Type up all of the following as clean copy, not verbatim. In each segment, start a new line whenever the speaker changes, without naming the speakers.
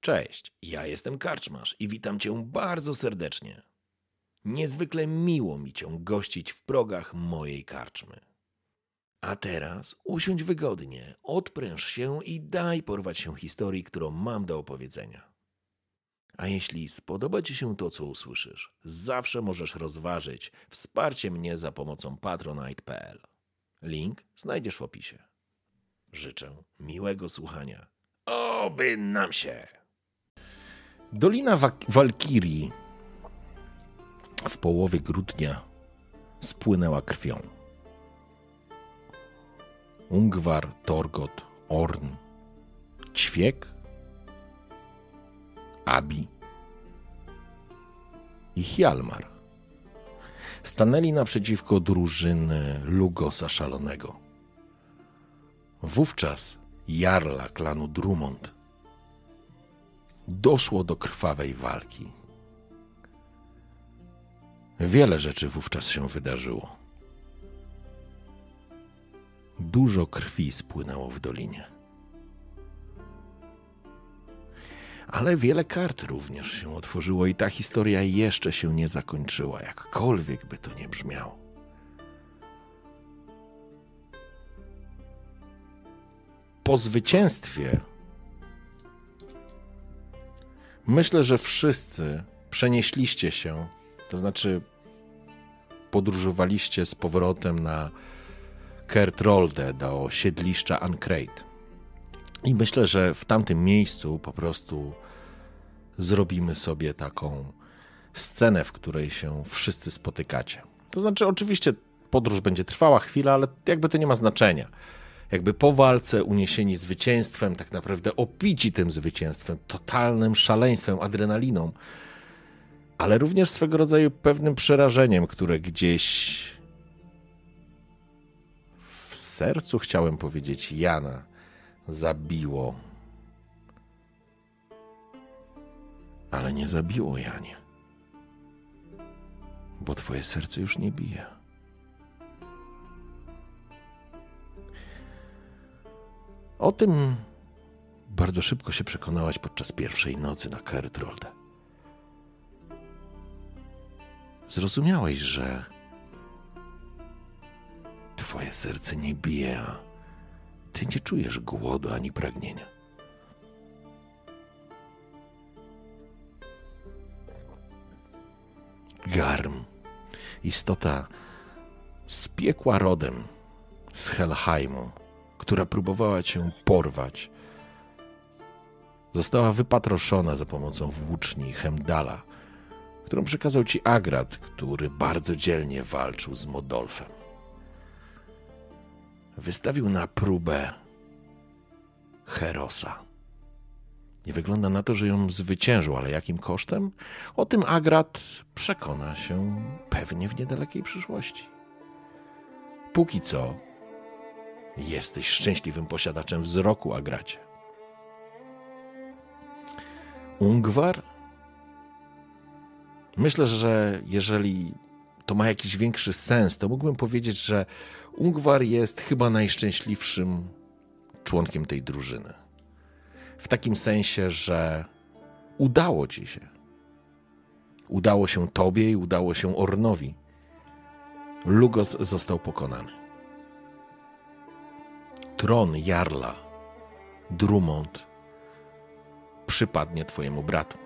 Cześć, ja jestem Karczmarz i witam Cię bardzo serdecznie. Niezwykle miło mi Cię gościć w progach mojej karczmy. A teraz usiądź wygodnie, odpręż się i daj porwać się historii, którą mam do opowiedzenia. A jeśli spodoba Ci się to, co usłyszysz, zawsze możesz rozważyć wsparcie mnie za pomocą patronite.pl. Link znajdziesz w opisie. Życzę miłego słuchania. Oby nam się! Dolina Walkirii w połowie grudnia spłynęła krwią. Ungvar, Torgot, Orn, Ćwiek, Abi i Hjalmar stanęli naprzeciwko drużyny Lugosa Szalonego. Wówczas jarla klanu Drumont doszło do krwawej walki. Wiele rzeczy wówczas się wydarzyło. Dużo krwi spłynęło w dolinie. Ale wiele kart również się otworzyło i ta historia jeszcze się nie zakończyła, jakkolwiek by to nie brzmiało. Po zwycięstwie myślę, że wszyscy przenieśliście się, to znaczy podróżowaliście z powrotem na Kertrolde do siedliszcza Ancrate. I myślę, że w tamtym miejscu po prostu zrobimy sobie taką scenę, w której się wszyscy spotykacie. To znaczy oczywiście podróż będzie trwała chwilę, ale jakby to nie ma znaczenia. Jakby po walce uniesieni zwycięstwem, tak naprawdę opici tym zwycięstwem, totalnym szaleństwem, adrenaliną, ale również swego rodzaju pewnym przerażeniem, które gdzieś w sercu, chciałem powiedzieć, Jana zabiło. Ale nie zabiło, Janie, bo twoje serce już nie bije. O tym bardzo szybko się przekonałaś podczas pierwszej nocy na Kertrolde. Zrozumiałeś, że twoje serce nie bije, a ty nie czujesz głodu ani pragnienia. Garm, istota z piekła rodem, z Helheimu, która próbowała cię porwać, została wypatroszona za pomocą włóczni Hemdala, którą przekazał ci Agrad, który bardzo dzielnie walczył z Modolfem. Wystawił na próbę Herosa. Nie wygląda na to, że ją zwyciężył, ale jakim kosztem? O tym Agrad przekona się pewnie w niedalekiej przyszłości. Póki co jesteś szczęśliwym posiadaczem wzroku, Agracie. Ungvar? Myślę, że jeżeli to ma jakiś większy sens, to mógłbym powiedzieć, że Ungvar jest chyba najszczęśliwszym członkiem tej drużyny. W takim sensie, że udało ci się. Udało się tobie i udało się Ornowi. Lugos został pokonany. Tron jarla Drumont przypadnie twojemu bratu.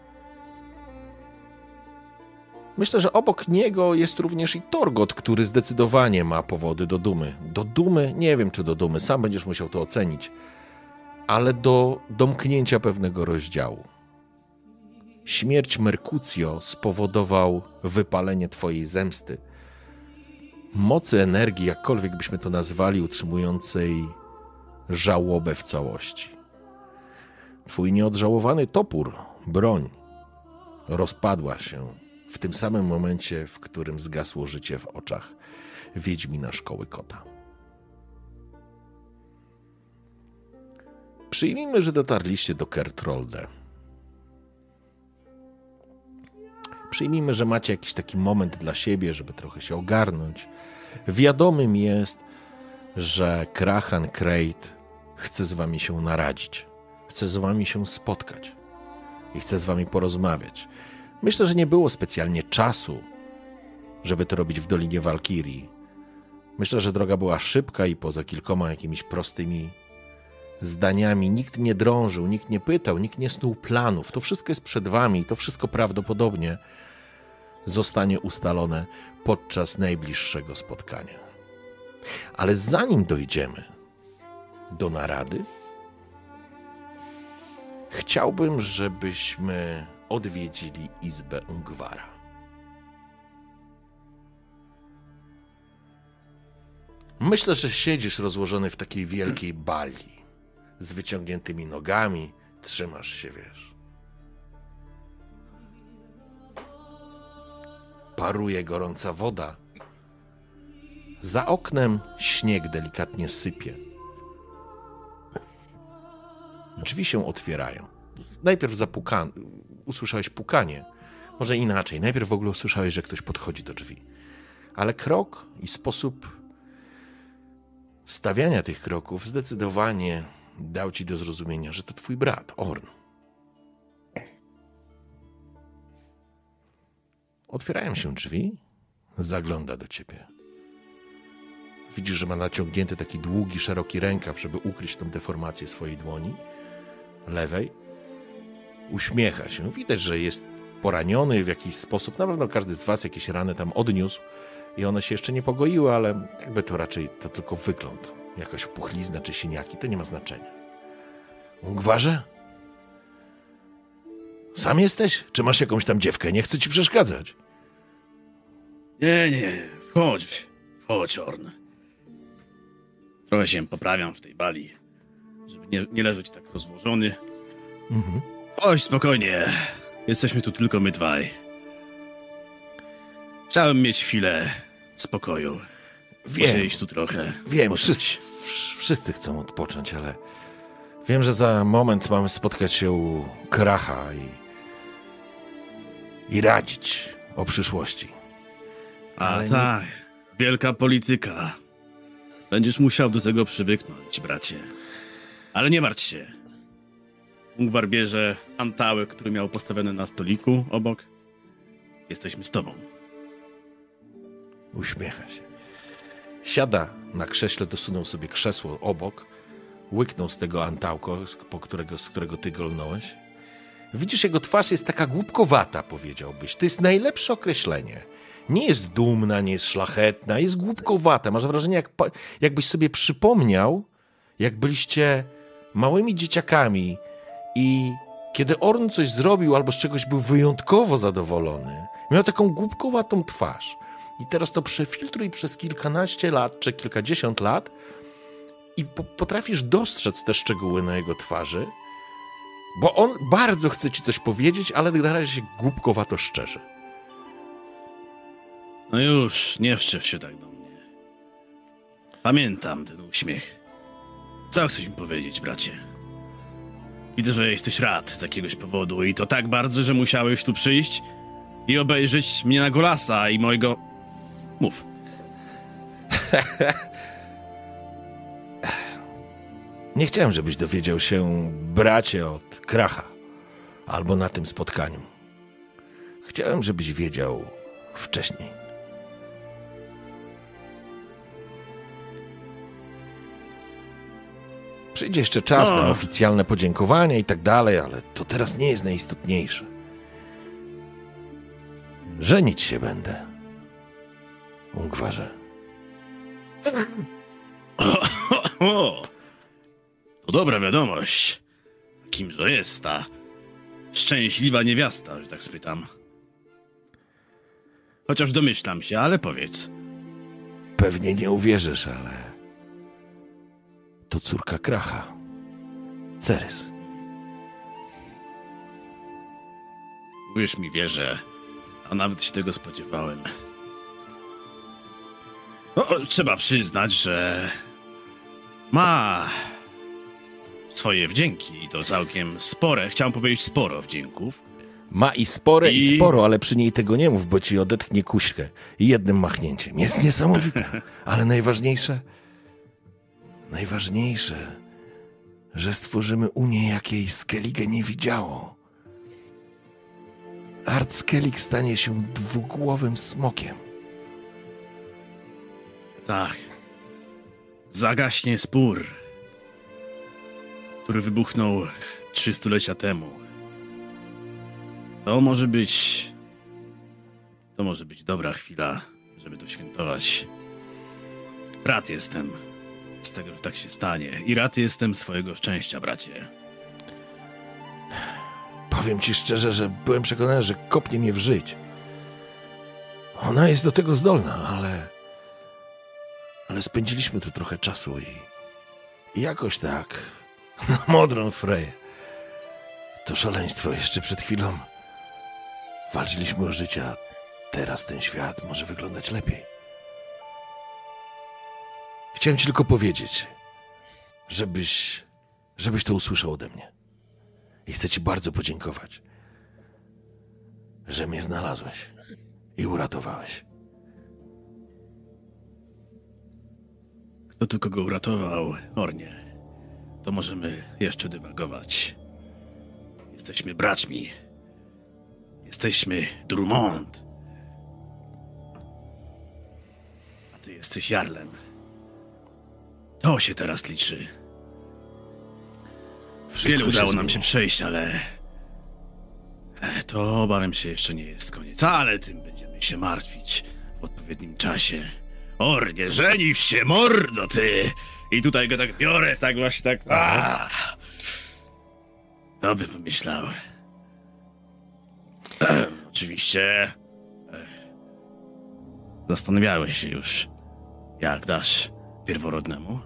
Myślę, że obok niego jest również i Torgot, który zdecydowanie ma powody do dumy. Do dumy? Nie wiem, czy do dumy, sam będziesz musiał to ocenić, ale do domknięcia pewnego rozdziału. Śmierć Mercutio spowodował wypalenie twojej zemsty. Mocy energii, jakkolwiek byśmy to nazwali, utrzymującej żałobę w całości. Twój nieodżałowany topór, broń, rozpadła się w tym samym momencie, w którym zgasło życie w oczach Wiedźmina Szkoły Kota. Przyjmijmy, że dotarliście do Kertrolde. Przyjmijmy, że macie jakiś taki moment dla siebie, żeby trochę się ogarnąć. Wiadomym jest, że Krachan Crate chce z wami się naradzić. Chce z wami się spotkać. i chcę z wami porozmawiać. Myślę, że nie było specjalnie czasu, żeby to robić w Dolinie Walkirii. Myślę, że droga była szybka i poza kilkoma jakimiś prostymi zdaniami nikt nie drążył, nikt nie pytał, nikt nie snuł planów. To wszystko jest przed wami i to wszystko prawdopodobnie zostanie ustalone podczas najbliższego spotkania. Ale zanim dojdziemy do narady, chciałbym, żebyśmy odwiedzili izbę Ungwara. Myślę, że siedzisz rozłożony w takiej wielkiej bali, z wyciągniętymi nogami, trzymasz się, wiesz. Paruje gorąca woda. Za oknem śnieg delikatnie sypie. Drzwi się otwierają. Najpierw usłyszałeś pukanie. Może inaczej. Najpierw w ogóle usłyszałeś, że ktoś podchodzi do drzwi. Ale krok i sposób stawiania tych kroków zdecydowanie dał ci do zrozumienia, że to twój brat, Orn. Otwierają się drzwi, zagląda do ciebie. Widzisz, że ma naciągnięty taki długi, szeroki rękaw, żeby ukryć tą deformację swojej dłoni lewej. Uśmiecha się. Widać, że jest poraniony w jakiś sposób. Na pewno każdy z was jakieś rany tam odniósł i one się jeszcze nie pogoiły, ale jakby to raczej to tylko wygląd. Jakaś puchlizna czy siniaki, to nie ma znaczenia. Ungwarze? Sam jesteś? Czy masz jakąś tam dziewkę? Nie chcę ci przeszkadzać.
Nie. Chodź, Orn. Trochę się poprawiam w tej bali, żeby nie leżeć tak rozłożony. Chodź, spokojnie. Jesteśmy tu tylko my dwaj. Chciałem mieć chwilę spokoju. Posiedzieć tu trochę.
Wiem, wszyscy chcą odpocząć, ale wiem, że za moment mamy spotkać się u Kracha i radzić o przyszłości. Ale
tak, wielka polityka. Będziesz musiał do tego przywyknąć, bracie. Ale nie martw się. Ungwar bierze antałek, który miał postawiony na stoliku obok. Jesteśmy z tobą.
Uśmiecha się. Siada na krześle, dosunął sobie krzesło obok, łyknął z tego antałko, z którego ty golnąłeś. Widzisz, jego twarz jest taka głupkowata, powiedziałbyś. To jest najlepsze określenie. Nie jest dumna, nie jest szlachetna, jest głupkowata. Masz wrażenie, jakbyś sobie przypomniał, jak byliście małymi dzieciakami i kiedy Orn coś zrobił albo z czegoś był wyjątkowo zadowolony, miał taką głupkowatą twarz. I teraz to przefiltruj przez kilkanaście lat czy kilkadziesiąt lat i potrafisz dostrzec te szczegóły na jego twarzy, bo on bardzo chce ci coś powiedzieć, ale na razie się głupkowato szczerze.
No już, nie wszczep się tak do mnie. Pamiętam ten uśmiech. Co chcesz mi powiedzieć, bracie? Widzę, że jesteś rad z jakiegoś powodu i to tak bardzo, że musiałeś tu przyjść i obejrzeć mnie na Golasa i mojego... Mów.
Nie chciałem, żebyś dowiedział się, bracie, od Kracha albo na tym spotkaniu. Chciałem, żebyś wiedział wcześniej. Przyjdzie jeszcze czas na oficjalne podziękowania i tak dalej, ale to teraz nie jest najistotniejsze. Żenić się będę, Ungwarze.
To dobra wiadomość. Kimże jest ta szczęśliwa niewiasta, że tak spytam. Chociaż domyślam się, ale powiedz.
Pewnie nie uwierzysz, ale to córka Kracha, Cerys.
Już mi wierzę, a nawet się tego spodziewałem. No, trzeba przyznać, że ma swoje wdzięki i to całkiem spore. Chciałem powiedzieć sporo wdzięków.
Ma i spore i sporo, ale przy niej tego nie mów, bo ci odetchnie kuśkę jednym machnięciem. Jest niesamowite, ale najważniejsze, że stworzymy Unię, jakiej Skellige nie widziało. Art Skellig stanie się dwugłowym smokiem.
Tak. Zagaśnie spór, który wybuchnął 3 stulecia temu. To może być dobra chwila, żeby to świętować. Rad jestem z tego, że tak się stanie. I rad jestem swojego szczęścia, bracie.
Powiem ci szczerze, że byłem przekonany, że kopnie mnie w żyć. Ona jest do tego zdolna, ale spędziliśmy tu trochę czasu i jakoś tak na modrą Freję. To szaleństwo jeszcze przed chwilą. Walczyliśmy o życie, a teraz ten świat może wyglądać lepiej. Chciałem ci tylko powiedzieć, żebyś to usłyszał ode mnie. I chcę ci bardzo podziękować, że mnie znalazłeś i uratowałeś.
Kto tu kogo uratował, Ornie? To możemy jeszcze dywagować. Jesteśmy braćmi. Jesteśmy Drummond. A ty jesteś Jarlem. To się teraz liczy. Wiele udało nam się przejść, ale... To obawiam się jeszcze nie jest koniec. Ale tym będziemy się martwić w odpowiednim czasie. Ornie, żenisz się, mordo ty! I tutaj go tak biorę, tak właśnie tak... Kto by pomyślał? Oczywiście... Zastanawiałeś się już, jak dasz pierworodnemu?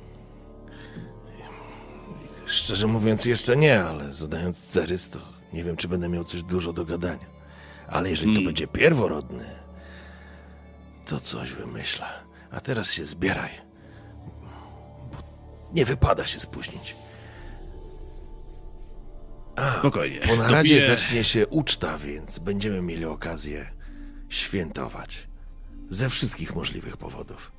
Szczerze mówiąc jeszcze nie, ale zadając Cerys, to nie wiem, czy będę miał coś dużo do gadania. Ale jeżeli to będzie pierworodny, to coś wymyślę. A teraz się zbieraj, bo nie wypada się spóźnić.
Spokojnie.
Po naradzie zacznie się uczta, więc będziemy mieli okazję świętować. Ze wszystkich możliwych powodów.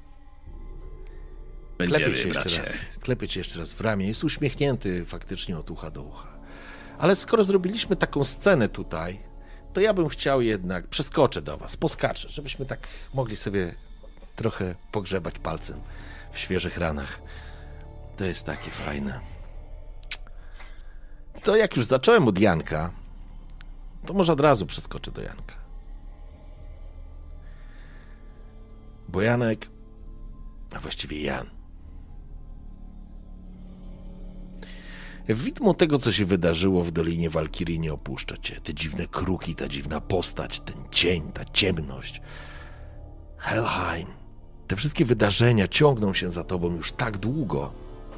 Klepię cię jeszcze raz w ramię. Jest uśmiechnięty faktycznie od ucha do ucha. Ale skoro zrobiliśmy taką scenę tutaj, to ja bym chciał jednak, przeskoczę do was, poskaczę, żebyśmy tak mogli sobie trochę pogrzebać palcem w świeżych ranach. To jest takie fajne. To jak już zacząłem od Janka, to może od razu przeskoczę do Janka. Bo Janek, a właściwie Jan, widmo tego, co się wydarzyło w Dolinie Walkirii, nie opuszcza cię. Te dziwne kruki, ta dziwna postać, ten cień, ta ciemność. Helheim. Te wszystkie wydarzenia ciągną się za tobą już tak długo.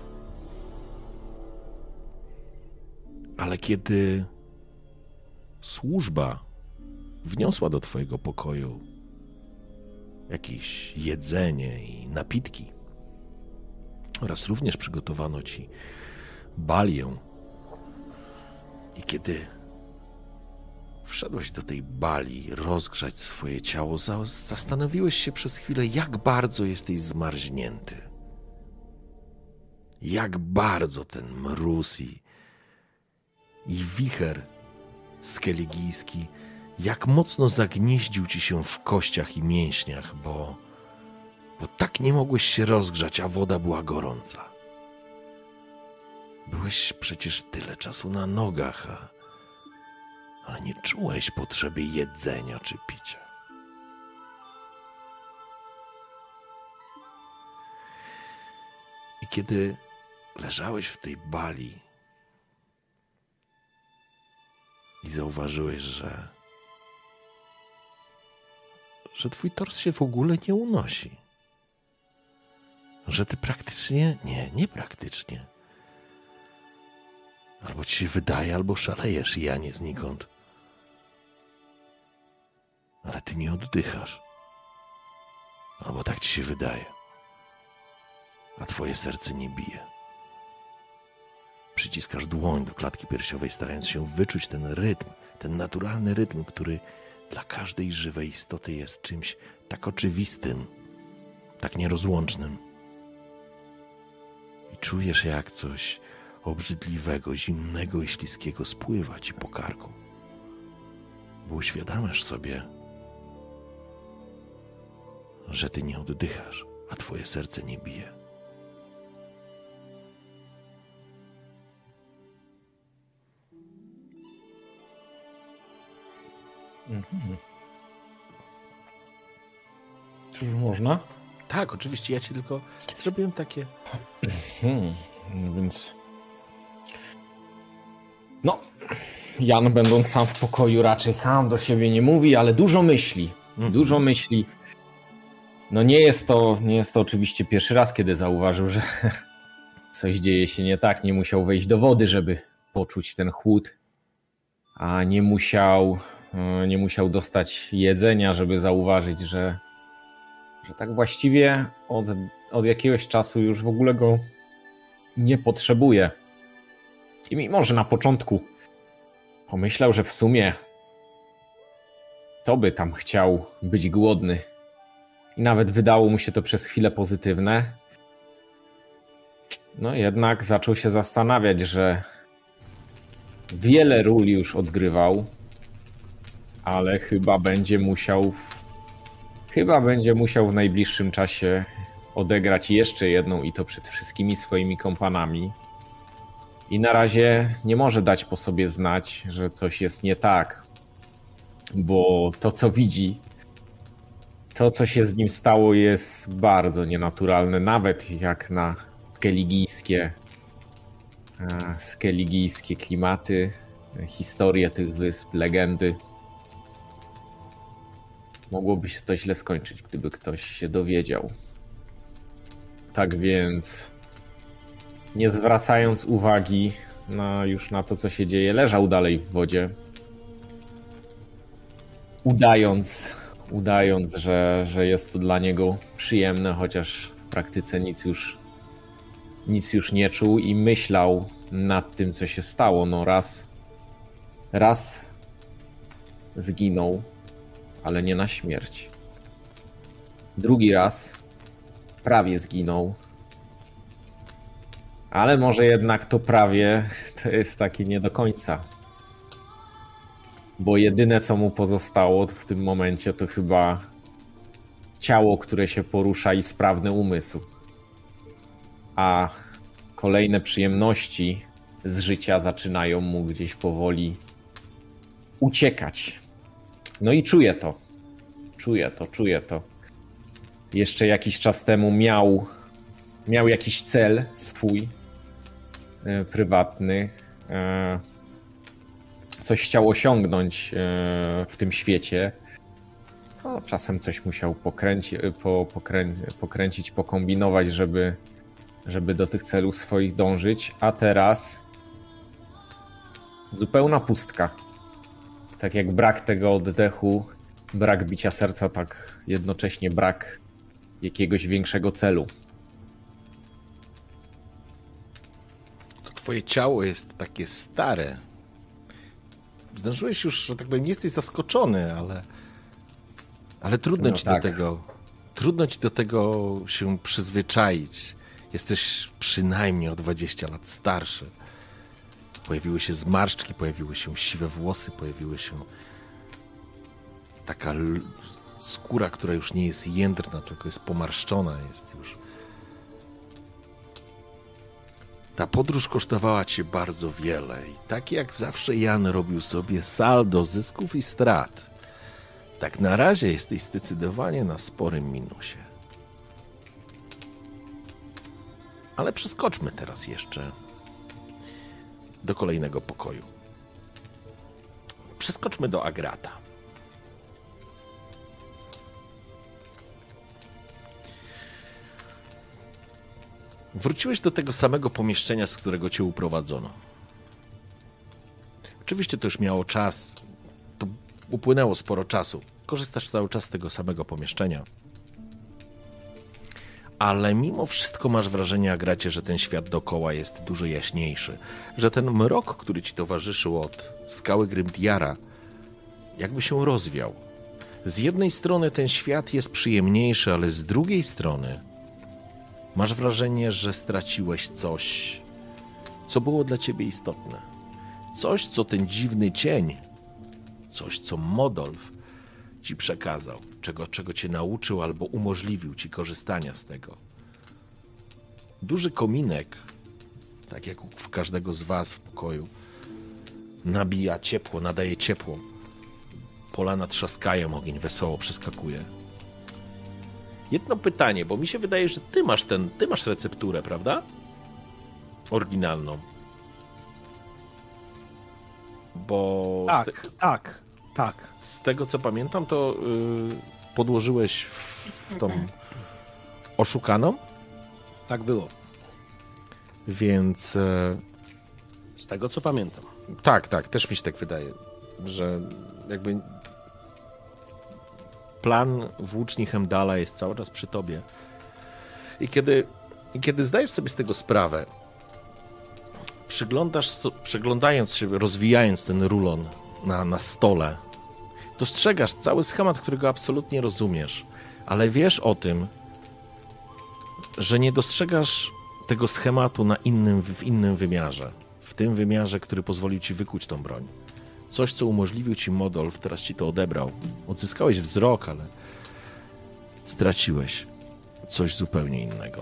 Ale kiedy służba wniosła do twojego pokoju jakieś jedzenie i napitki oraz również przygotowano ci balię. I kiedy wszedłeś do tej bali rozgrzać swoje ciało, zastanowiłeś się przez chwilę, jak bardzo jesteś zmarznięty. Jak bardzo ten mróz i wicher skelligijski, jak mocno zagnieździł ci się w kościach i mięśniach, bo tak nie mogłeś się rozgrzać, a woda była gorąca. Byłeś przecież tyle czasu na nogach, ale nie czułeś potrzeby jedzenia czy picia. I kiedy leżałeś w tej bali i zauważyłeś, że twój tors się w ogóle nie unosi, że ty praktycznie, nie praktycznie, albo ci się wydaje, albo szalejesz, Janie, znikąd. Ale ty nie oddychasz. Albo tak ci się wydaje. A twoje serce nie bije. Przyciskasz dłoń do klatki piersiowej, starając się wyczuć ten rytm, ten naturalny rytm, który dla każdej żywej istoty jest czymś tak oczywistym, tak nierozłącznym. I czujesz, jak coś obrzydliwego, zimnego i śliskiego spływa ci po karku. bo uświadamiasz sobie, że ty nie oddychasz, a twoje serce nie bije.
Czyż można?
Tak, oczywiście, ja ci tylko zrobiłem takie...
Więc... No, Jan, będąc sam w pokoju, raczej sam do siebie nie mówi, ale dużo myśli. Dużo myśli. No nie jest to oczywiście pierwszy raz, kiedy zauważył, że coś dzieje się nie tak. Nie musiał wejść do wody, żeby poczuć ten chłód, a nie musiał dostać jedzenia, żeby zauważyć, że tak właściwie od jakiegoś czasu już w ogóle go nie potrzebuje. I mimo, że na początku pomyślał, że w sumie to by tam chciał być głodny i nawet wydało mu się to przez chwilę pozytywne, no jednak zaczął się zastanawiać, że wiele ról już odgrywał, ale chyba będzie musiał w najbliższym czasie odegrać jeszcze jedną i to przed wszystkimi swoimi kompanami. I na razie nie może dać po sobie znać, że coś jest nie tak, bo to, co widzi, to, co się z nim stało, jest bardzo nienaturalne, nawet jak na skeligijskie klimaty, historie tych wysp, legendy. Mogłoby się to źle skończyć, gdyby ktoś się dowiedział. Tak więc, nie zwracając uwagi już na to, co się dzieje, leżał dalej w wodzie, udając, że jest to dla niego przyjemne, chociaż w praktyce nic już nie czuł i myślał nad tym, co się stało. No raz zginął, ale nie na śmierć. Drugi raz prawie zginął, ale może jednak to prawie to jest takie nie do końca. Bo jedyne, co mu pozostało w tym momencie, to chyba ciało, które się porusza i sprawny umysł. A kolejne przyjemności z życia zaczynają mu gdzieś powoli uciekać. No i czuję to. Jeszcze jakiś czas temu miał jakiś cel swój, prywatny. Coś chciał osiągnąć w tym świecie. No, czasem coś musiał pokręcić, pokombinować, żeby do tych celów swoich dążyć. A teraz zupełna pustka. Tak jak brak tego oddechu, brak bicia serca, tak jednocześnie brak jakiegoś większego celu.
To twoje ciało jest takie stare. Zdążyłeś już, że tak powiem, nie jesteś zaskoczony, ale trudno ci do tego. Trudno ci do tego się przyzwyczaić. Jesteś przynajmniej o 20 lat starszy. Pojawiły się zmarszczki, pojawiły się siwe włosy, pojawiły się taka skóra, która już nie jest jędrna, tylko jest pomarszczona, jest już. Ta podróż kosztowała cię bardzo wiele i tak jak zawsze Jan robił sobie saldo zysków i strat, tak na razie jesteś zdecydowanie na sporym minusie. Ale przeskoczmy teraz jeszcze do kolejnego pokoju. Przeskoczmy do Agrata. Wróciłeś do tego samego pomieszczenia, z którego cię uprowadzono. Oczywiście to już miało czas, to upłynęło sporo czasu. Korzystasz cały czas z tego samego pomieszczenia. Ale mimo wszystko masz wrażenie, Agracie, że ten świat dookoła jest dużo jaśniejszy. Że ten mrok, który ci towarzyszył od skały Grimdiara, jakby się rozwiał. Z jednej strony ten świat jest przyjemniejszy, ale z drugiej strony masz wrażenie, że straciłeś coś, co było dla ciebie istotne. Coś, co ten dziwny cień, Coś, co Modolf ci przekazał, czego cię nauczył albo umożliwił ci korzystania z tego. Duży kominek, tak jak w każdego z was w pokoju, nabija ciepło, nadaje ciepło. Polana trzaskają, ogień wesoło przeskakuje. Jedno pytanie, bo mi się wydaje, że ty masz recepturę, prawda? Oryginalną. Bo
Tak.
z tego co pamiętam, to podłożyłeś w tą oszukaną?
Tak było.
Więc
Z tego co pamiętam.
tak, też mi się tak wydaje, że jakby plan włóczni Hemdala jest cały czas przy tobie. I kiedy zdajesz sobie z tego sprawę, przeglądając się, rozwijając ten rulon na stole, dostrzegasz cały schemat, którego absolutnie rozumiesz, ale wiesz o tym, że nie dostrzegasz tego schematu w innym wymiarze. W tym wymiarze, który pozwolił ci wykuć tą broń. Coś, co umożliwił ci Modolf, teraz ci to odebrał. Odzyskałeś wzrok, ale straciłeś coś zupełnie innego.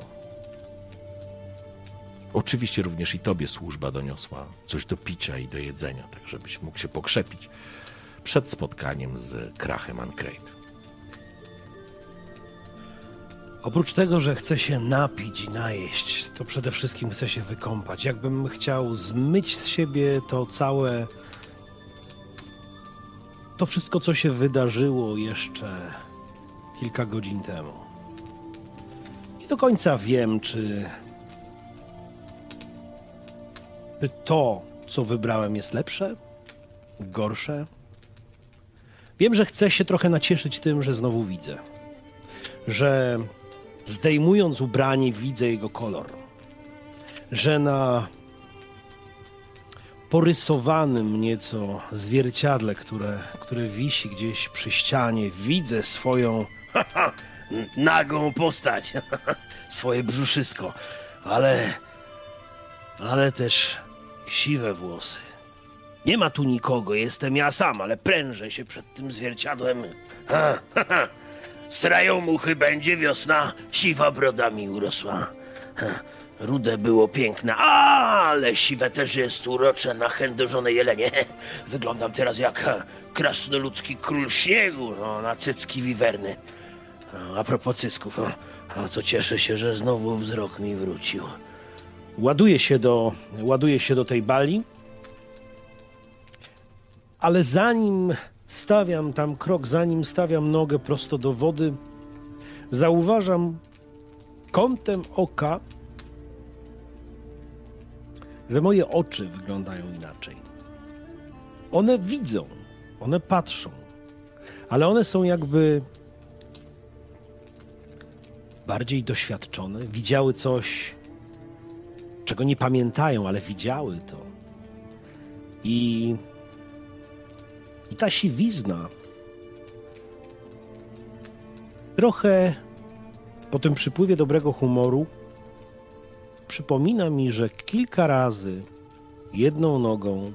Oczywiście również i tobie służba doniosła coś do picia i do jedzenia, tak żebyś mógł się pokrzepić przed spotkaniem z Krachem Ancrate.
Oprócz tego, że chcę się napić i najeść, to przede wszystkim chcę się wykąpać. Jakbym chciał zmyć z siebie to wszystko, co się wydarzyło jeszcze kilka godzin temu. Nie do końca wiem, czy to, co wybrałem, jest lepsze, gorsze. Wiem, że chcę się trochę nacieszyć tym, że znowu widzę. Że zdejmując ubranie, widzę jego kolor. Że na porysowanym nieco zwierciadle, które wisi gdzieś przy ścianie, widzę swoją nagą postać, swoje brzuszysko, ale też siwe włosy. Nie ma tu nikogo, jestem ja sam, ale prężę się przed tym zwierciadłem. Strają muchy będzie wiosna, siwa broda mi urosła. Rude było piękne, ale siwe też jest urocze na chędożone jelenie. Wyglądam teraz jak krasnoludzki król śniegu, na cycki wiwerny. A propos cycków, to cieszę się, że znowu wzrok mi wrócił. Ładuję się do tej bali, ale zanim stawiam tam krok, zanim stawiam nogę prosto do wody, zauważam kątem oka, że moje oczy wyglądają inaczej. One widzą, one patrzą, ale one są jakby bardziej doświadczone, widziały coś, czego nie pamiętają, ale widziały to. I ta siwizna trochę po tym przypływie dobrego humoru przypomina mi, że kilka razy jedną nogą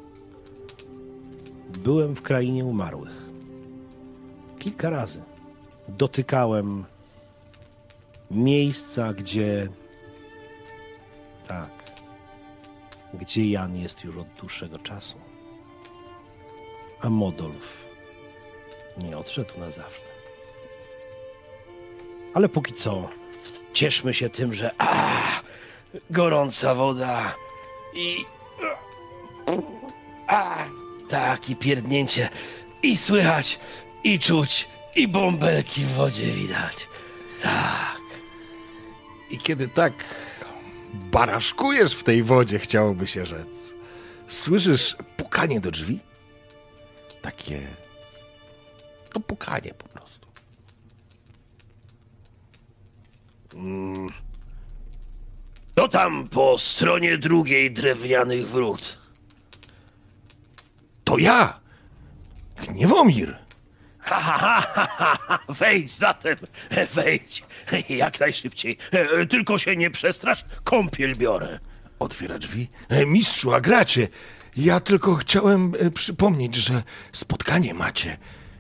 byłem w krainie umarłych. Kilka razy dotykałem miejsca, gdzie Jan jest już od dłuższego czasu. A Modolf nie odszedł na zawsze. Ale póki co cieszmy się tym, że gorąca woda i tak, i pierdnięcie, i słychać, i czuć, i bąbelki w wodzie widać. Tak.
I kiedy tak baraszkujesz w tej wodzie, chciałoby się rzec, słyszysz pukanie do drzwi? Takie pukanie po prostu.
To tam po stronie drugiej drewnianych wrót.
To ja! Gniewomir!
Wejdź zatem, wejdź. Jak najszybciej. Tylko się nie przestrasz, kąpiel biorę.
Otwiera drzwi. Mistrzu, a gracie! Ja tylko chciałem przypomnieć, że spotkanie macie.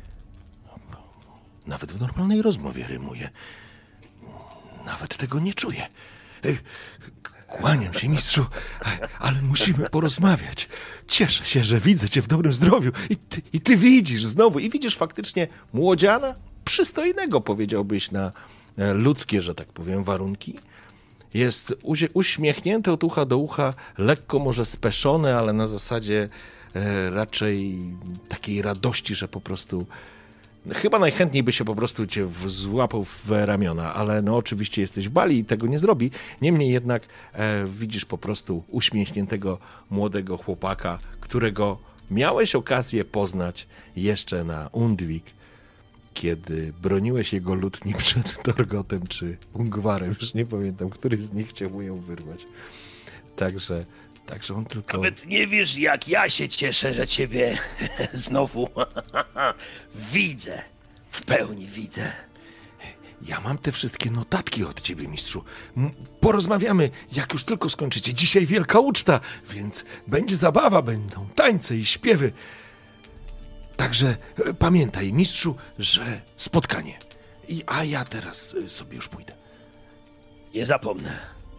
Nawet w normalnej rozmowie rymuje. Nawet tego nie czuję. Kłaniam się, mistrzu, ale musimy porozmawiać. Cieszę się, że widzę cię w dobrym zdrowiu. I ty widzisz znowu. I widzisz faktycznie młodziana, przystojnego, powiedziałbyś, na ludzkie, że tak powiem, warunki. Jest uśmiechnięty od ucha do ucha, lekko może speszony, ale na zasadzie raczej takiej radości, że po prostu chyba najchętniej by się po prostu cię złapał w ramiona, ale no oczywiście jesteś w Bali i tego nie zrobi. Niemniej jednak widzisz po prostu uśmiechniętego młodego chłopaka, którego miałeś okazję poznać jeszcze na Undvik, kiedy broniłeś jego lutni przed Torgotem czy Ungwarem. Już nie pamiętam, który z nich chciał mu ją wyrwać. Także on tylko...
Nawet nie wiesz, jak ja się cieszę, że ciebie znowu widzę. W pełni widzę.
Ja mam te wszystkie notatki od ciebie, mistrzu. Porozmawiamy, jak już tylko skończycie. Dzisiaj wielka uczta, więc będzie zabawa, będą tańce i śpiewy. Także pamiętaj, mistrzu, że spotkanie. A ja teraz sobie już pójdę.
Nie zapomnę.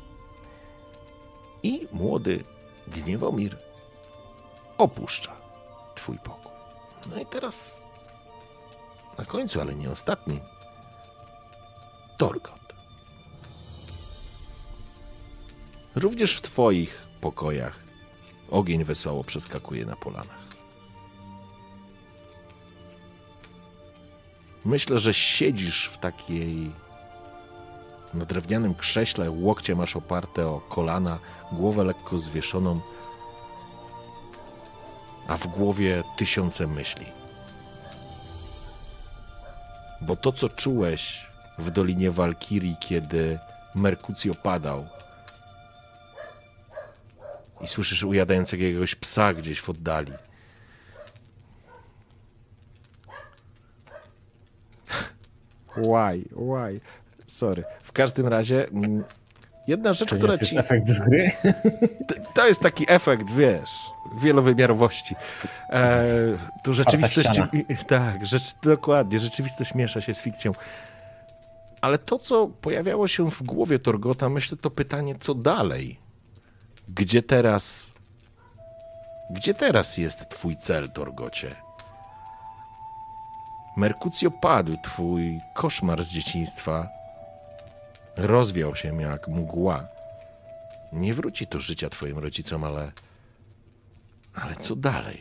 I młody Gniewomir opuszcza twój pokój. No i teraz na końcu, ale nie ostatni, Torgot. Również w twoich pokojach ogień wesoło przeskakuje na polanach. Myślę, że siedzisz w takiej na drewnianym krześle, łokcie masz oparte o kolana, głowę lekko zwieszoną, a w głowie tysiące myśli. Bo to, co czułeś w Dolinie Walkirii, kiedy Merkucjo padał i słyszysz ujadającego jakiegoś psa gdzieś w oddali. Why? Sorry. W każdym razie jedna rzecz,
to
która
jest
ci...
efekt z gry?
To jest taki efekt, wiesz, wielowymiarowości. Tu rzeczywistość... Tak, dokładnie. Rzeczywistość miesza się z fikcją. Ale to, co pojawiało się w głowie Torgota, myślę, to pytanie, co dalej? Gdzie teraz jest twój cel, Torgocie? Merkucjo padł, twój koszmar z dzieciństwa rozwiał się jak mgła. Nie wróci to życia twoim rodzicom, ale co dalej?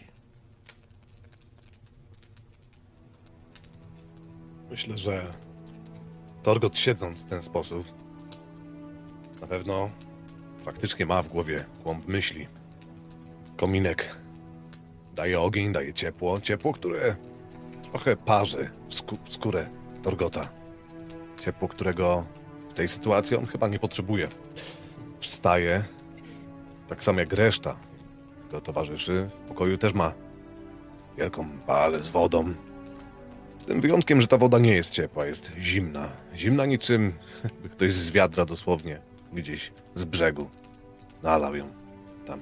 Myślę, że Torgot, siedząc w ten sposób, na pewno faktycznie ma w głowie głąb myśli. Kominek daje ogień, daje ciepło, które trochę parzy skórę Torgota. Ciepło, którego w tej sytuacji on chyba nie potrzebuje. Wstaje, tak samo jak reszta jego towarzyszy, w pokoju też ma wielką balę z wodą. Z tym wyjątkiem, że ta woda nie jest ciepła, jest zimna. Zimna niczym jakby ktoś z wiadra dosłownie gdzieś z brzegu nalał ją tam.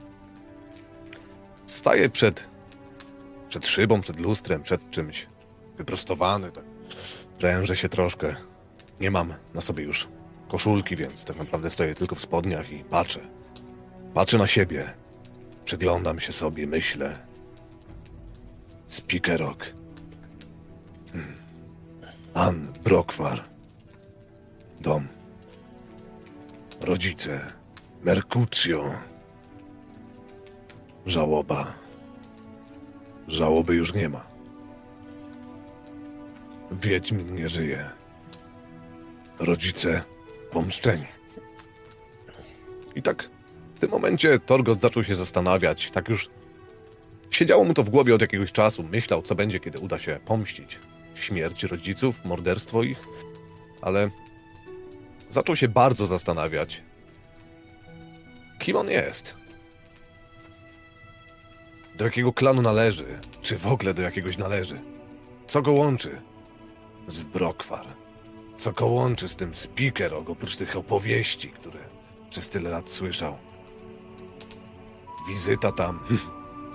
Staje przed szybą, przed lustrem, przed czymś wyprostowany, tak prężę się troszkę. Nie mam na sobie już koszulki, więc tak naprawdę stoję tylko w spodniach i patrzę. Patrzę na siebie. Przyglądam się sobie, myślę. Spikerok. An Brokwar. Dom. Rodzice. Merkucjo. Żałoba. Żałoby już nie ma. Wiedźmin nie żyje. Rodzice pomszczeni. I tak w tym momencie Torgot zaczął się zastanawiać. Tak już siedziało mu to w głowie od jakiegoś czasu. Myślał, co będzie, kiedy uda się pomścić śmierć rodziców, morderstwo ich. Ale zaczął się bardzo zastanawiać, kim on jest. Do jakiego klanu należy? Czy w ogóle do jakiegoś należy? Co go łączy z Brokwar? Co go łączy z tym Spikerok, oprócz tych opowieści, które przez tyle lat słyszał? Wizyta tam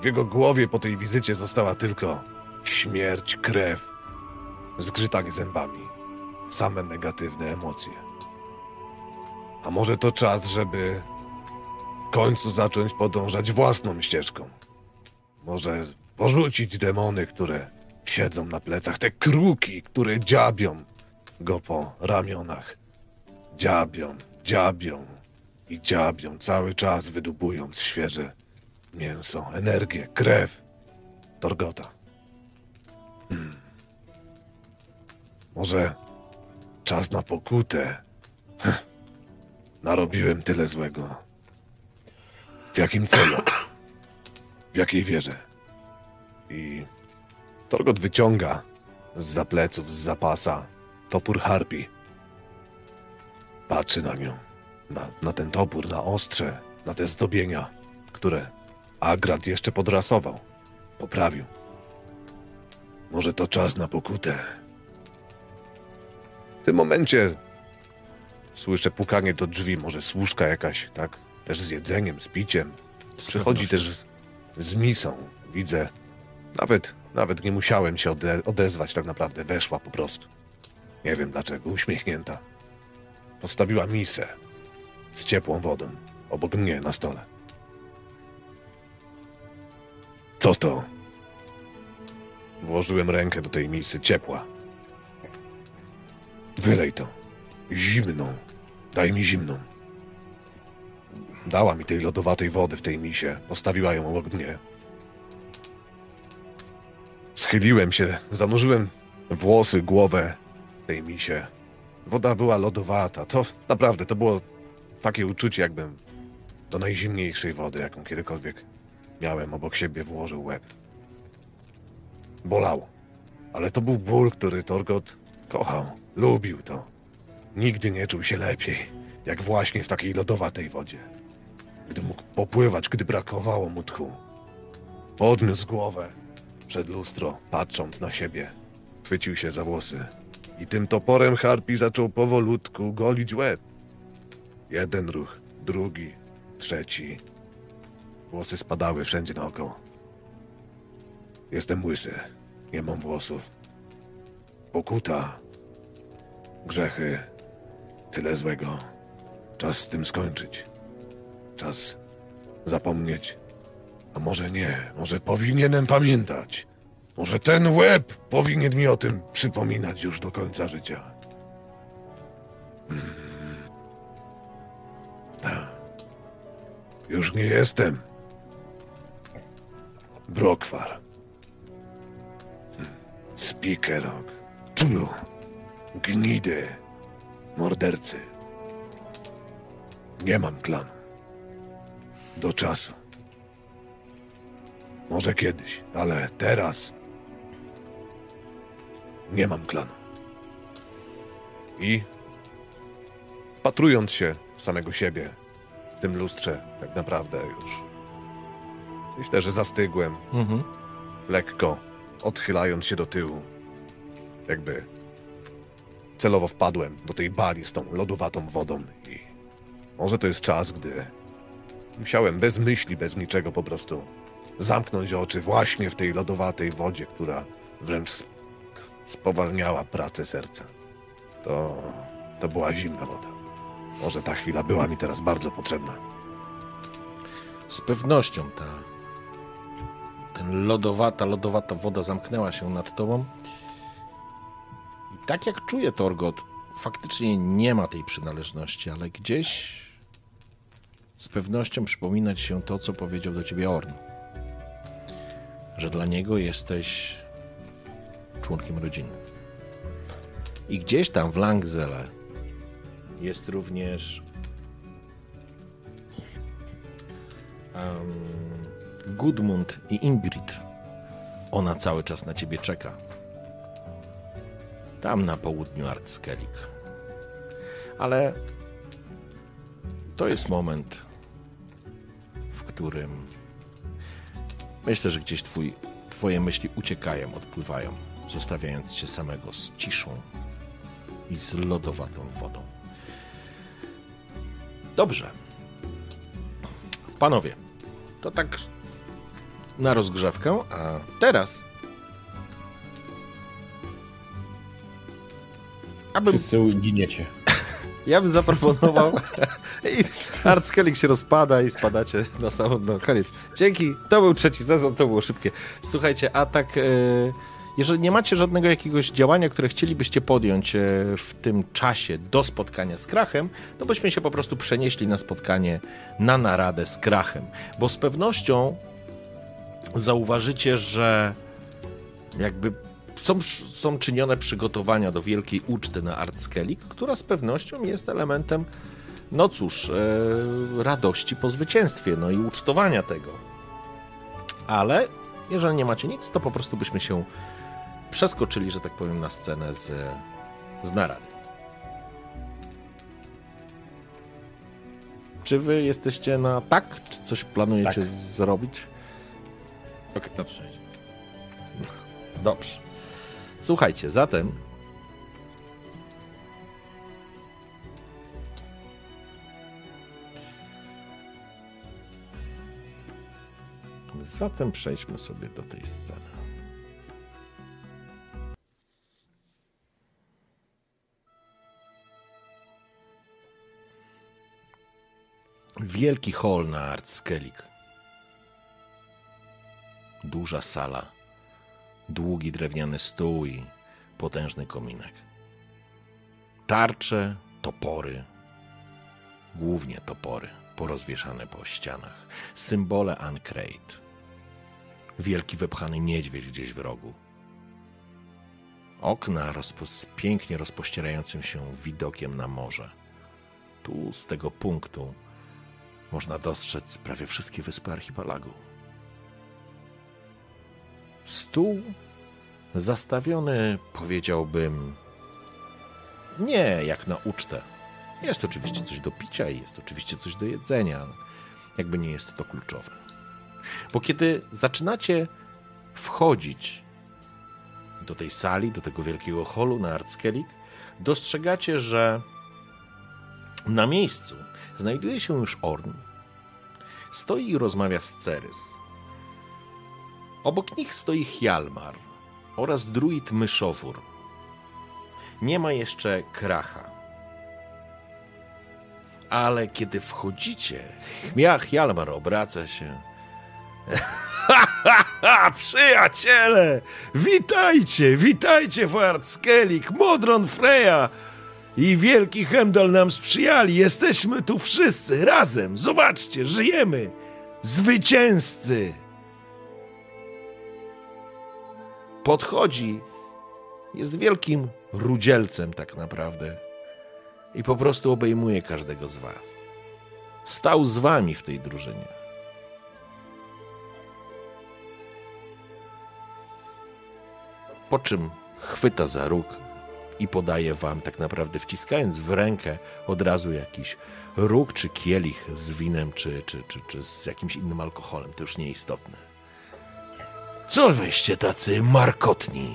W jego głowie po tej wizycie została tylko śmierć, krew, zgrzytanie zębami, same negatywne emocje. A może to czas, żeby w końcu zacząć podążać własną ścieżką? Może porzucić demony, które siedzą na plecach, te kruki, które dziabią go po ramionach. Dziabią i dziabią, cały czas wydubując świeże mięso, energię, krew Torgota. Może czas na pokutę? Narobiłem tyle złego. W jakim celu? W jakiej wierze? I Torgot wyciąga zza pleców, zza pasa topór harpi. Patrzy na nią, na ten topór, na ostrze, na te zdobienia, które Agrad jeszcze podrasował, poprawił. Może to czas na pokutę. W tym momencie słyszę pukanie do drzwi, może służka jakaś, tak? Też z jedzeniem, z piciem. Przychodzi też z misą. Widzę, nawet nie musiałem się odezwać tak naprawdę. Weszła po prostu. Nie wiem dlaczego, uśmiechnięta. Postawiła misę z ciepłą wodą obok mnie na stole. Co to? Włożyłem rękę do tej misy, ciepła. Wylej to. Zimną. Daj mi zimną. Dała mi tej lodowatej wody w tej misie. Postawiła ją obok mnie. Schyliłem się, zanurzyłem włosy, głowę w tej misie. Woda była lodowata. To naprawdę, to było takie uczucie, jakbym do najzimniejszej wody, jaką kiedykolwiek miałem obok siebie, włożył łeb. Bolało. Ale to był ból, który Torgot kochał. Lubił to. Nigdy nie czuł się lepiej, jak właśnie w takiej lodowatej wodzie. Gdy mógł popływać, gdy brakowało mu tchu. Podniósł głowę przed lustro, patrząc na siebie. Chwycił się za włosy i tym toporem harpi zaczął powolutku golić łeb. Jeden ruch, drugi, trzeci. Włosy spadały wszędzie naokoło. Jestem łysy, nie mam włosów. Pokuta, grzechy, tyle złego. Czas z tym skończyć. Czas zapomnieć. A może nie, może powinienem pamiętać. Może ten łeb powinien mi o tym przypominać już do końca życia. Już nie jestem Brokwar. Spikerok. Tulu. Gnidy. Mordercy. Nie mam klanu. Do czasu. Może kiedyś, ale teraz nie mam klanu. I wpatrując się w samego siebie w tym lustrze, tak naprawdę już myślę, że zastygłem, lekko odchylając się do tyłu, jakby celowo wpadłem do tej bali z tą lodowatą wodą i może to jest czas, gdy musiałem bez myśli, bez niczego po prostu zamknąć oczy właśnie w tej lodowatej wodzie, która wręcz spowalniała pracę serca. To była zimna woda. Może ta chwila była mi teraz bardzo potrzebna.
Z pewnością ten lodowata woda zamknęła się nad tobą. I tak jak czuje Torgot, faktycznie nie ma tej przynależności, ale gdzieś z pewnością przypomina ci się to, co powiedział do ciebie Orn. Że dla niego jesteś członkiem rodziny. I gdzieś tam w Langzele jest również Gudmund i Ingrid. Ona cały czas na ciebie czeka. Tam na południu Artskelik. Ale to jest moment, w którym myślę, że gdzieś twoje myśli uciekają, odpływają, zostawiając cię samego z ciszą i z lodowatą wodą. Dobrze. Panowie, to tak na rozgrzewkę, a teraz
Wszyscy giniecie.
ja bym zaproponował i Artskellig się rozpada i spadacie na samotną koniec. Dzięki, to był 3. sezon, to było szybkie. Słuchajcie, a tak jeżeli nie macie żadnego jakiegoś działania, które chcielibyście podjąć w tym czasie do spotkania z Krachem, to byśmy się po prostu przenieśli na spotkanie, na naradę z Krachem, bo z pewnością zauważycie, że jakby są czynione przygotowania do wielkiej uczty na Artskellig, która z pewnością jest elementem, no cóż, radości po zwycięstwie, no i ucztowania tego. Ale jeżeli nie macie nic, to po prostu byśmy się przeskoczyli, że tak powiem, na scenę z narady. Czy wy jesteście na tak? Czy coś planujecie zrobić?
Okay. Dobrze.
Dobrze. Słuchajcie, zatem przejdźmy sobie do tej sceny. Wielki hol na Artskellig. Duża sala. Długi drewniany stół i potężny kominek. Tarcze, topory, głównie topory, porozwieszane po ścianach. Symbole Ancrate. Wielki wepchany niedźwiedź gdzieś w rogu. Okna z pięknie rozpościerającym się widokiem na morze. Tu, z tego punktu, można dostrzec prawie wszystkie wyspy archipelagu. Stół zastawiony, powiedziałbym, nie jak na ucztę. Jest oczywiście coś do picia i jest oczywiście coś do jedzenia. Jakby nie jest to kluczowe. Bo kiedy zaczynacie wchodzić do tej sali, do tego wielkiego holu na Artskellig, dostrzegacie, że na miejscu znajduje się już Orn. Stoi i rozmawia z Cerys. Obok nich stoi Hjalmar oraz druid Myszowór. Nie ma jeszcze Kracha. Ale kiedy wchodzicie, Hjalmar obraca się. Przyjaciele! Witajcie w Artskellig! Modron Freya i wielki Heimdall nam sprzyjali. Jesteśmy tu wszyscy razem. Zobaczcie, żyjemy. Zwycięzcy! Podchodzi, jest wielkim rudzielcem tak naprawdę i po prostu obejmuje każdego z was. Stał z wami w tej drużynie. Po czym chwyta za róg i podaje wam, tak naprawdę wciskając w rękę od razu jakiś róg czy kielich z winem, czy z jakimś innym alkoholem. To już nieistotne. Co wyście tacy markotni?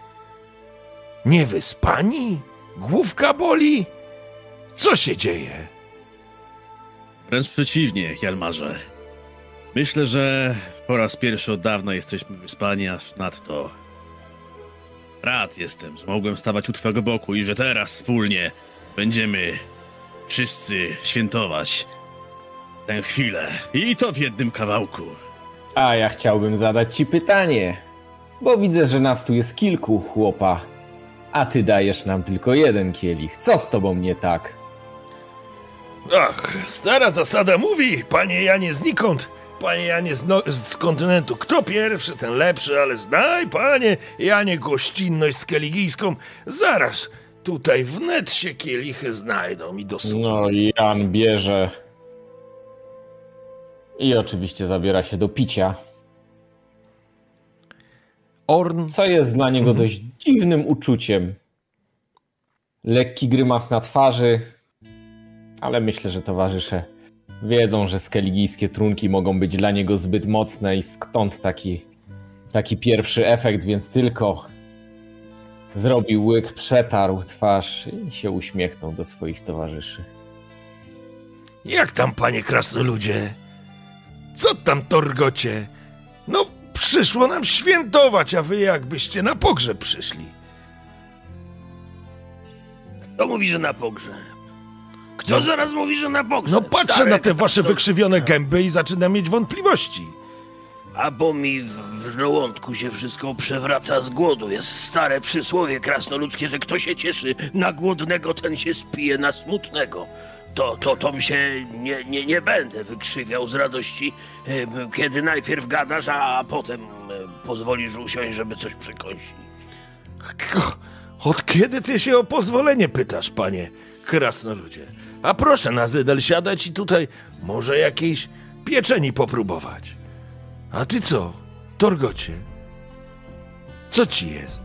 Niewyspani? Główka boli? Co się dzieje?
Wręcz przeciwnie, Hjalmarze. Myślę, że po raz pierwszy od dawna jesteśmy wyspani, aż nadto rad jestem, że mogłem stawać u twego boku i że teraz wspólnie będziemy wszyscy świętować tę chwilę. I to w jednym kawałku.
A ja chciałbym zadać ci pytanie, bo widzę, że nas tu jest kilku, chłopa, a ty dajesz nam tylko jeden kielich. Co z tobą nie tak?
Ach, stara zasada mówi, panie Janie znikąd, panie Janie z kontynentu. Kto pierwszy, ten lepszy, ale znaj, panie Janie, gościnność skelligijską. Zaraz tutaj wnet się kielichy znajdą i dosłucham.
No i Jan bierze i oczywiście zabiera się do picia.
Orn,
Co jest dla niego dość dziwnym uczuciem. Lekki grymas na twarzy, ale myślę, że towarzysze wiedzą, że skelligijskie trunki mogą być dla niego zbyt mocne i stąd taki pierwszy efekt, więc tylko zrobił łyk, przetarł twarz i się uśmiechnął do swoich towarzyszy.
jak tam, panie krasnoludzie? Co tam, Torgocie? No, przyszło nam świętować, a wy jakbyście na pogrzeb przyszli.
Kto mówi, że na pogrzeb? Kto zaraz mówi, że na pogrzeb?
No patrzę
Stary,
na te
to-
wasze
to-
wykrzywione gęby i zaczynam mieć wątpliwości.
A bo mi w żołądku się wszystko przewraca z głodu. Jest stare przysłowie krasnoludzkie, że kto się cieszy na głodnego, ten się spije na smutnego. To mi się nie będę wykrzywiał z radości, kiedy najpierw gadasz, a potem pozwolisz usiąść, żeby coś przekąsić.
Od kiedy ty się o pozwolenie pytasz, panie krasnoludzie? A proszę na zydel siadać i tutaj może jakiejś pieczeni popróbować. A ty co, Torgocie? Co ci jest?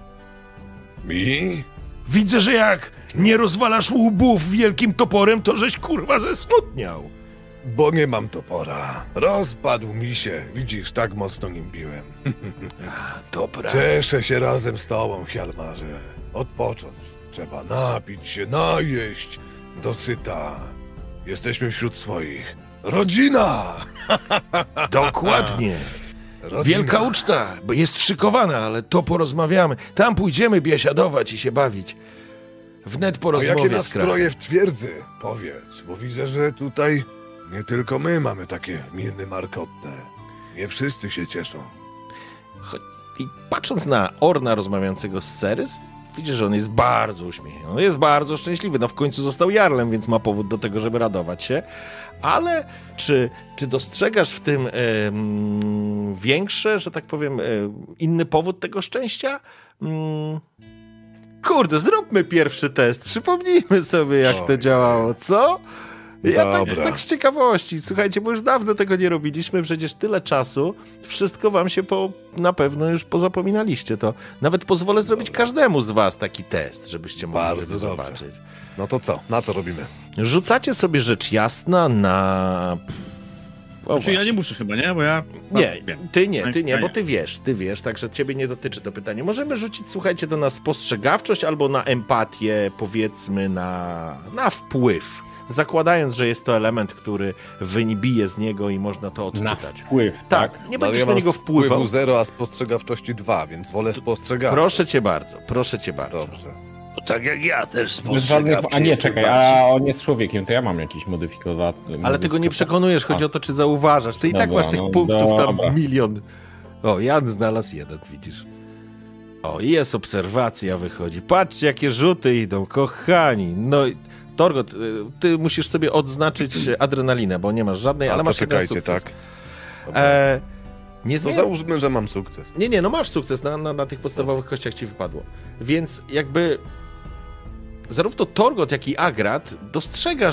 Mi?
Widzę, że jak nie rozwalasz łbów wielkim toporem, to żeś kurwa zesmutniał.
Bo nie mam topora. Rozpadł mi się. Widzisz, tak mocno nim biłem.
Dobra.
Cieszę się razem z tobą, Hjalmarze. Odpocząć. Trzeba napić się, najeść. Dosyta. Jesteśmy wśród swoich. Rodzina!
Dokładnie.
Rodzina.
Wielka uczta, bo jest szykowana, ale to porozmawiamy. Tam pójdziemy biesiadować i się bawić. Wnet po
A jakie
rozmowie z krałem.
nastroje w twierdzy? Powiedz, bo widzę, że tutaj nie tylko my mamy takie miny markotne. Nie wszyscy się cieszą.
I patrząc na Orna rozmawiającego z Cerys, widzisz, że on jest bardzo uśmiechnięty. On jest bardzo szczęśliwy. No w końcu został jarlem, więc ma powód do tego, żeby radować się. Ale czy dostrzegasz w tym większe, że tak powiem, inny powód tego szczęścia? Kurde, zróbmy pierwszy test. Przypomnijmy sobie, jak to działało, co? Ja tak z ciekawości. Słuchajcie, bo już dawno tego nie robiliśmy, przecież tyle czasu. Wszystko wam się na pewno już pozapominaliście. To nawet pozwolę zrobić każdemu z was taki test, żebyście mogli
Bardzo
sobie
dobrze.
zobaczyć.
No to co? Na co robimy?
Rzucacie sobie rzecz jasna na...
Znaczy ja nie muszę chyba, nie? Bo ja...
Nie,
wiem.
ty nie,
Ja
bo ty wiesz, także ciebie nie dotyczy to pytanie. Możemy rzucić, słuchajcie, to na spostrzegawczość albo na empatię, powiedzmy na wpływ. Zakładając, że jest to element, który bije z niego i można to
Na
odczytać.
wpływ,
Tak,
tak?
nie
No,
będziesz
ja
na
mam
niego wpływał.
wpływu 0, a spostrzegawczości 2, więc wolę spostrzegawczość.
Proszę cię bardzo.
Dobrze.
No tak jak ja też
Bez żadnych...
spostrzegawczy
A nie,
jestem
czekaj,
bardziej.
a on jest człowiekiem, to ja mam jakiś modyfikator.
Ale tego nie przekonujesz, chodzi o to, czy zauważasz. Ty i tak
Dobra,
masz tych
no
punktów tam
dobra.
milion. O, Jan znalazł jeden, widzisz. O, jest obserwacja, wychodzi. Patrzcie, jakie rzuty idą, kochani. No, Torgot, ty musisz sobie odznaczyć adrenalinę, bo nie masz żadnej, ale
to
masz jeden
czekajcie,
sukces.
tak?
Nie
To
zmienia...
załóżmy, że mam sukces.
Nie, no masz sukces, na tych podstawowych kościach ci wypadło. Więc jakby zarówno Torgot, jak i Agrat dostrzegasz,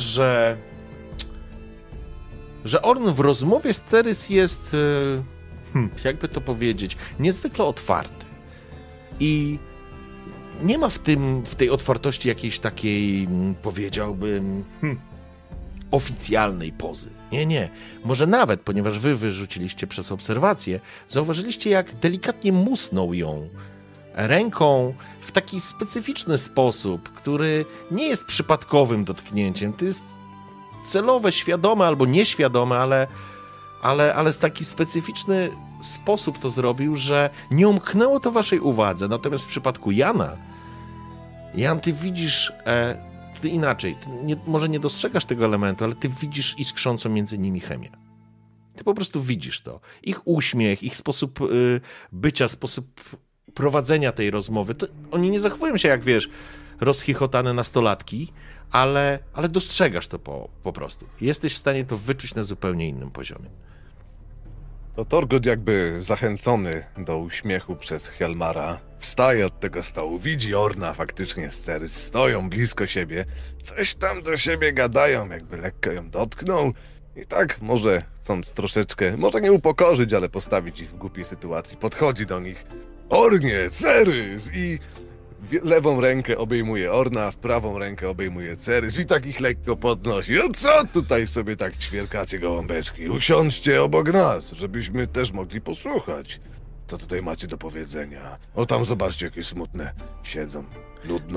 że Orn w rozmowie z Cerys jest, jakby to powiedzieć, niezwykle otwarty. I nie ma w tej otwartości jakiejś takiej, powiedziałbym, oficjalnej pozy. Nie. Może nawet, ponieważ wy wyrzuciliście przez obserwację, zauważyliście, jak delikatnie musnął ją ręką w taki specyficzny sposób, który nie jest przypadkowym dotknięciem. To jest celowe, świadome albo nieświadome, ale w taki specyficzny sposób to zrobił, że nie umknęło to waszej uwadze. Natomiast w przypadku Jana, Jan, ty widzisz... Ty inaczej, może nie dostrzegasz tego elementu, ale ty widzisz iskrzącą między nimi chemię. Ty po prostu widzisz to. Ich uśmiech, ich sposób bycia, sposób prowadzenia tej rozmowy. Oni nie zachowują się jak, wiesz, rozchichotane nastolatki, ale dostrzegasz to po prostu. Jesteś w stanie to wyczuć na zupełnie innym poziomie.
To Torgot, jakby zachęcony do uśmiechu przez Hjalmara, wstaje od tego stołu, widzi Orna faktycznie z Cerys, stoją blisko siebie, coś tam do siebie gadają, jakby lekko ją dotknął i tak może chcąc troszeczkę, może nie upokorzyć, ale postawić ich w głupiej sytuacji, podchodzi do nich: Ornie, Cerys! I lewą rękę obejmuje Orna, w prawą rękę obejmuje Cerys i tak ich lekko podnosi. O co tutaj sobie tak ćwierkacie, gołąbeczki? Usiądźcie obok nas, żebyśmy też mogli posłuchać, co tutaj macie do powiedzenia. O, tam zobaczcie, jakie smutne siedzą. Nudno.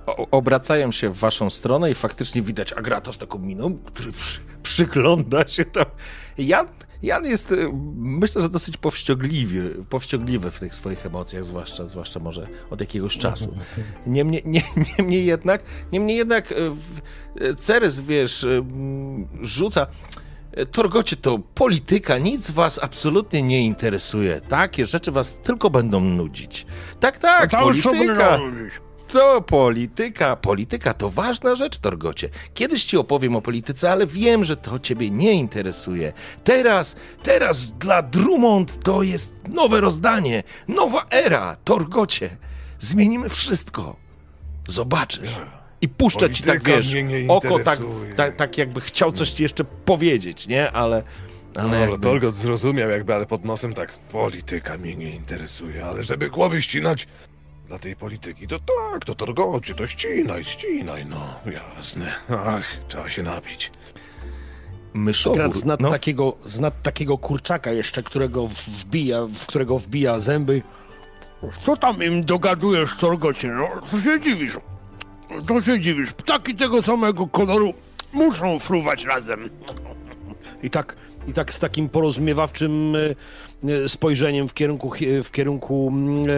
obracają się w waszą stronę i faktycznie widać Agrata z taką miną, który przygląda się tam. Jan jest, myślę, że dosyć powściągliwy w tych swoich emocjach, zwłaszcza może od jakiegoś czasu. Niemniej jednak Ceres, wiesz, rzuca... Torgocie, to polityka, nic was absolutnie nie interesuje. Takie rzeczy was tylko będą nudzić. Tak, polityka. To polityka to ważna rzecz, Torgocie. Kiedyś ci opowiem o polityce, ale wiem, że to ciebie nie interesuje. Teraz dla Drummond to jest nowe rozdanie, nowa era, Torgocie. Zmienimy wszystko. Zobaczysz. I puszcza ci tak, wiesz, oko tak jakby chciał coś ci jeszcze powiedzieć, nie? Ale
jakby... Torgot zrozumiał jakby, ale pod nosem tak, polityka mnie nie interesuje, ale żeby głowy ścinać dla tej polityki, to tak, to Torgocie, to ścinaj, no, jasne. Ach, trzeba się napić.
Myszowór,
znad takiego kurczaka jeszcze, w którego wbija zęby. Co tam im dogadujesz, Torgocie, no, to się dziwisz, ptaki tego samego koloru muszą fruwać razem. I tak z takim porozumiewawczym spojrzeniem w kierunku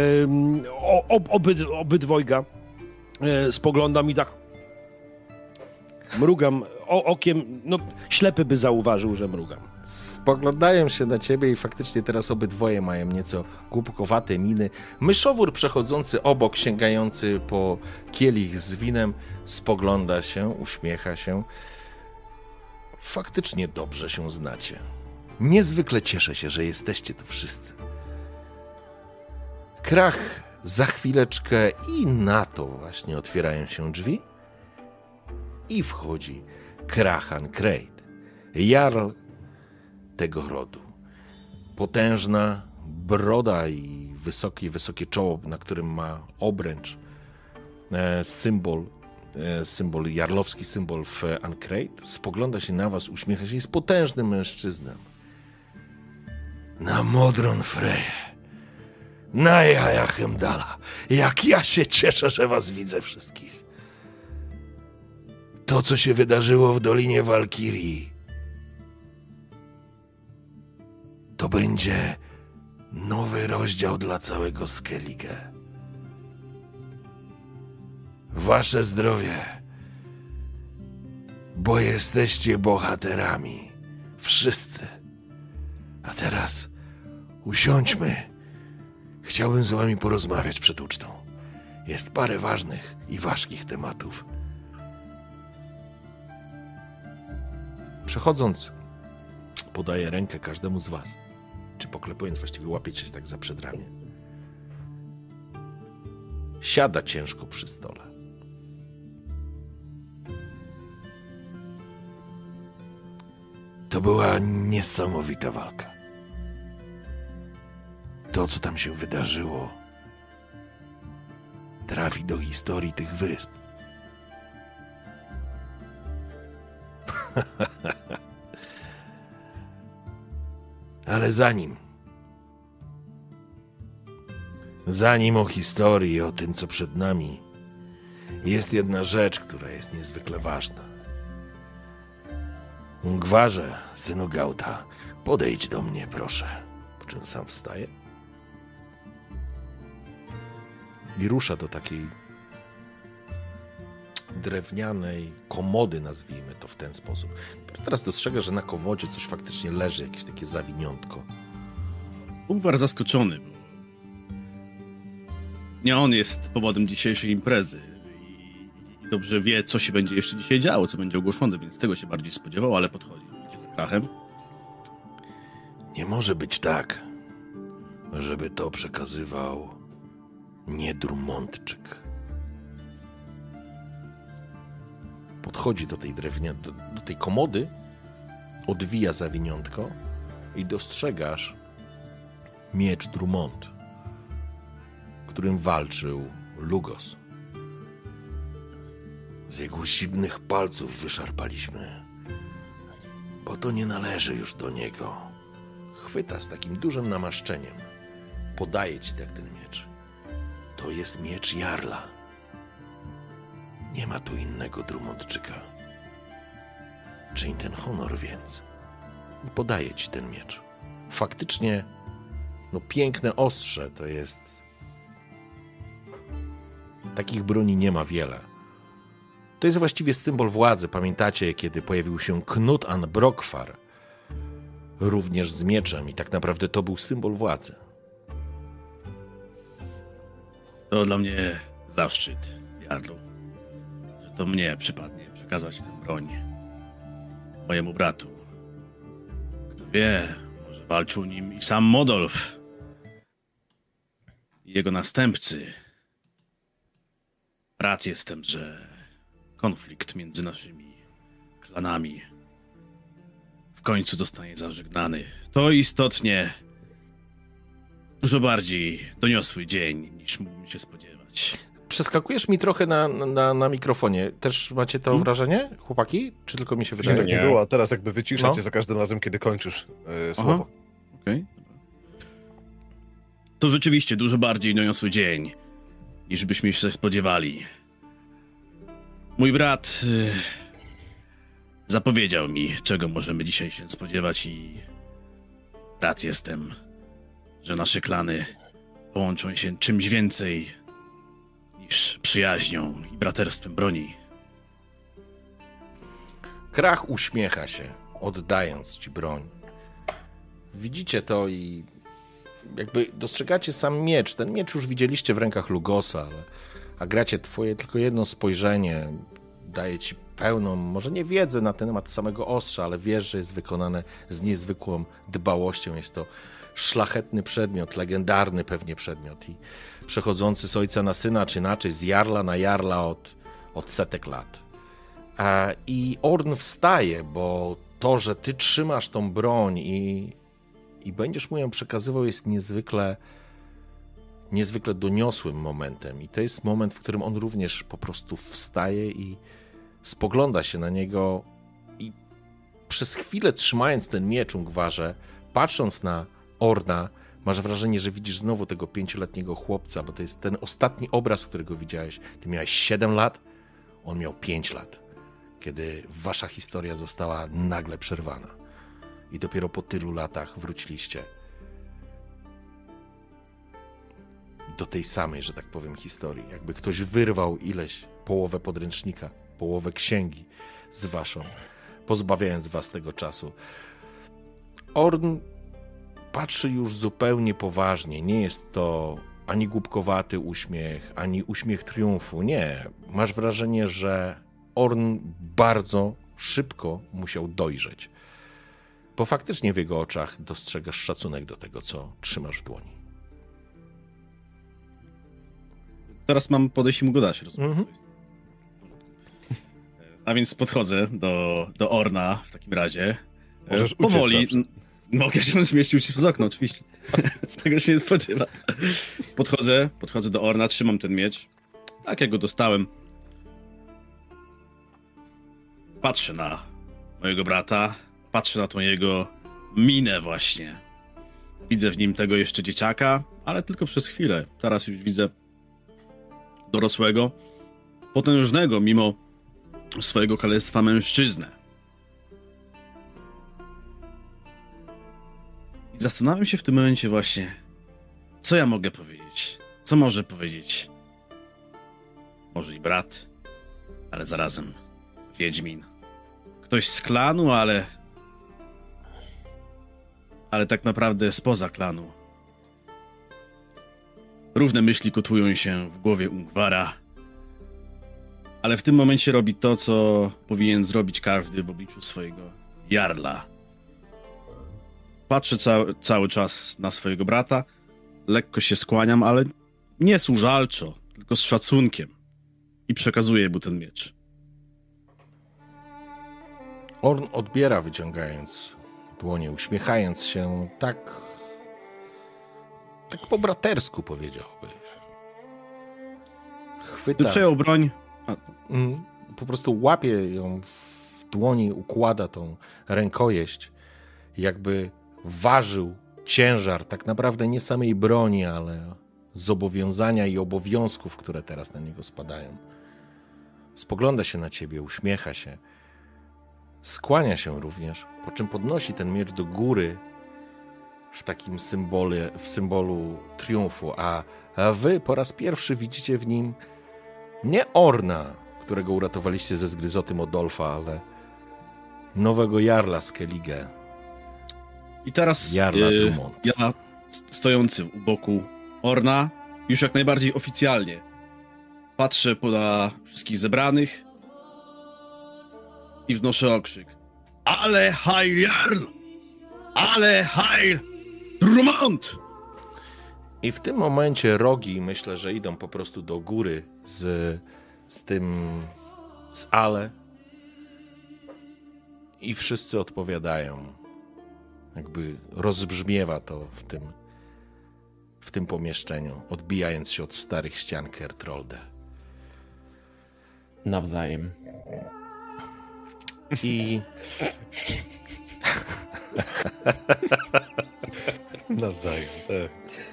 obydwojga spoglądam i tak mrugam okiem, no ślepy by zauważył, że mrugam.
Spoglądają się na ciebie i faktycznie teraz obydwoje mają nieco głupkowate miny. Myszowór przechodzący obok, sięgający po kielich z winem, spogląda się, uśmiecha się. Faktycznie dobrze się znacie. Niezwykle cieszę się, że jesteście tu wszyscy. Krach za chwileczkę i na to właśnie otwierają się drzwi i wchodzi Krachan Krejt, jarl tego rodu. Potężna broda i wysokie czoło, na którym ma obręcz, symbol, jarlowski symbol w Ancrate. Spogląda się na was, uśmiecha się, jest potężnym mężczyzną. Na Modron Freję, na jaja Hemdala, jak ja się cieszę, że was widzę wszystkich. To, co się wydarzyło w Dolinie Walkirii, to będzie nowy rozdział dla całego Skellige. Wasze zdrowie, bo jesteście bohaterami. Wszyscy. A teraz usiądźmy. Chciałbym z wami porozmawiać przed ucztą. Jest parę ważnych i ważkich tematów. Przechodząc, podaję rękę każdemu z was. Czy poklepując, właściwie łapiecie się tak za przedramię. Siada ciężko przy stole. To była niesamowita walka. To, co tam się wydarzyło, trafi do historii tych wysp. Ale zanim o historii i o tym, co przed nami, jest jedna rzecz, która jest niezwykle ważna. Ungwarze, synu Gauta, podejdź do mnie, proszę. Po czym sam wstaje i rusza do takiej drewnianej komody, nazwijmy to w ten sposób. Teraz dostrzega, że na komodzie coś faktycznie leży, jakieś takie zawiniątko.
Ungwar zaskoczony, bo nie on jest powodem dzisiejszej imprezy i dobrze wie, co się będzie jeszcze dzisiaj działo, co będzie ogłoszone, więc tego się bardziej spodziewał, ale podchodzi. Idzie za Krachem.
Nie może być tak, żeby to przekazywał nie Drummondczyk. Podchodzi do tej do tej komody, odwija zawiniątko i dostrzegasz miecz Drummond, którym walczył Lugos. Z jego siwnych palców wyszarpaliśmy, bo to nie należy już do niego. Chwyta z takim dużym namaszczeniem. Podaje ci tak ten miecz. To jest miecz Jarla. Nie ma tu innego Drummondczyka. Czyń ten honor więc. I podaję ci ten miecz. Faktycznie, no piękne ostrze to jest... Takich broni nie ma wiele. To jest właściwie symbol władzy. Pamiętacie, kiedy pojawił się Knut an Brokfar, również z mieczem, i tak naprawdę to był symbol władzy.
To dla mnie zaszczyt, Jarlu, że to mnie przypadnie przekazać tę broń mojemu bratu. Kto wie, może walczył nim i sam Modolf i jego następcy. Rad jestem, że konflikt między naszymi klanami w końcu zostanie zażegnany. To istotnie dużo bardziej doniosły dzień, niż mógłbym się spodziewać.
Przeskakujesz mi trochę na mikrofonie. Też macie to wrażenie, chłopaki? Czy tylko mi się wydaje?
Tak nie było, a teraz jakby wycisza
No.
cię za każdym razem, kiedy kończysz słowo.
Okej. To rzeczywiście dużo bardziej doniosły dzień, niż byśmy się spodziewali. Mój brat zapowiedział mi, czego możemy dzisiaj się spodziewać, i rad jestem, że nasze klany połączą się czymś więcej niż przyjaźnią i braterstwem broni.
Krach uśmiecha się, oddając ci broń. Widzicie to i jakby dostrzegacie sam miecz. Ten miecz już widzieliście w rękach Lugosa, a gracie twoje tylko jedno spojrzenie daje ci pełną, może nie wiedzę na temat samego ostrza, ale wiesz, że jest wykonane z niezwykłą dbałością. Jest to szlachetny przedmiot, legendarny pewnie przedmiot i przechodzący z ojca na syna, czy inaczej z jarla na jarla od setek lat. I Orn wstaje, bo to, że ty trzymasz tą broń i będziesz mu ją przekazywał, jest niezwykle doniosłym momentem. I to jest moment, w którym on również po prostu wstaje i spogląda się na niego i przez chwilę, trzymając ten miecz, Ungwarze, patrząc na Orna, masz wrażenie, że widzisz znowu tego 5-letniego chłopca, bo to jest ten ostatni obraz, którego widziałeś. Ty miałeś 7 lat, on miał 5 lat, kiedy wasza historia została nagle przerwana. I dopiero po tylu latach wróciliście do tej samej, że tak powiem, historii. Jakby ktoś wyrwał połowę podręcznika, połowę księgi z waszą, pozbawiając was tego czasu. Orn patrzy już zupełnie poważnie. Nie jest to ani głupkowaty uśmiech, ani uśmiech triumfu. Nie. Masz wrażenie, że Orn bardzo szybko musiał dojrzeć. Bo faktycznie w jego oczach dostrzegasz szacunek do tego, co trzymasz w dłoni.
Teraz mam podejść i mu go dać, rozumiem. A więc podchodzę do Orna w takim razie.
Możesz
powoli.
uciec zawsze.
Mogę się zmieścił się z okna, oczywiście. Tego się nie spodziewa. Podchodzę do Orna, trzymam ten miecz. Tak jak go dostałem. Patrzę na mojego brata, patrzę na tą jego minę właśnie. Widzę w nim tego jeszcze dzieciaka, ale tylko przez chwilę. Teraz już widzę dorosłego, potężnego mimo swojego kalectwa mężczyznę. I zastanawiam się w tym momencie właśnie, co ja mogę powiedzieć, co może powiedzieć może i brat, ale zarazem wiedźmin. Ktoś z klanu, ale tak naprawdę spoza klanu. Różne myśli kotłują się w głowie Ungwara, ale w tym momencie robi to, co powinien zrobić każdy w obliczu swojego jarla. Patrzę cały czas na swojego brata, lekko się skłaniam, ale nie służalczo, tylko z szacunkiem i przekazuję mu ten miecz.
Orn odbiera, wyciągając dłonie, uśmiechając się tak po bratersku, powiedziałbyś. Chwyta,
Przejął broń.
po prostu łapie ją w dłoni, układa tą rękojeść, jakby ważył ciężar tak naprawdę nie samej broni, ale zobowiązania i obowiązków, które teraz na niego spadają. spogląda się na ciebie, uśmiecha się, skłania się również, po czym podnosi ten miecz do góry w takim symbolu triumfu, a wy po raz pierwszy widzicie w nim nie Orna, którego uratowaliście ze zgryzoty Modolfa, ale nowego jarla Skellige.
I teraz
Jarla Drummond.
ja stojący u boku Orna, już jak najbardziej oficjalnie, patrzę na wszystkich zebranych i wznoszę okrzyk. Ale Heil Jarl! Ale Heil Drummond!
I w tym momencie rogi, myślę, że idą po prostu do góry z Ale i wszyscy odpowiadają. Jakby rozbrzmiewa to w tym pomieszczeniu, odbijając się od starych ścian Kertrolde.
Nawzajem.
I
Nawzajem, tak.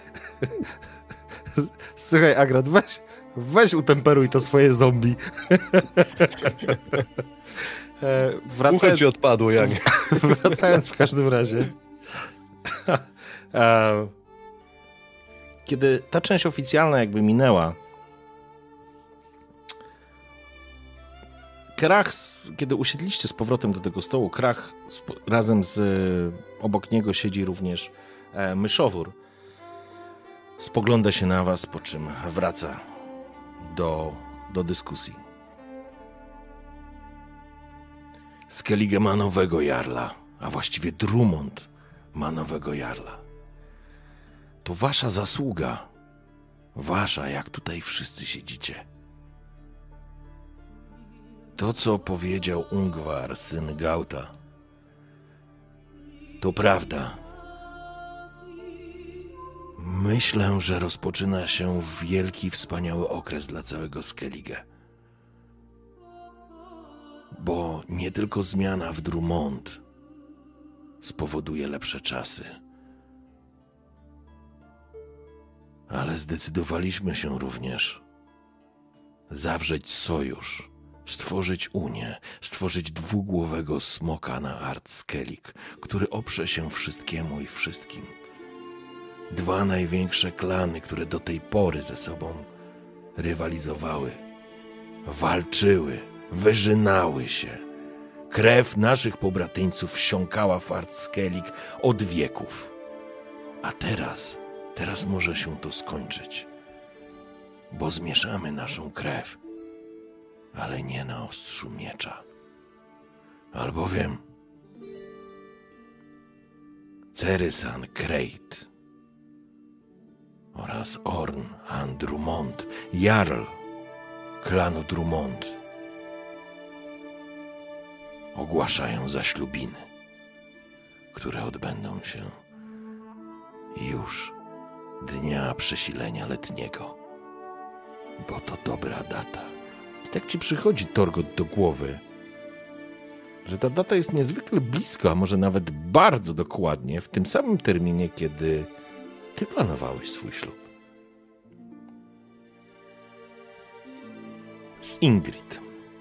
słuchaj, Agrad, weź utemperuj to swoje zombie.
Ucho ci odpadło, Janie.
Wracając w każdym razie. Kiedy ta część oficjalna jakby minęła, Krach, kiedy usiedliście z powrotem do tego stołu, Krach razem z obok niego siedzi również myszowór. Spogląda się na was, po czym wraca do dyskusji. Skellige ma nowego jarla, a właściwie Drummond ma nowego jarla. To wasza zasługa. Wasza, jak tutaj wszyscy siedzicie. To, co powiedział Ungvar, syn Gauta, to prawda. Myślę, że rozpoczyna się wielki, wspaniały okres dla całego Skellige. Bo nie tylko zmiana w Drummond spowoduje lepsze czasy, ale zdecydowaliśmy się również zawrzeć sojusz, stworzyć unię, stworzyć dwugłowego smoka na Ard Skellig, który oprze się wszystkiemu i wszystkim. Dwa największe klany, które do tej pory ze sobą rywalizowały, walczyły, wyrzynały się. Krew naszych pobratyńców wsiąkała w Ard Skellig od wieków. A teraz może się to skończyć, bo zmieszamy naszą krew, ale nie na ostrzu miecza. Albowiem Cerysan Krejt oraz Orn an Drummond, jarl klanu Drummond, ogłaszają zaślubiny, które odbędą się już dnia przesilenia letniego, bo to dobra data. I tak ci przychodzi, Torgot, do głowy, że ta data jest niezwykle blisko, a może nawet bardzo dokładnie w tym samym terminie, kiedy ty planowałeś swój ślub. Z Ingrid.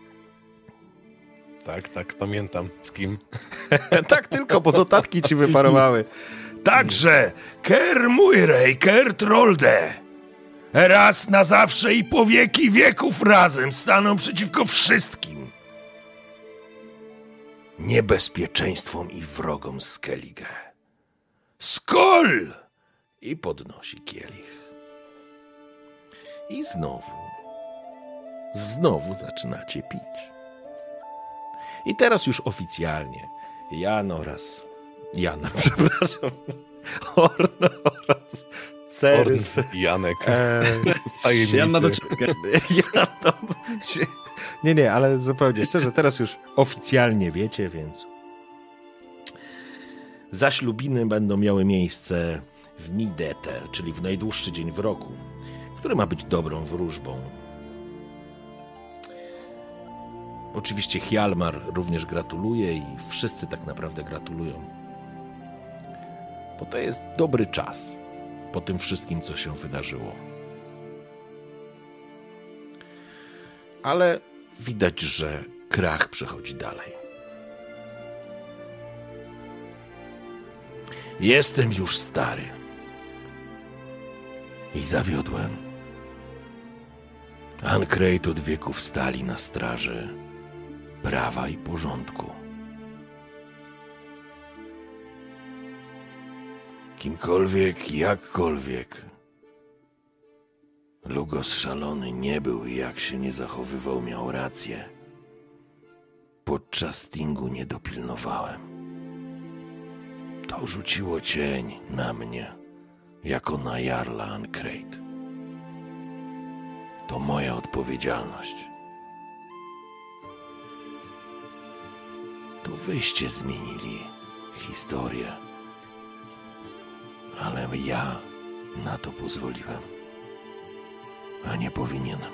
Tak, pamiętam. Z kim?
Tak tylko, bo notatki ci wyparowały. Także Ker Muirey, Ker Trolde, raz na zawsze i po wieki wieków razem staną przeciwko wszystkim niebezpieczeństwom i wrogom Skellige. Skol! I podnosi kielich. I znowu zaczynacie pić. I teraz już oficjalnie Orn oraz Cerys.
Janek.
Janna do czepkę.
Nie, ale zupełnie szczerze, teraz już oficjalnie wiecie, więc zaślubiny będą miały miejsce w Midete, czyli w najdłuższy dzień w roku, który ma być dobrą wróżbą. Oczywiście Hjalmar również gratuluje i wszyscy tak naprawdę gratulują. Bo to jest dobry czas po tym wszystkim, co się wydarzyło. Ale widać, że krach przechodzi dalej. Jestem już stary i zawiodłem. Ancrate od wieków stali na straży prawa i porządku. Kimkolwiek, jakkolwiek, Lugos szalony nie był i jak się nie zachowywał, miał rację. Podczas stingu nie dopilnowałem. To rzuciło cień na mnie, jako na jarla Ancrate. To moja odpowiedzialność. To wyście zmienili historię. Ale ja na to pozwoliłem. A nie powinienem.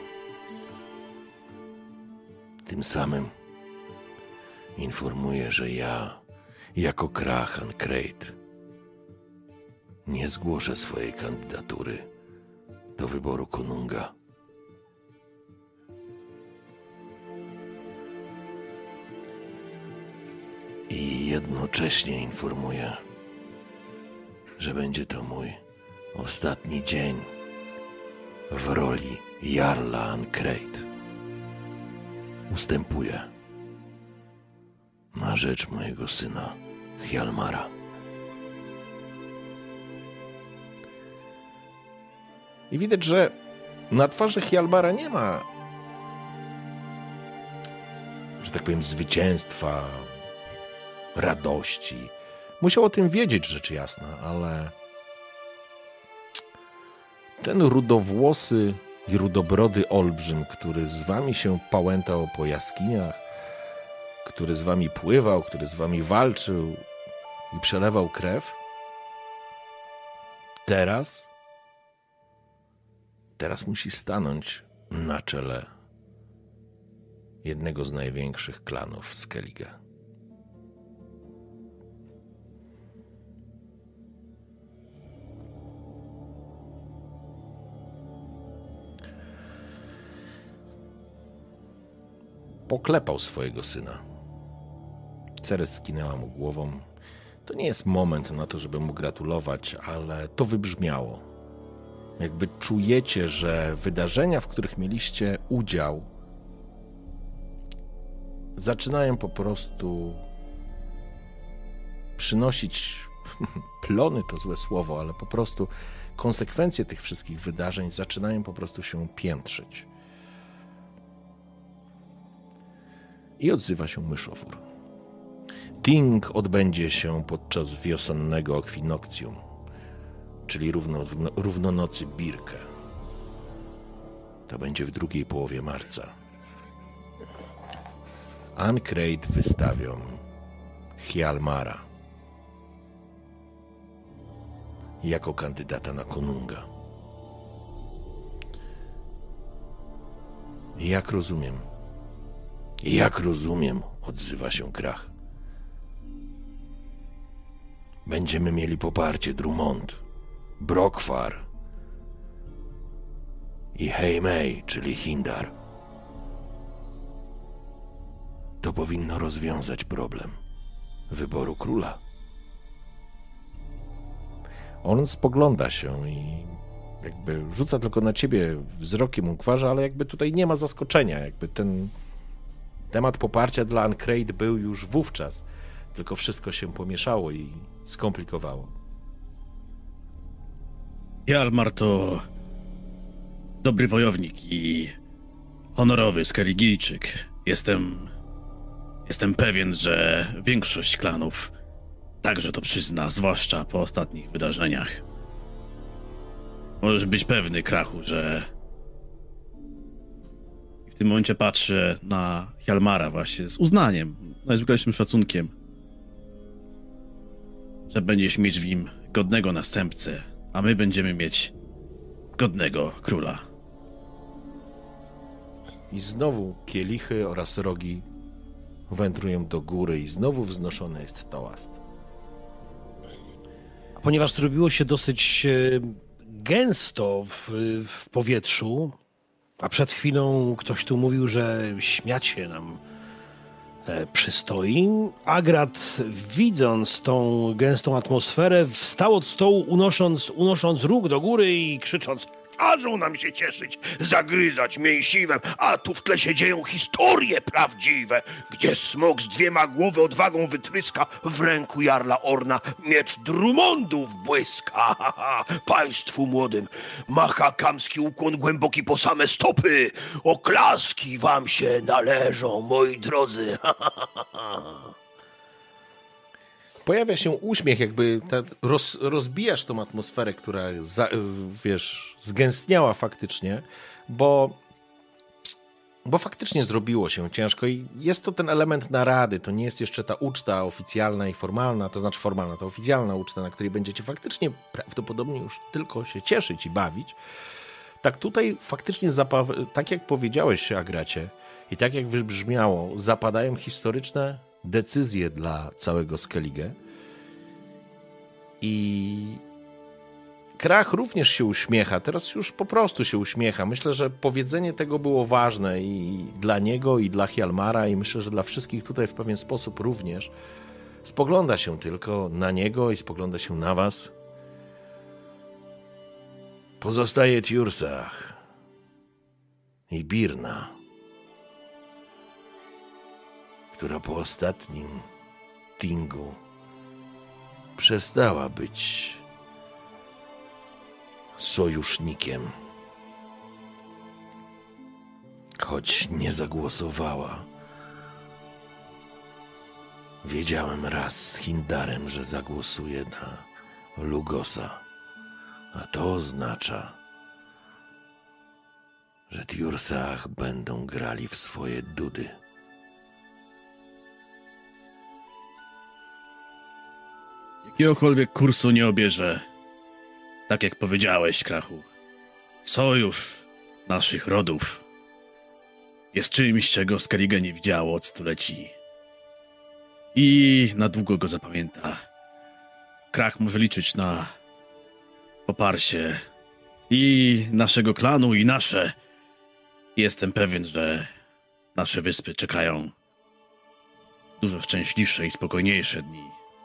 Tym samym informuję, że ja, jako krach Ancrate, nie zgłoszę swojej kandydatury do wyboru konunga. I jednocześnie informuję, że będzie to mój ostatni dzień w roli jarla Ancrate. Ustępuję na rzecz mojego syna Hjalmara. I widać, że na twarzy Hjalmara nie ma, że tak powiem, zwycięstwa, radości. Musiał o tym wiedzieć, rzecz jasna, ale ten rudowłosy i rudobrody olbrzym, który z wami się pałętał po jaskiniach, który z wami pływał, który z wami walczył i przelewał krew, teraz musi stanąć na czele jednego z największych klanów Skellige. Poklepał swojego syna. Ceres skinęła mu głową. To nie jest moment na to, żeby mu gratulować, ale to wybrzmiało. Jakby czujecie, że wydarzenia, w których mieliście udział, zaczynają po prostu przynosić plony, to złe słowo, ale po prostu konsekwencje tych wszystkich wydarzeń zaczynają po prostu się piętrzyć. I odzywa się myszowór. Ting odbędzie się podczas wiosennego ekwinokcjum, czyli równonocy Birke. To będzie w drugiej połowie marca. Ancrate wystawią Hjalmara jako kandydata na konunga. Jak rozumiem, odzywa się krach. Będziemy mieli poparcie Drummond, Brokvar i Heimei, czyli Hindar. To powinno rozwiązać problem wyboru króla. On spogląda się i jakby rzuca tylko na ciebie wzrokiem ukwarza, ale jakby tutaj nie ma zaskoczenia. Jakby ten temat poparcia dla Ancrate był już wówczas, tylko wszystko się pomieszało i skomplikowało.
Hjalmar to dobry wojownik i honorowy Skelligijczyk. Jestem pewien, że większość klanów także to przyzna, zwłaszcza po ostatnich wydarzeniach. Możesz być pewny, krachu, że w tym momencie patrzę na Hjalmara właśnie z uznaniem, najzwyklejszym szacunkiem, że będziesz mieć w nim godnego następcę, a my będziemy mieć godnego króla.
I znowu kielichy oraz rogi wędrują do góry i znowu wznoszony jest toast.
A ponieważ zrobiło się dosyć gęsto w powietrzu, A przed chwilą ktoś tu mówił, że śmiać się nam przystoi. Agrat, widząc tą gęstą atmosferę, wstał od stołu, unosząc róg do góry i krzycząc: każą nam się cieszyć, zagryzać mięsiwem, a tu w tle się dzieją historie prawdziwe, gdzie smok z 2 głowy odwagą wytryska, w ręku jarla Orna miecz Drummondów błyska. Państwu młodym macha kamski ukłon głęboki po same stopy, oklaski wam się należą, moi drodzy.
Pojawia się uśmiech, jakby rozbijasz tą atmosferę, która, zgęstniała faktycznie, bo faktycznie zrobiło się ciężko i jest to ten element narady, to nie jest jeszcze ta uczta oficjalna i formalna, to znaczy formalna, to oficjalna uczta, na której będziecie faktycznie prawdopodobnie już tylko się cieszyć i bawić. Tak tutaj faktycznie, tak jak powiedziałeś, Agracie, i tak jak wybrzmiało, zapadają historyczne decyzje dla całego Skellige. I Krach również się uśmiecha, teraz już po prostu się uśmiecha. Myślę, że powiedzenie tego było ważne i dla niego, i dla Hjalmara, i myślę, że dla wszystkich tutaj w pewien sposób również. Spogląda się tylko na niego i spogląda się na was. Pozostaje Tjursach i Birna, która po ostatnim tingu przestała być sojusznikiem, choć nie zagłosowała. Wiedziałem raz z Hindarem, że zagłosuje na Lugosa, a to oznacza, że Tjursach będą grali w swoje dudy.
Jakiegokolwiek kursu nie obierze. Tak jak powiedziałeś, Krachu. Sojusz naszych rodów jest czymś, czego Skellige nie widziało od stuleci. I na długo go zapamięta. Krach może liczyć na poparcie i naszego klanu, i nasze. Jestem pewien, że nasze wyspy czekają dużo szczęśliwsze i spokojniejsze dni.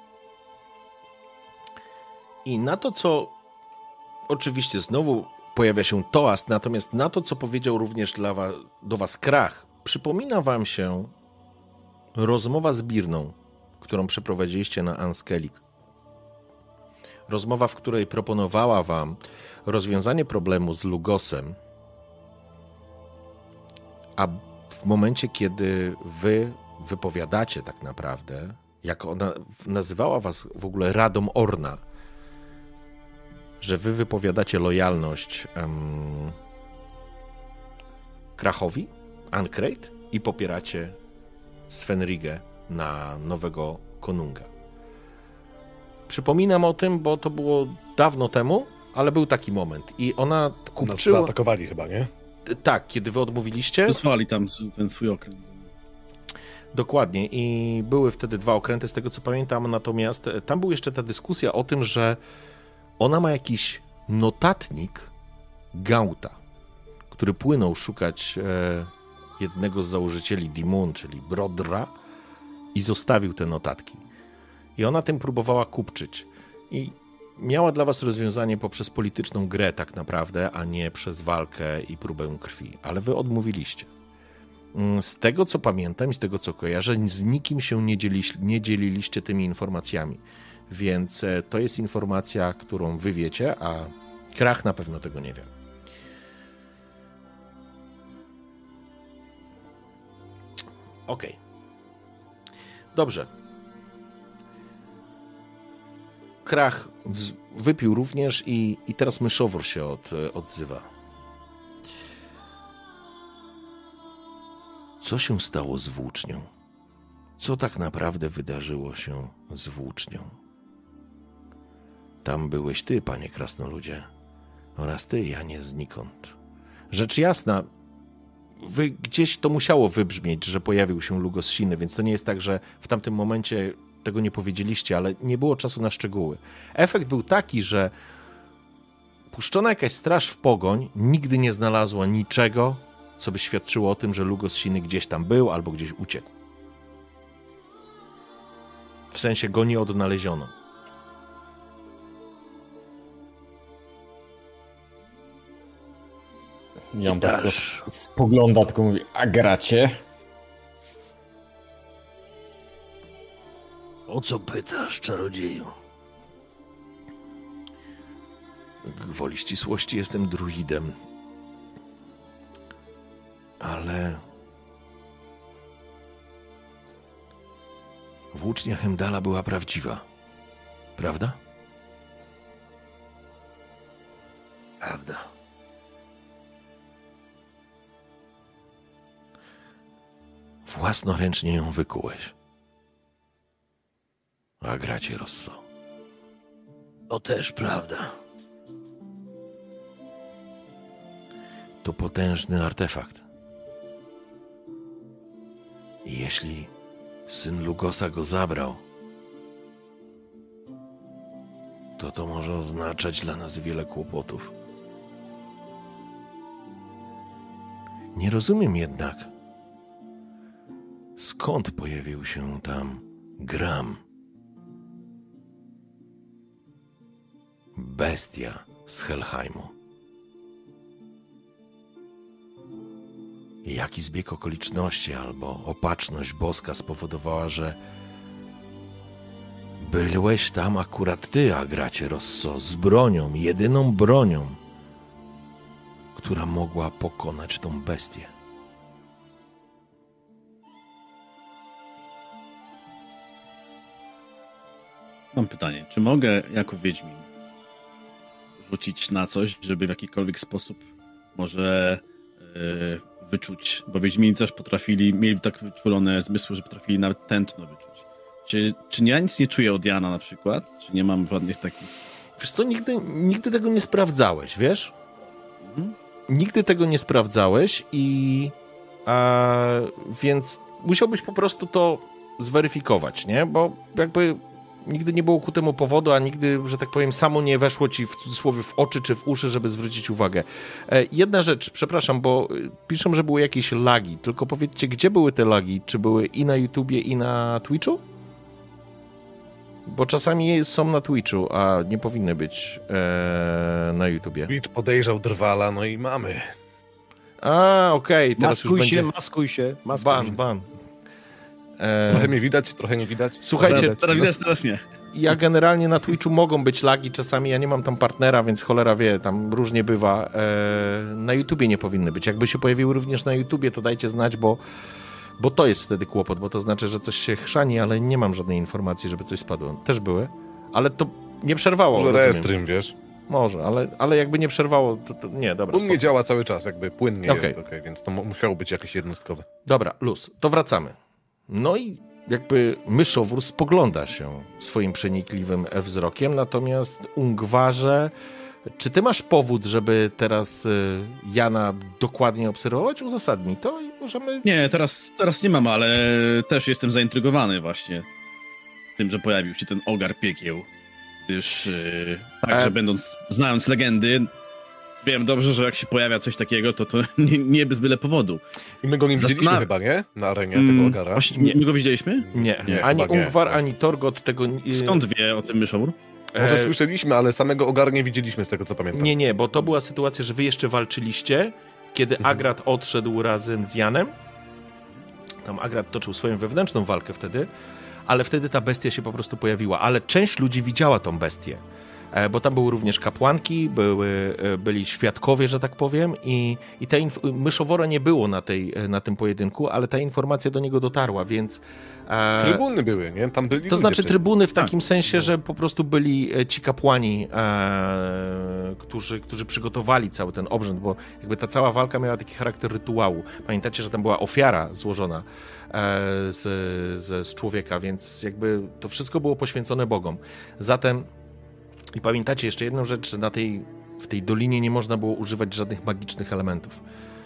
I na to, co oczywiście znowu pojawia się toast, natomiast na to, co powiedział również do was Krach, przypomina wam się rozmowa z Birną, którą przeprowadziliście na Anskellig. Rozmowa, w której proponowała wam rozwiązanie problemu z Lugosem, a w momencie, kiedy wy wypowiadacie tak naprawdę, jak ona nazywała was w ogóle Radą Orna, że wy wypowiadacie lojalność Krachowi, Ankreid, i popieracie Svenrigę na nowego konunga. Przypominam o tym, bo to było dawno temu, ale był taki moment i ona kupczyła...
Nas zaatakowali chyba, nie?
Tak, kiedy wy odmówiliście.
Wysłali tam ten swój okręt.
Dokładnie i były wtedy 2 okręty, z tego co pamiętam, natomiast tam była jeszcze ta dyskusja o tym, że ona ma jakiś notatnik Gauta, który płynął szukać jednego z założycieli Dimun, czyli Brodra, i zostawił te notatki. I ona tym próbowała kupczyć. I miała dla was rozwiązanie poprzez polityczną grę tak naprawdę, a nie przez walkę i próbę krwi. Ale wy odmówiliście. Z tego co pamiętam i z tego co kojarzę, z nikim się nie dzieliliście tymi informacjami. Więc to jest informacja, którą wy wiecie, a Krach na pewno tego nie wie. Okej. Dobrze. Krach wypił również i teraz myszowór się odzywa. Co się stało z włócznią? Co tak naprawdę wydarzyło się z włócznią? Tam byłeś ty, panie krasnoludzie, oraz ty, Janie, znikąd. Rzecz jasna, gdzieś to musiało wybrzmieć, że pojawił się Lugos Siny, więc to nie jest tak, że w tamtym momencie tego nie powiedzieliście, ale nie było czasu na szczegóły. Efekt był taki, że puszczona jakaś straż w pogoń nigdy nie znalazła niczego, co by świadczyło o tym, że Lugos Siny gdzieś tam był albo gdzieś uciekł. W sensie go nie odnaleziono.
Jan tak spogląda, tylko mówi, a gracie?
O co pytasz, czarodzieju?
Gwoli ścisłości jestem druidem. Ale włócznia Heimdalla była prawdziwa. Prawda?
Prawda.
Własnoręcznie ją wykułeś. A gracie Rosso.
To też prawda.
To potężny artefakt. I jeśli syn Lugosa go zabrał, to może oznaczać dla nas wiele kłopotów. Nie rozumiem jednak, skąd pojawił się tam Gram. Bestia z Helheimu. Jaki zbieg okoliczności albo opatrzność boska spowodowała, że byłeś tam akurat ty, Agracie Rosso, z bronią, jedyną bronią, która mogła pokonać tą bestię.
Mam pytanie, czy mogę jako Wiedźmin rzucić na coś, żeby w jakikolwiek sposób może wyczuć, bo Wiedźmini też mieli tak wyczulone zmysły, że potrafili nawet tętno wyczuć. Czy ja nic nie czuję od Jana na przykład? Czy nie mam żadnych takich...
Wiesz co, nigdy tego nie sprawdzałeś, wiesz? Nigdy tego nie sprawdzałeś więc musiałbyś po prostu to zweryfikować, nie? Bo jakby nigdy nie było ku temu powodu, a nigdy, że tak powiem, samo nie weszło ci w cudzysłowie w oczy czy w uszy, żeby zwrócić uwagę. Jedna rzecz, przepraszam, bo piszą, że były jakieś lagi, tylko powiedzcie, gdzie były te lagi? Czy były i na YouTubie, i na Twitchu? Bo czasami są na Twitchu, a nie powinny być na YouTubie.
Twitch podejrzał Drwala, no i mamy.
A, okej, teraz
Maskuj
już
się,
będzie...
maskuj się.
Ban.
Trochę mnie widać, trochę nie widać.
Słuchajcie,
Teraz widać, teraz nie.
ja generalnie na Twitchu mogą być lagi czasami, ja nie mam tam partnera, więc cholera wie, tam różnie bywa. Na YouTubie nie powinny być. Jakby się pojawiły również na YouTubie, to dajcie znać, bo to jest wtedy kłopot, bo to znaczy, że coś się chrzani, ale nie mam żadnej informacji, żeby coś spadło. Też były, ale to nie przerwało.
Może
rozumiem.
restrym, wiesz?
Może, ale jakby nie przerwało, to nie, dobra.
U mnie
spoko.
działa cały czas, jakby płynnie
Okej.
jest, więc to musiało być jakieś jednostkowe.
Dobra, luz, to wracamy. No i jakby myszowór spogląda się swoim przenikliwym wzrokiem, natomiast Ungwarze, czy ty masz powód, żeby teraz Jana dokładnie obserwować? Uzasadnij to i możemy...
Nie, teraz nie mam, ale też jestem zaintrygowany właśnie tym, że pojawił się ten ogar piekieł, gdyż także znając legendy, wiem dobrze, że jak się pojawia coś takiego, to nie bez byle powodu.
I my go nie widzieliśmy chyba, nie? Na arenie tego ogara.
Właśnie, my go widzieliśmy?
Nie. Ani Ungwar, ani Torgot tego...
Skąd wie o tym myszowór?
Może słyszeliśmy, ale samego ogara nie widzieliśmy, z tego co pamiętam.
Nie, bo to była sytuacja, że wy jeszcze walczyliście, kiedy Agrat odszedł razem z Janem. Tam Agrat toczył swoją wewnętrzną walkę wtedy, ale wtedy ta bestia się po prostu pojawiła. Ale część ludzi widziała tą bestię, bo tam były również kapłanki, byli świadkowie, że tak powiem, i myszowora nie było na tym pojedynku, ale ta informacja do niego dotarła, więc...
Trybuny były, nie? Tam byli
To
ludzie
znaczy
przecież.
trybuny w takim sensie, że po prostu byli ci kapłani, którzy przygotowali cały ten obrzęd, bo jakby ta cała walka miała taki charakter rytuału. Pamiętacie, że tam była ofiara złożona z człowieka, więc jakby to wszystko było poświęcone Bogom. Zatem i pamiętacie jeszcze jedną rzecz, że w tej dolinie nie można było używać żadnych magicznych elementów.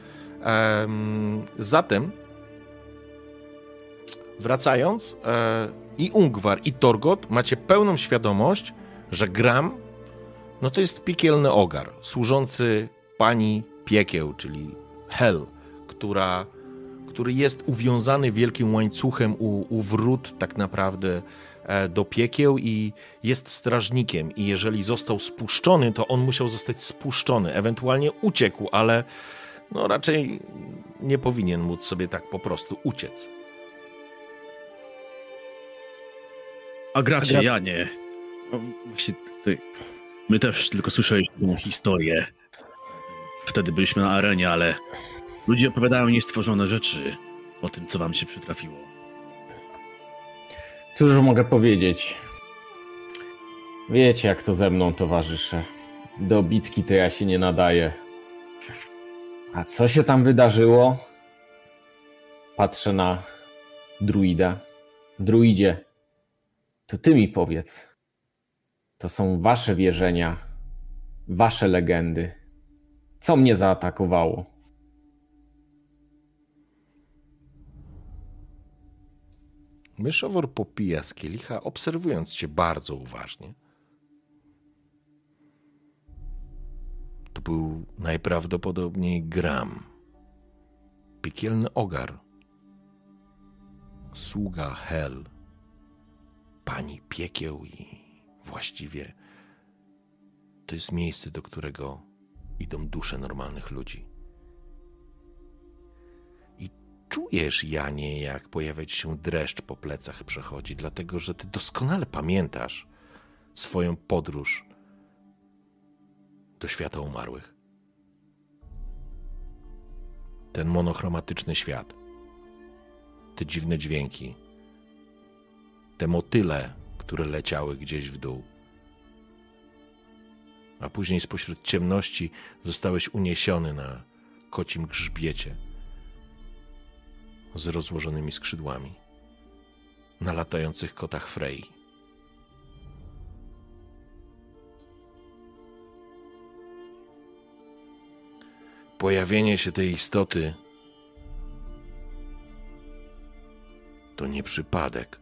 Zatem wracając, i Ungwar, i Torgot macie pełną świadomość, że Gram to jest piekielny ogar, służący pani piekieł, czyli Hel, który jest uwiązany wielkim łańcuchem u wrót tak naprawdę do piekieł i jest strażnikiem. I jeżeli został spuszczony, to on musiał zostać spuszczony. Ewentualnie uciekł, ale no raczej nie powinien móc sobie tak po prostu uciec.
A gracie, ja nie. No, właśnie my też tylko słyszeliśmy historię. Wtedy byliśmy na arenie, ale ludzie opowiadają niestworzone rzeczy o tym, co wam się przytrafiło.
Cóż mogę powiedzieć? Wiecie, jak to ze mną, towarzysze. Do bitki to ja się nie nadaję. A co się tam wydarzyło? Patrzę na druida. Druidzie, to ty mi powiedz. To są wasze wierzenia, wasze legendy. Co mnie zaatakowało?
Myszowor popija z kielicha, obserwując cię bardzo uważnie. To był najprawdopodobniej Gram, piekielny ogar, sługa Hel, pani piekieł i właściwie to jest miejsce, do którego idą dusze normalnych ludzi. I czujesz, Janie, jak pojawia ci się dreszcz po plecach przechodzi, dlatego że ty doskonale pamiętasz swoją podróż do świata umarłych. Ten monochromatyczny świat, te dziwne dźwięki, te motyle, które leciały gdzieś w dół. A później spośród ciemności zostałeś uniesiony na kocim grzbiecie z rozłożonymi skrzydłami na latających kotach Frey. Pojawienie się tej istoty to nie przypadek.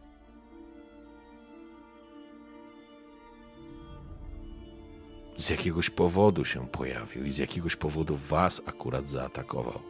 Z jakiegoś powodu się pojawił i z jakiegoś powodu was akurat zaatakował.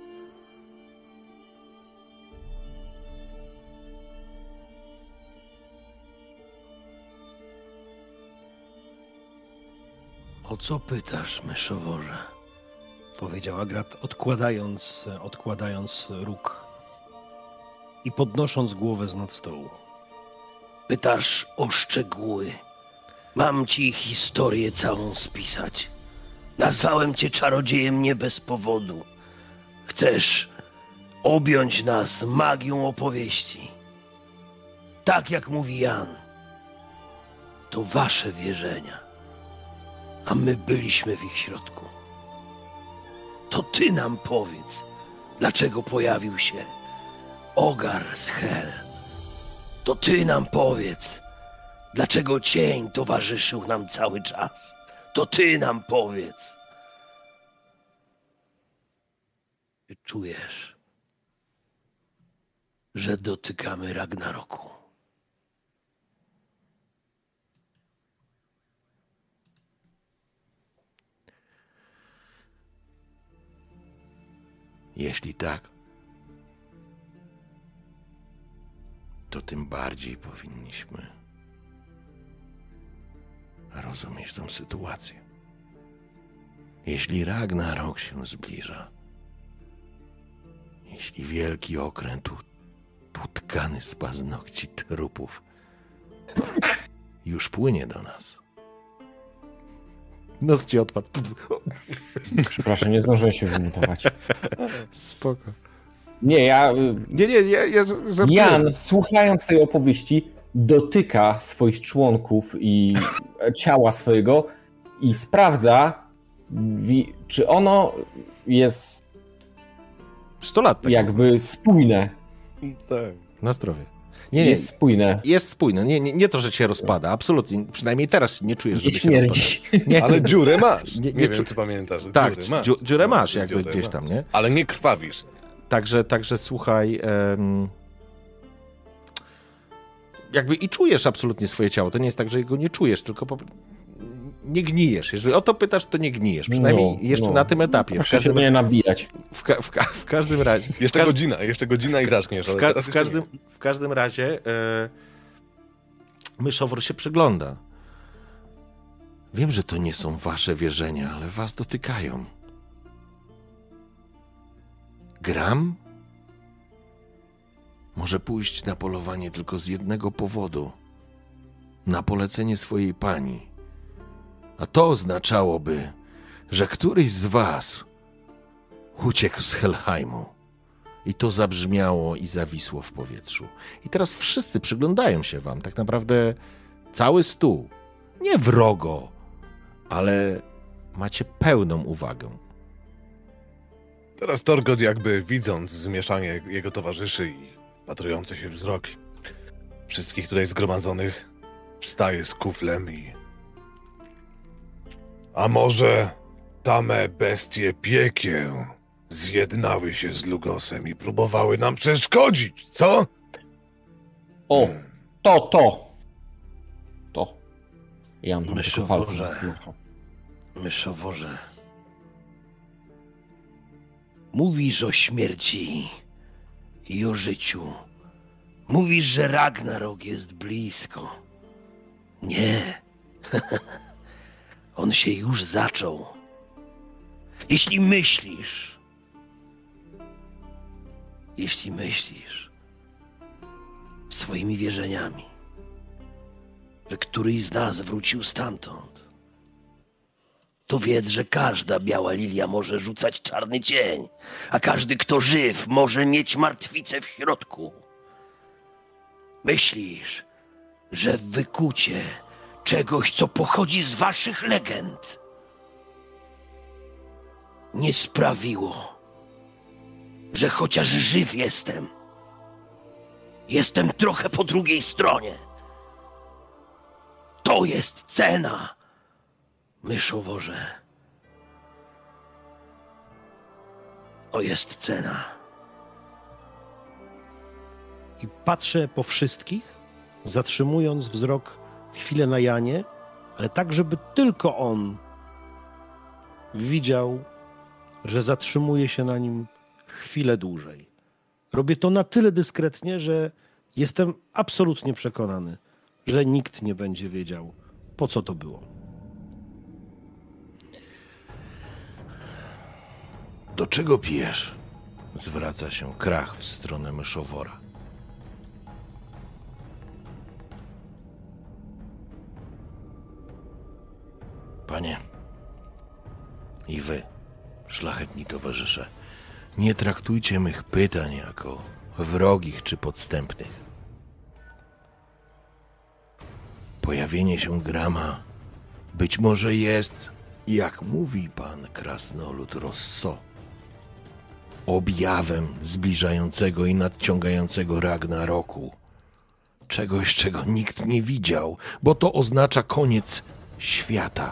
O co pytasz, myszoworze? Powiedział Agrat, odkładając róg i podnosząc głowę z nad stołu.
Pytasz o szczegóły. Mam ci historię całą spisać. Nazwałem cię czarodziejem nie bez powodu. Chcesz objąć nas magią opowieści. Tak jak mówi Jan. To wasze wierzenia. A my byliśmy w ich środku. To ty nam powiedz, dlaczego pojawił się ogar z Hel. To ty nam powiedz, dlaczego cień towarzyszył nam cały czas. To ty nam powiedz. Czy czujesz, że dotykamy Ragnaroku?
Jeśli tak, to tym bardziej powinniśmy rozumieć tę sytuację. Jeśli Ragnarok się zbliża, jeśli wielki okręt utkany z paznokci trupów już płynie do nas. Nos ci odpadł.
Przepraszam, nie zdążyłem się wymutować.
Spoko.
Nie, ja
żartuję.
Jan, słuchając tej opowieści, dotyka swoich członków i ciała swojego i sprawdza, czy ono jest
100 lat. Tak
jakby spójne.
Tak.
Na zdrowie. Nie,
Jest spójne.
Jest spójne. Nie to, że cię rozpada. Absolutnie. Przynajmniej teraz nie czujesz, żeby się
śmierdzi.
rozpadał. Nie,
Ale dziurę masz.
Nie
wiem, czy pamiętasz.
Tak,
dziurę masz.
dziurę masz jakby
Dziurę
gdzieś
masz.
tam, nie?
Ale nie krwawisz.
Także słuchaj, jakby i czujesz absolutnie swoje ciało. To nie jest tak, że go nie czujesz, tylko nie gnijesz. Jeżeli o to pytasz, to nie gnijesz. Przynajmniej jeszcze na tym etapie.
Proszę się nie nabijać.
W każdym razie...
Jeszcze godzina i zaczniesz.
W każdym razie myszowór się przygląda. Wiem, że to nie są wasze wierzenia, ale was dotykają. Gram może pójść na polowanie tylko z jednego powodu. Na polecenie swojej pani. A to oznaczałoby, że któryś z was uciekł z Helheimu. I to zabrzmiało i zawisło w powietrzu. I teraz wszyscy przyglądają się wam. Tak naprawdę cały stół. Nie wrogo, ale macie pełną uwagę.
Teraz Torgot, jakby widząc zmieszanie jego towarzyszy i patrujące się wzroki wszystkich tutaj zgromadzonych, wstaje z kuflem i... A może tame bestie piekieł zjednały się z Lugosem i próbowały nam przeszkodzić, co?
O, to. Jan tam tylko palcem.
Myszoworze. Mówisz o śmierci i o życiu. Mówisz, że Ragnarok jest blisko. Nie. On się już zaczął. Jeśli myślisz, swoimi wierzeniami, że któryś z nas wrócił stamtąd, to wiedz, że każda biała lilia może rzucać czarny cień, a każdy, kto żyw, może mieć martwicę w środku. Myślisz, że wykucie czegoś, co pochodzi z waszych legend, nie sprawiło, że chociaż żyw jestem trochę po drugiej stronie. To jest cena, myszoworze. To jest cena. I patrzę po wszystkich, zatrzymując wzrok chwilę na Janie, ale tak, żeby tylko on widział, że zatrzymuje się na nim chwilę dłużej. Robię to na tyle dyskretnie, że jestem absolutnie przekonany, że nikt nie będzie wiedział, po co to było.
Do czego pijesz? Zwraca się Krach w stronę myszowora. Panie, i wy, szlachetni towarzysze, nie traktujcie mych pytań jako wrogich czy podstępnych. Pojawienie się Grama być może jest, jak mówi pan krasnolud Rosso, objawem zbliżającego i nadciągającego Ragnaroku. Czegoś, czego nikt nie widział, bo to oznacza koniec świata.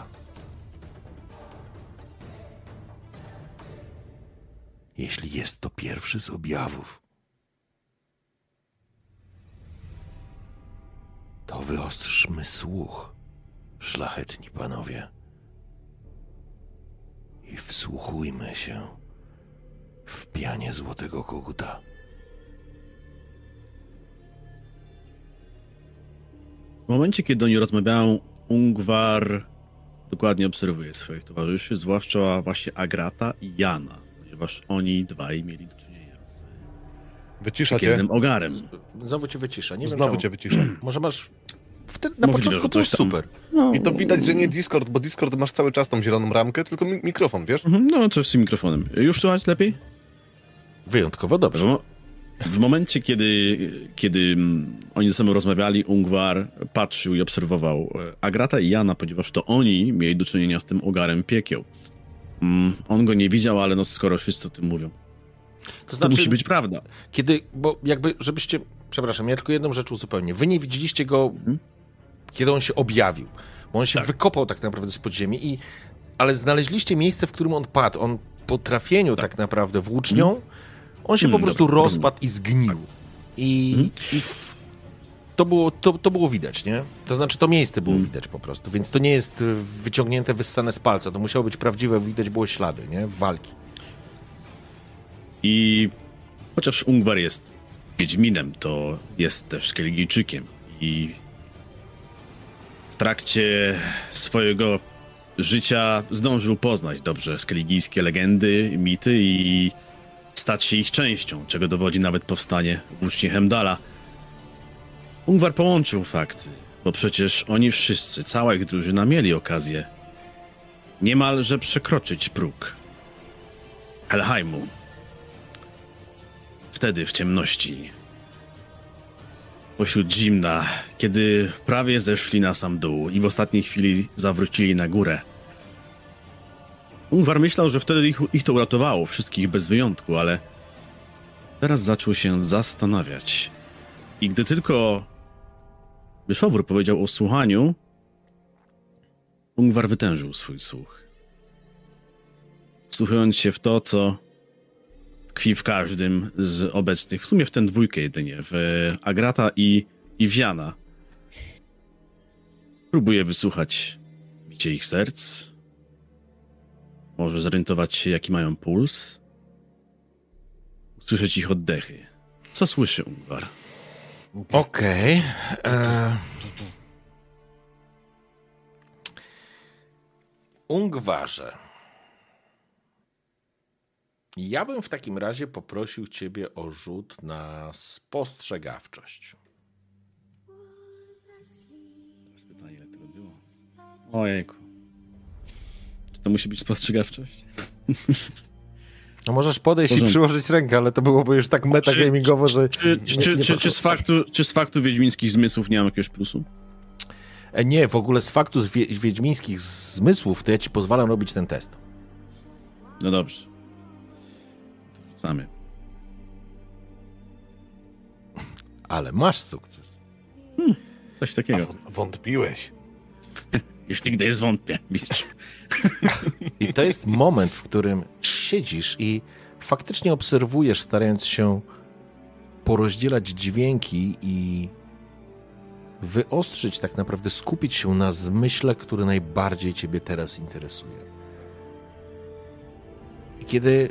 Jeśli jest to pierwszy z objawów, to wyostrzmy słuch, szlachetni panowie, i wsłuchujmy się w pianie złotego koguta.
W momencie, kiedy oni rozmawiają, Ungvar dokładnie obserwuje swoich towarzyszy, zwłaszcza właśnie Agrata i Jana, ponieważ oni dwaj mieli do czynienia z
Wycisza
ogarem.
Znowu cię wycisza. Nie wiem,
Znowu
czemu.
cię wycisza.
Może masz... Na
Możliwe,
początku
że
to
coś tam.
super.
No,
I to widać, że nie Discord, bo Discord masz cały czas tą zieloną ramkę, tylko mikrofon, wiesz?
no, coś z tym mikrofonem. Już słychać lepiej?
Wyjątkowo dobrze.
W momencie, kiedy oni ze sobą rozmawiali, Ungvar patrzył i obserwował Agrata i Jana, ponieważ to oni mieli do czynienia z tym ogarem piekieł. On go nie widział, ale no skoro wszyscy o tym mówią, to musi być prawda.
Bo jakby, żebyście... Przepraszam, ja tylko jedną rzecz uzupełnię. Wy nie widzieliście go, kiedy on się objawił. Bo on się wykopał tak naprawdę z podziemi, ale znaleźliście miejsce, w którym on padł. On po trafieniu tak naprawdę włócznią, on się po prostu rozpadł i zgnił. to było widać, nie? To znaczy to miejsce było widać po prostu, więc to nie jest wyciągnięte, wyssane z palca. To musiało być prawdziwe, widać było ślady, nie? Walki.
I chociaż Ungwar jest wiedźminem, to jest też Skelligijczykiem i w trakcie swojego życia zdążył poznać dobrze skelligijskie legendy, mity i stać się ich częścią, czego dowodzi nawet powstanie włócznie Hemdala. Ungwar połączył fakty, bo przecież oni wszyscy, cała ich drużyna mieli okazję niemalże przekroczyć próg Helheimu. Wtedy w ciemności, pośród zimna, kiedy prawie zeszli na sam dół i w ostatniej chwili zawrócili na górę. Ungwar myślał, że wtedy ich to uratowało, wszystkich bez wyjątku, ale teraz zaczął się zastanawiać. I gdy tylko Wyszowór powiedział o słuchaniu, Ungwar wytężył swój słuch. Wsłuchując się w to, co tkwi w każdym z obecnych, w sumie w tę dwójkę jedynie, w Agrata i Wiana. Próbuje wysłuchać bicie ich serc, może zorientować się, jaki mają puls, usłyszeć ich oddechy. Co słyszy Ungwar?
Okej. Ungwarze. Ja bym w takim razie poprosił ciebie o rzut na spostrzegawczość.
Teraz pytanie, ile tego było? Ojejku. Czy to musi być spostrzegawczość?
No możesz podejść i przyłożyć rękę, ale to byłoby już tak metagamingowo, że...
Czy z faktu wiedźmińskich zmysłów nie mam jakiegoś plusu?
Nie, w ogóle z faktu wiedźmińskich zmysłów to ja ci pozwalam robić ten test.
No dobrze. To rzucamy.
Ale masz sukces.
Coś takiego.
Wątpiłeś.
Jeśli nigdy jest wątpię, mistrz.
I to jest moment, w którym siedzisz i faktycznie obserwujesz, starając się porozdzielać dźwięki i wyostrzyć, tak naprawdę skupić się na zmyśle, który najbardziej ciebie teraz interesuje. I kiedy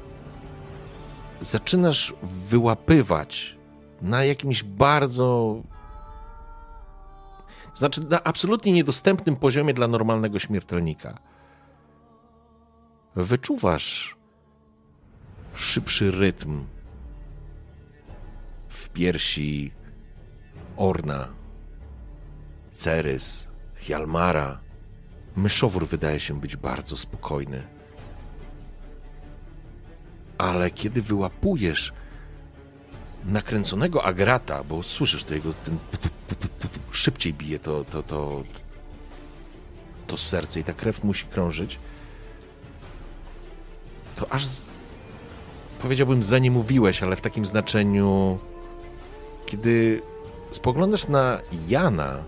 zaczynasz wyłapywać na jakimś bardzo... Znaczy na absolutnie niedostępnym poziomie dla normalnego śmiertelnika. Wyczuwasz szybszy rytm w piersi Orna, Cerys, Hjalmara. Myszowór wydaje się być bardzo spokojny. Ale kiedy wyłapujesz nakręconego Agrata, bo słyszysz to jego szybciej bije to serce i ta krew musi krążyć, to aż powiedziałbym zaniemówiłeś, ale w takim znaczeniu, kiedy spoglądasz na Jana,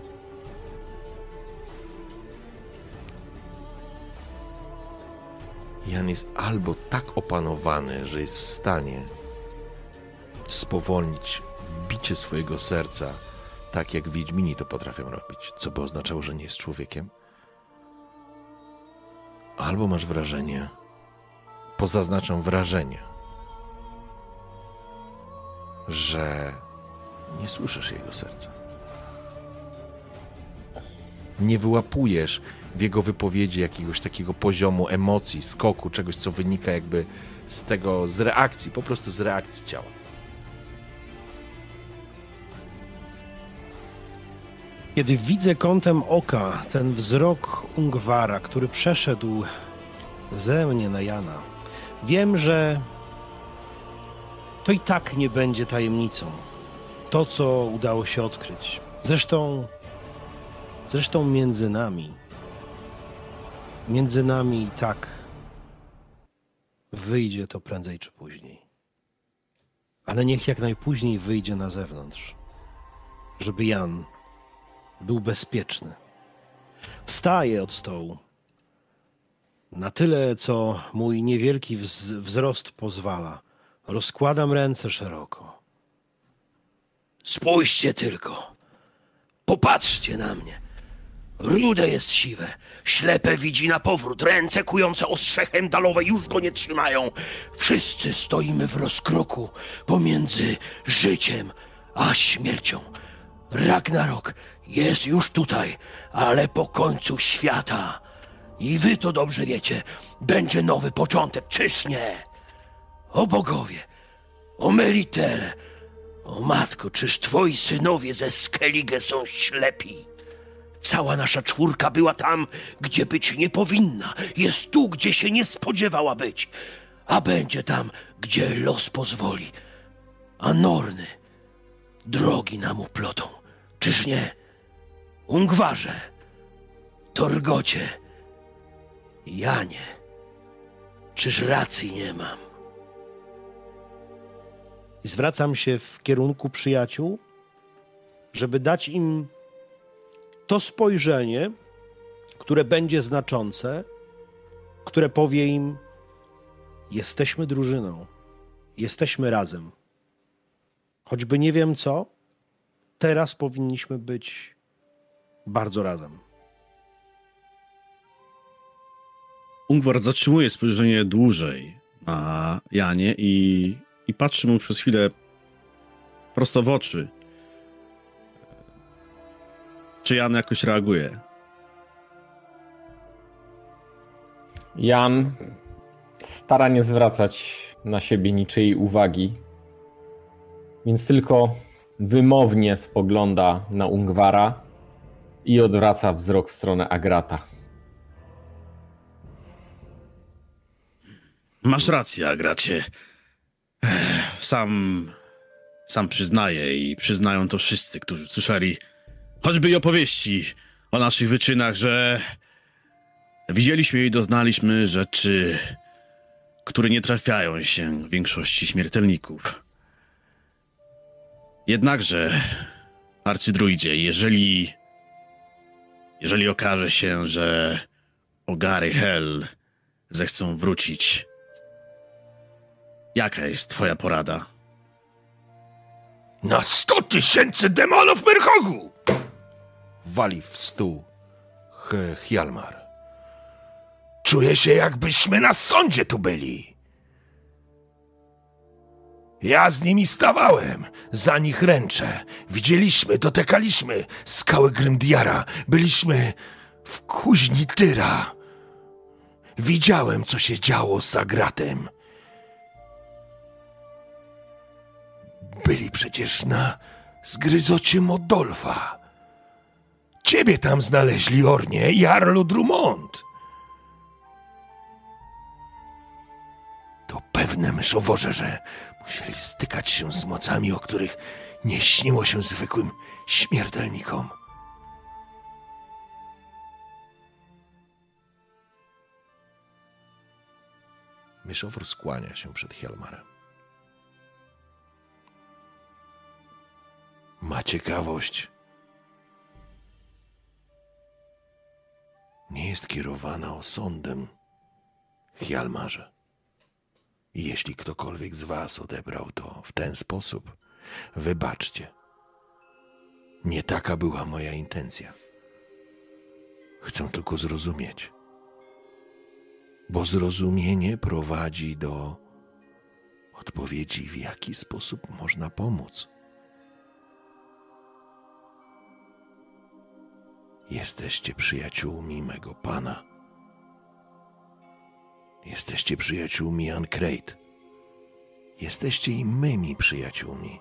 Jan jest albo tak opanowany, że jest w stanie spowolnić bicie swojego serca, tak jak Wiedźmini to potrafią robić, co by oznaczało, że nie jest człowiekiem. Albo masz wrażenie, pozaznaczam wrażenie, że nie słyszysz jego serca. Nie wyłapujesz w jego wypowiedzi jakiegoś takiego poziomu emocji, skoku, czegoś, co wynika jakby z reakcji, po prostu z reakcji ciała.
Kiedy widzę kątem oka ten wzrok Ungwara, który przeszedł ze mnie na Jana, wiem, że to i tak nie będzie tajemnicą. To, co udało się odkryć. Zresztą między nami i tak wyjdzie to prędzej czy później. Ale niech jak najpóźniej wyjdzie na zewnątrz, żeby Jan był bezpieczny. Wstaję od stołu. Na tyle, co mój niewielki wzrost pozwala. Rozkładam ręce szeroko. Spójrzcie tylko,
Popatrzcie na mnie. Rude jest siwe, ślepe widzi na powrót, ręce kujące ostrzechem dalowe już go nie trzymają. Wszyscy stoimy w rozkroku pomiędzy życiem a śmiercią. Ragnarok jest już tutaj, ale po końcu świata. I wy to dobrze wiecie, będzie nowy początek, czyż nie? O bogowie, o Melitele, o matko, czyż twoi synowie ze Skellige są ślepi? Cała nasza czwórka była tam, gdzie być nie powinna. Jest tu, gdzie się nie spodziewała być. A będzie tam, gdzie los pozwoli. A Norny drogi nam uplotą. Czyż nie? Ungwarze, Torgocie, Janie, czyż racji nie mam?
I zwracam się w kierunku przyjaciół, żeby dać im to spojrzenie, które będzie znaczące, które powie im: jesteśmy drużyną, jesteśmy razem. Choćby nie wiem co, teraz powinniśmy być bardzo razem.
Ungvar zatrzymuje spojrzenie dłużej na Janie i patrzy mu przez chwilę prosto w oczy. Czy Jan jakoś reaguje?
Jan stara nie zwracać na siebie niczyjej uwagi, więc tylko wymownie spogląda na Ungvara i odwraca wzrok w stronę Agrata.
Masz rację, Agracie. Sam przyznaję i przyznają to wszyscy, którzy słyszeli choćby i opowieści o naszych wyczynach, że widzieliśmy i doznaliśmy rzeczy, które nie trafiają się większości śmiertelników. Jednakże, arcydruidzie, jeżeli okaże się, że Ogary Hel zechcą wrócić, jaka jest twoja porada?
Na 100 000 demonów Myrhogu! Wali w stół Hjalmar. Czuję się, jakbyśmy na sądzie tu byli. Ja z nimi stawałem, za nich ręczę. Widzieliśmy, dotykaliśmy skały Grimdiara. Byliśmy w kuźni Tyra. Widziałem, co się działo z Agratem. Byli przecież na zgryzocie Modolfa. Ciebie tam znaleźli, Ornie, Jarlu Drummond. To pewne, myszoworze, że musieli stykać się z mocami, o których nie śniło się zwykłym śmiertelnikom. Myszowór skłania się przed Hjalmarem. Ma ciekawość. Nie jest kierowana osądem, Hjalmarze. I jeśli ktokolwiek z was odebrał to w ten sposób, wybaczcie. Nie taka była moja intencja. Chcę tylko zrozumieć. Bo zrozumienie prowadzi do odpowiedzi, w jaki sposób można pomóc. Jesteście przyjaciółmi mego pana. Jesteście przyjaciółmi Ancrate. Jesteście i mymi przyjaciółmi.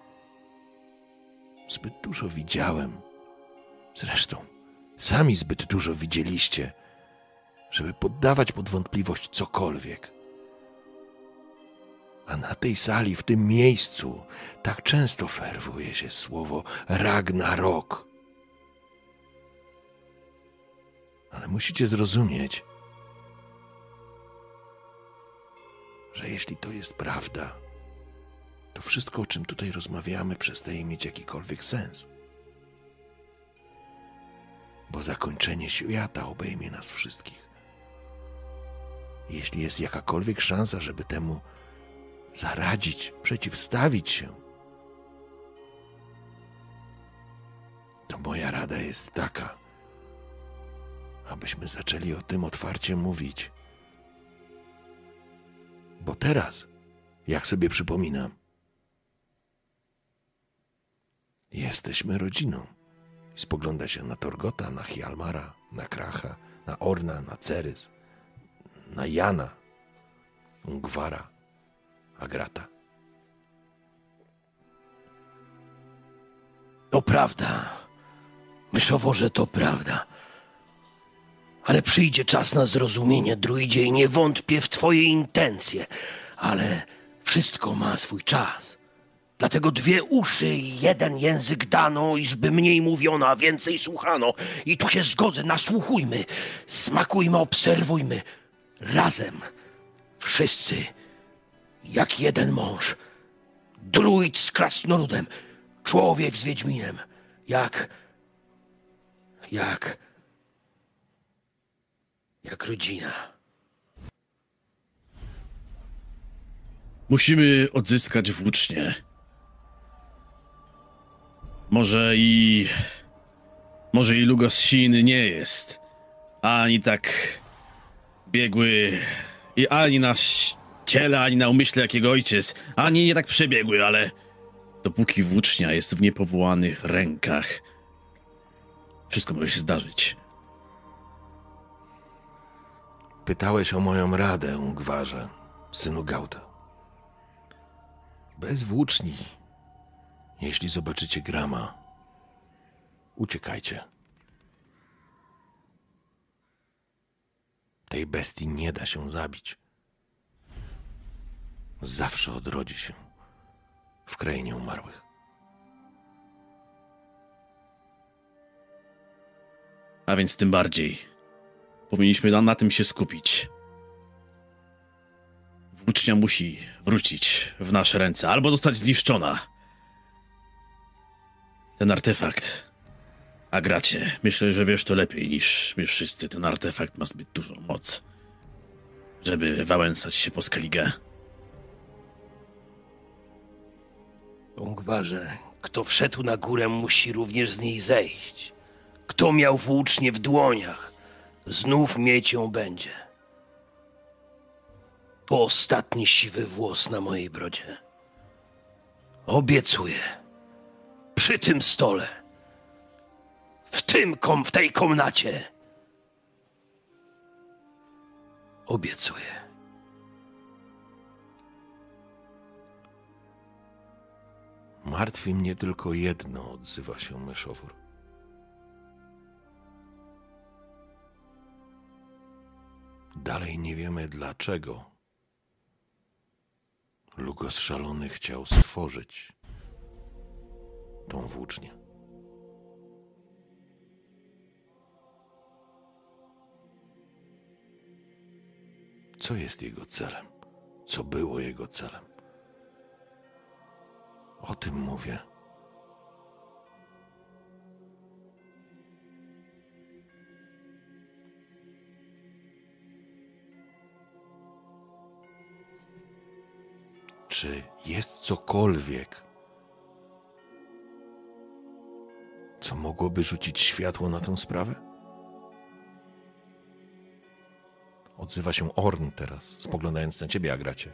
Zbyt dużo widziałem. Zresztą, sami zbyt dużo widzieliście, żeby poddawać pod wątpliwość cokolwiek. A na tej sali, w tym miejscu, tak często ferwuje się słowo Ragnarok. Ale musicie zrozumieć, że jeśli to jest prawda, to wszystko, o czym tutaj rozmawiamy, przestaje mieć jakikolwiek sens. Bo zakończenie świata obejmie nas wszystkich. Jeśli jest jakakolwiek szansa, żeby temu zaradzić, przeciwstawić się, to moja rada jest taka, abyśmy zaczęli o tym otwarcie mówić. Bo teraz, jak sobie przypominam, jesteśmy rodziną. I spogląda się na Torgota, na Hjalmara, na Kracha, na Orna, na Cerys, na Jana, Ungwara, Agrata.
To prawda. Myszoworze, to prawda. Ale przyjdzie czas na zrozumienie, druidzie, i nie wątpię w twoje intencje. Ale wszystko ma swój czas. Dlatego 2 uszy i 1 język dano, iżby mniej mówiono, a więcej słuchano. I tu się zgodzę, nasłuchujmy, smakujmy, obserwujmy. Razem, wszyscy, jak jeden mąż. Druid z krasnoludem, człowiek z wiedźminem. Jak rodzina.
Musimy odzyskać włócznie. Może i Lugos Sin nie jest ani tak biegły, i ani na ciele, ani na umyśle jak jego ojciec, ani nie tak przebiegły, ale dopóki włócznia jest w niepowołanych rękach, wszystko może się zdarzyć.
Pytałeś o moją radę, Ungwarze, synu Gauta. Bez włóczni, jeśli zobaczycie Grama, uciekajcie. Tej bestii nie da się zabić. Zawsze odrodzi się w krainie umarłych.
A więc tym bardziej powinniśmy na tym się skupić. Włócznia musi wrócić w nasze ręce, albo zostać zniszczona. Ten artefakt, Agracie, myślę, że wiesz to lepiej niż my wszyscy. Ten artefakt ma zbyt dużą moc, żeby wałęsać się po Skellige.
Ungwarze, kto wszedł na górę, musi również z niej zejść. Kto miał włócznię w dłoniach, znów mieć ją będzie. Po ostatni siwy włos na mojej brodzie. Obiecuję, przy tym stole, w tej komnacie, obiecuję.
Martwi mnie tylko jedno, odzywa się Myszowór. Dalej nie wiemy dlaczego Lugos Szalony chciał stworzyć tą włócznię. Co jest jego celem? Co było jego celem? O tym mówię. Czy jest cokolwiek, co mogłoby rzucić światło na tę sprawę? Odzywa się Orn teraz, spoglądając na ciebie, Agracie.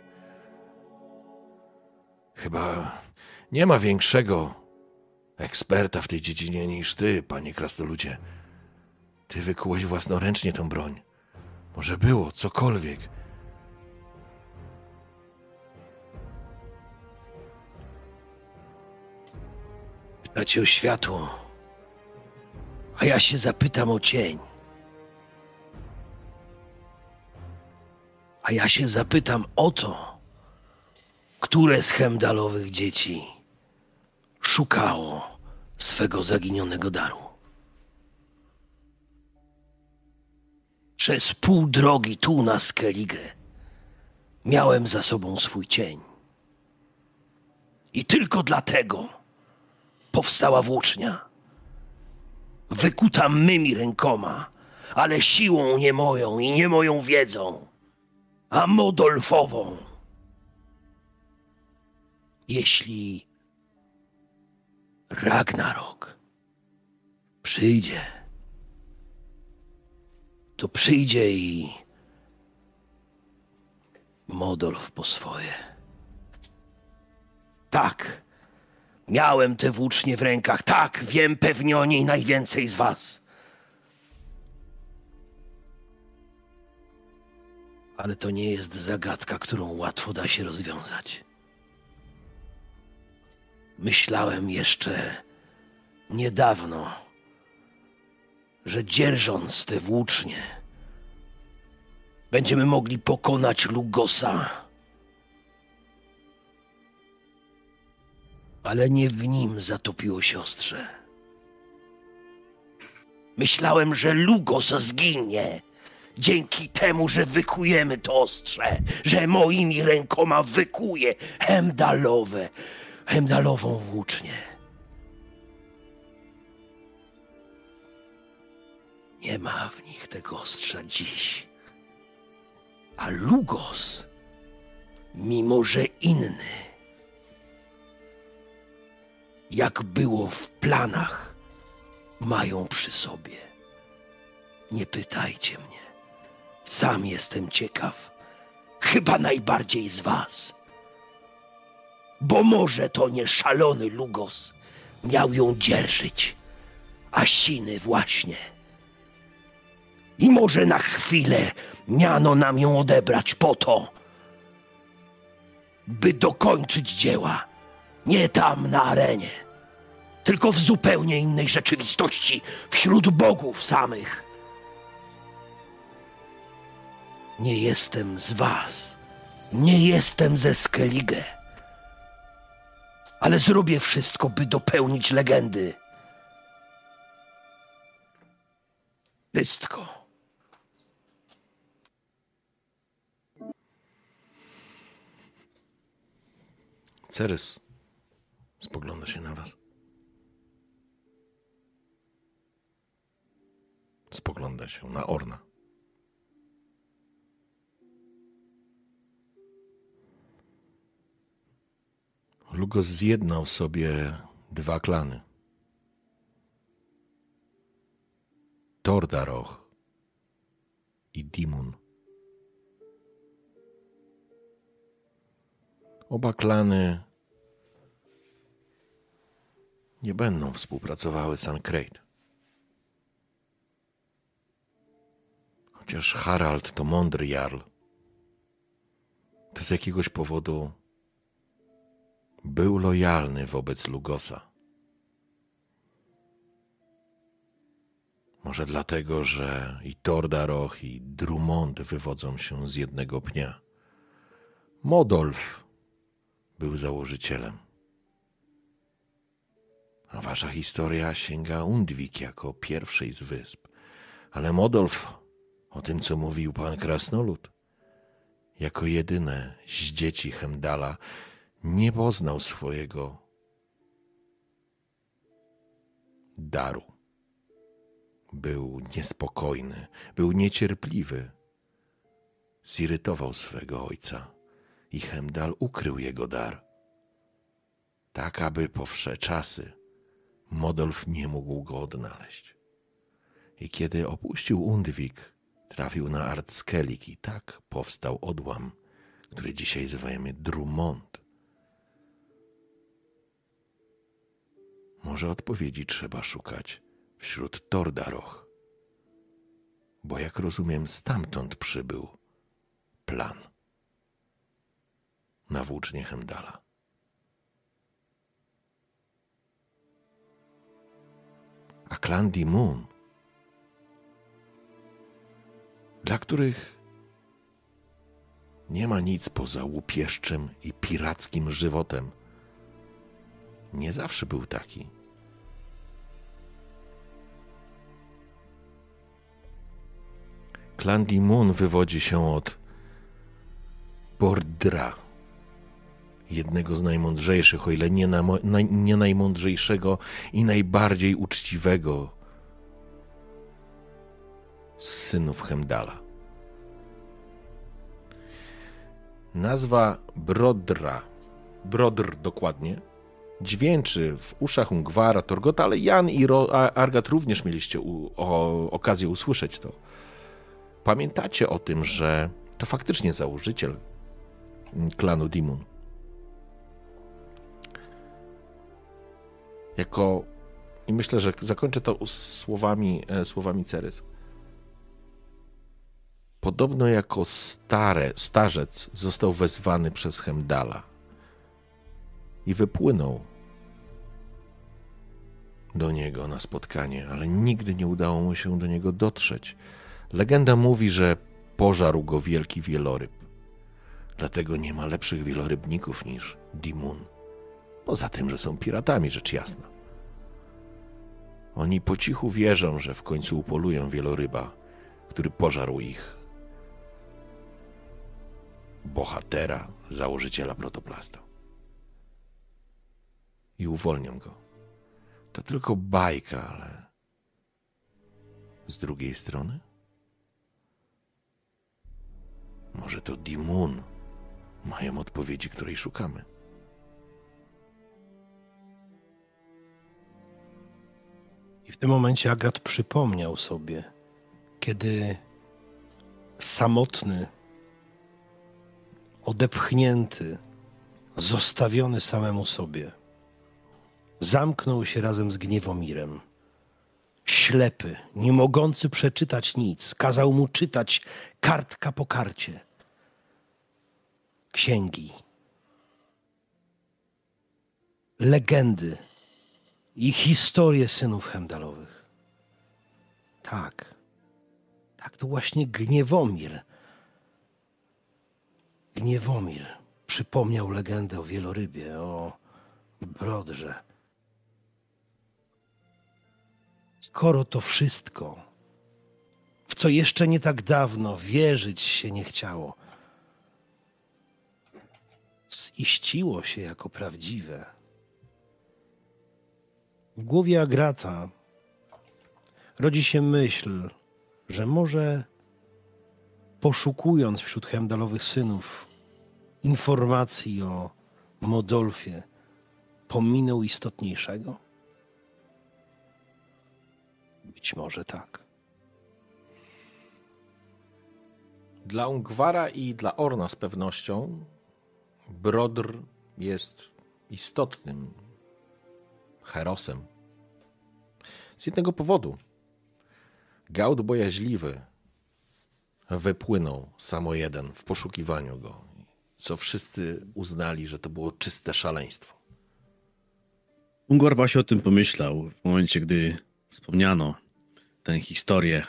Chyba nie ma większego eksperta w tej dziedzinie niż ty, panie krasnoludzie. Ty wykułeś własnoręcznie tę broń. Może było cokolwiek.
Pytacie o światło, a ja się zapytam o cień. A ja się zapytam o to, które z Hemdalowych dzieci szukało swego zaginionego daru. Przez pół drogi tu na Skellige miałem za sobą swój cień. I tylko dlatego powstała włócznia. Wykuta mymi rękoma, ale siłą nie moją i nie moją wiedzą, a Modolfową. Jeśli Ragnarok Przyjdzie. To przyjdzie i Modolf po swoje. Tak, miałem tę włócznię w rękach. Tak, wiem pewnie o niej najwięcej z was. Ale to nie jest zagadka, którą łatwo da się rozwiązać. Myślałem jeszcze niedawno, że dzierżąc tę włócznię, będziemy mogli pokonać Lugosa. Ale nie w nim zatopiło się ostrze. Myślałem, że Lugos zginie dzięki temu, że wykujemy to ostrze, że moimi rękoma wykuję Hemdalową włócznię. Nie ma w nich tego ostrza dziś. A Lugos, mimo że inny, jak było w planach, mają przy sobie. Nie pytajcie mnie. Sam jestem ciekaw. Chyba najbardziej z was. Bo może to nie szalony Lugos miał ją dzierżyć, a siny właśnie. I może na chwilę miano nam ją odebrać po to, by dokończyć dzieła. Nie tam na arenie, tylko w zupełnie innej rzeczywistości, wśród bogów samych. Nie jestem z was, nie jestem ze Skellige, ale zrobię wszystko, by dopełnić legendy. Wszystko.
Cerys spogląda się na was. Spogląda się na Orna. Lugos zjednał sobie dwa klany. Tordaroch i Dimun. Oba klany nie będą współpracowały z Ankreid. Chociaż Harald to mądry jarl, to z jakiegoś powodu był lojalny wobec Lugosa. Może dlatego, że i Tordaroch, i Drumond wywodzą się z jednego pnia. Modolf był założycielem. A wasza historia sięga Undvik jako pierwszej z wysp. Ale Modolf, o tym co mówił pan Krasnolud, jako jedyne z dzieci Hemdala nie poznał swojego daru. Był niespokojny, był niecierpliwy. Zirytował swego ojca i Hemdal ukrył jego dar. Tak, aby po wsze czasy Modolf nie mógł go odnaleźć. I kiedy opuścił Undvik, trafił na Ardskellig i tak powstał odłam, który dzisiaj zwajemy Drumond. Może odpowiedzi trzeba szukać wśród Tordaroch, bo jak rozumiem, stamtąd przybył plan na włócznie Hemdala. A klan Dimun, dla których nie ma nic poza łupieszczym i pirackim żywotem, nie zawsze był taki. Klan Dimun wywodzi się od Bordra, jednego z najmądrzejszych, o ile nie najmądrzejszego i najbardziej uczciwego z synów Hemdala. Nazwa Brodr dokładnie, dźwięczy w uszach Ungwara, Torgota, ale Jan i Argat również mieliście okazję usłyszeć to. Pamiętacie o tym, że to faktycznie założyciel klanu Dimun. I myślę, że zakończę to słowami Cerys. Podobno jako starzec został wezwany przez Hemdala i wypłynął do niego na spotkanie, ale nigdy nie udało mu się do niego dotrzeć. Legenda mówi, że pożarł go wielki wieloryb. Dlatego nie ma lepszych wielorybników niż Dimun. Poza tym, że są piratami, rzecz jasna. Oni po cichu wierzą, że w końcu upolują wieloryba, który pożarł ich bohatera, założyciela Protoplasta. I uwolnią go. To tylko bajka, ale z drugiej strony może to Dimun mają odpowiedzi, której szukamy.
I w tym momencie Agrat przypomniał sobie, kiedy samotny, odepchnięty, zostawiony samemu sobie, zamknął się razem z Gniewomirem. Ślepy, nie mogący przeczytać nic, kazał mu czytać kartka po karcie. Księgi, legendy i historie synów Hemdalowych. Tak, to właśnie Gniewomir przypomniał legendę o wielorybie, o Brodrze. Skoro to wszystko, w co jeszcze nie tak dawno wierzyć się nie chciało, ziściło się jako prawdziwe. W głowie Agrata rodzi się myśl, że może poszukując wśród Hemdalowych synów informacji o Modolfie, pominął istotniejszego? Być może tak.
Dla Ungwara i dla Orna z pewnością Brodr jest istotnym herosem. Z jednego powodu. Gaud bojaźliwy wypłynął samo jeden w poszukiwaniu go, co wszyscy uznali, że to było czyste szaleństwo.
Ungwar właśnie o tym pomyślał w momencie, gdy wspomniano tę historię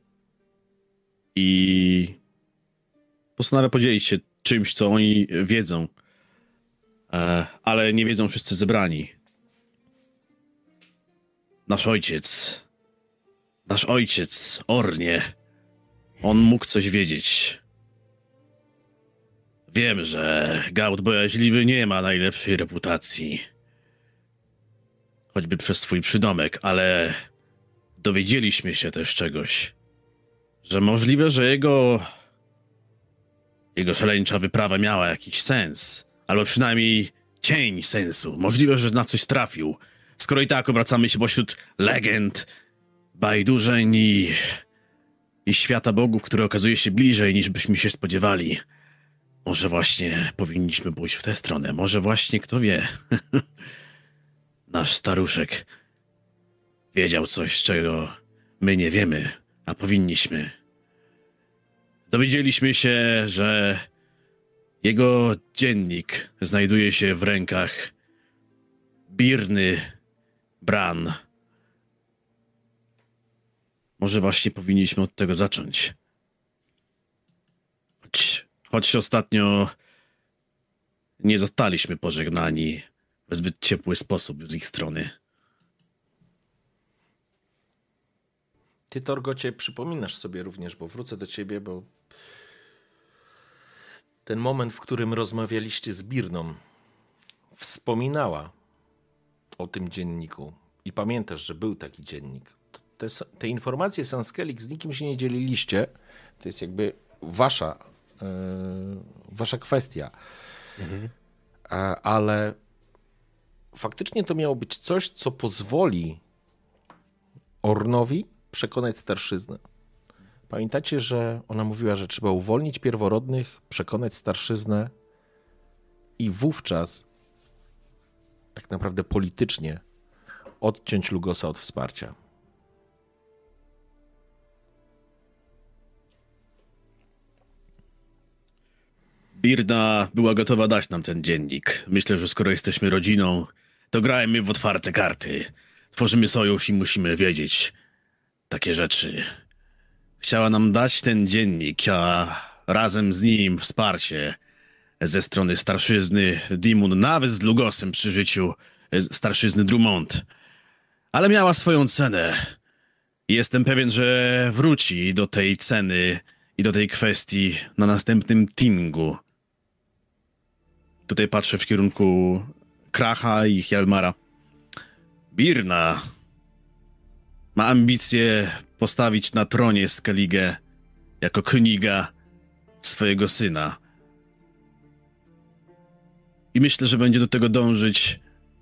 i postanawia podzielić się czymś, co oni wiedzą, ale nie wiedzą wszyscy zebrani. Nasz ojciec, Ornie, on mógł coś wiedzieć. Wiem, że Gaud bojaźliwy nie ma najlepszej reputacji, choćby przez swój przydomek, ale dowiedzieliśmy się też czegoś, że możliwe, że jego szaleńcza wyprawa miała jakiś sens, albo przynajmniej cień sensu. Możliwe, że na coś trafił. Skoro i tak obracamy się pośród legend, bajdurzeń i świata bogów, który okazuje się bliżej, niż byśmy się spodziewali. Może właśnie powinniśmy pójść w tę stronę. Może właśnie, kto wie, nasz staruszek wiedział coś, czego my nie wiemy, a powinniśmy. Dowiedzieliśmy się, że jego dziennik znajduje się w rękach Birny Bran. Może właśnie powinniśmy od tego zacząć. Choć ostatnio nie zostaliśmy pożegnani w zbyt ciepły sposób z ich strony.
Ty, Torgocie, przypominasz sobie również, bo wrócę do ciebie, bo ten moment, w którym rozmawialiście z Birną, wspominała o tym dzienniku i pamiętasz, że był taki dziennik. Te informacje z Anskelik z nikim się nie dzieliliście, to jest jakby wasza kwestia, ale faktycznie to miało być coś, co pozwoli Ornowi przekonać starszyznę. Pamiętacie, że ona mówiła, że trzeba uwolnić pierworodnych, przekonać starszyznę i wówczas tak naprawdę politycznie odciąć Lugosa od wsparcia.
Birna była gotowa dać nam ten dziennik. Myślę, że skoro jesteśmy rodziną, to grajmy w otwarte karty. Tworzymy sojusz i musimy wiedzieć takie rzeczy. Chciała nam dać ten dziennik, a razem z nim wsparcie ze strony starszyzny Dimun, nawet z Lugosem przy życiu starszyzny Drummond. Ale miała swoją cenę. Jestem pewien, że wróci do tej ceny i do tej kwestii na następnym tingu. Tutaj patrzę w kierunku Kracha i Hjalmara. Birna ma ambicje postawić na tronie Skellige jako Königa swojego syna. I myślę, że będzie do tego dążyć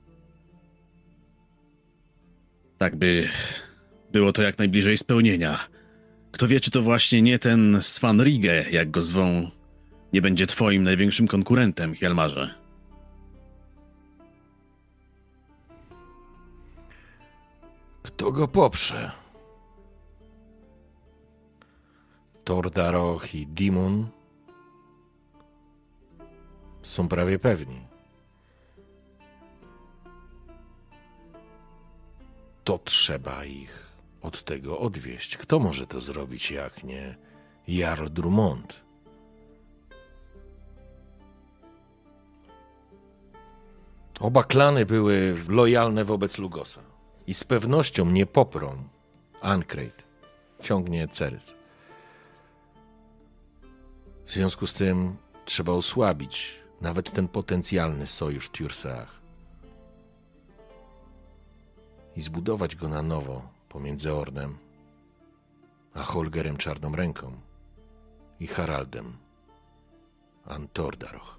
tak, by było to jak najbliżej spełnienia. Kto wie, czy to właśnie nie ten Svanrige, jak go zwą, nie będzie twoim największym konkurentem, Hjalmarze.
Kto go poprze? Tordaroch i Dimun są prawie pewni. To trzeba ich od tego odwieść. Kto może to zrobić, jak nie Jarl Drummond? Oba klany były lojalne wobec Lugosa i z pewnością nie poprą Ancrate, ciągnie Cerys. W związku z tym trzeba osłabić nawet ten potencjalny sojusz Tjurseach i zbudować go na nowo pomiędzy Ornem a Holgerem Czarną Ręką i Haraldem Antordaroch.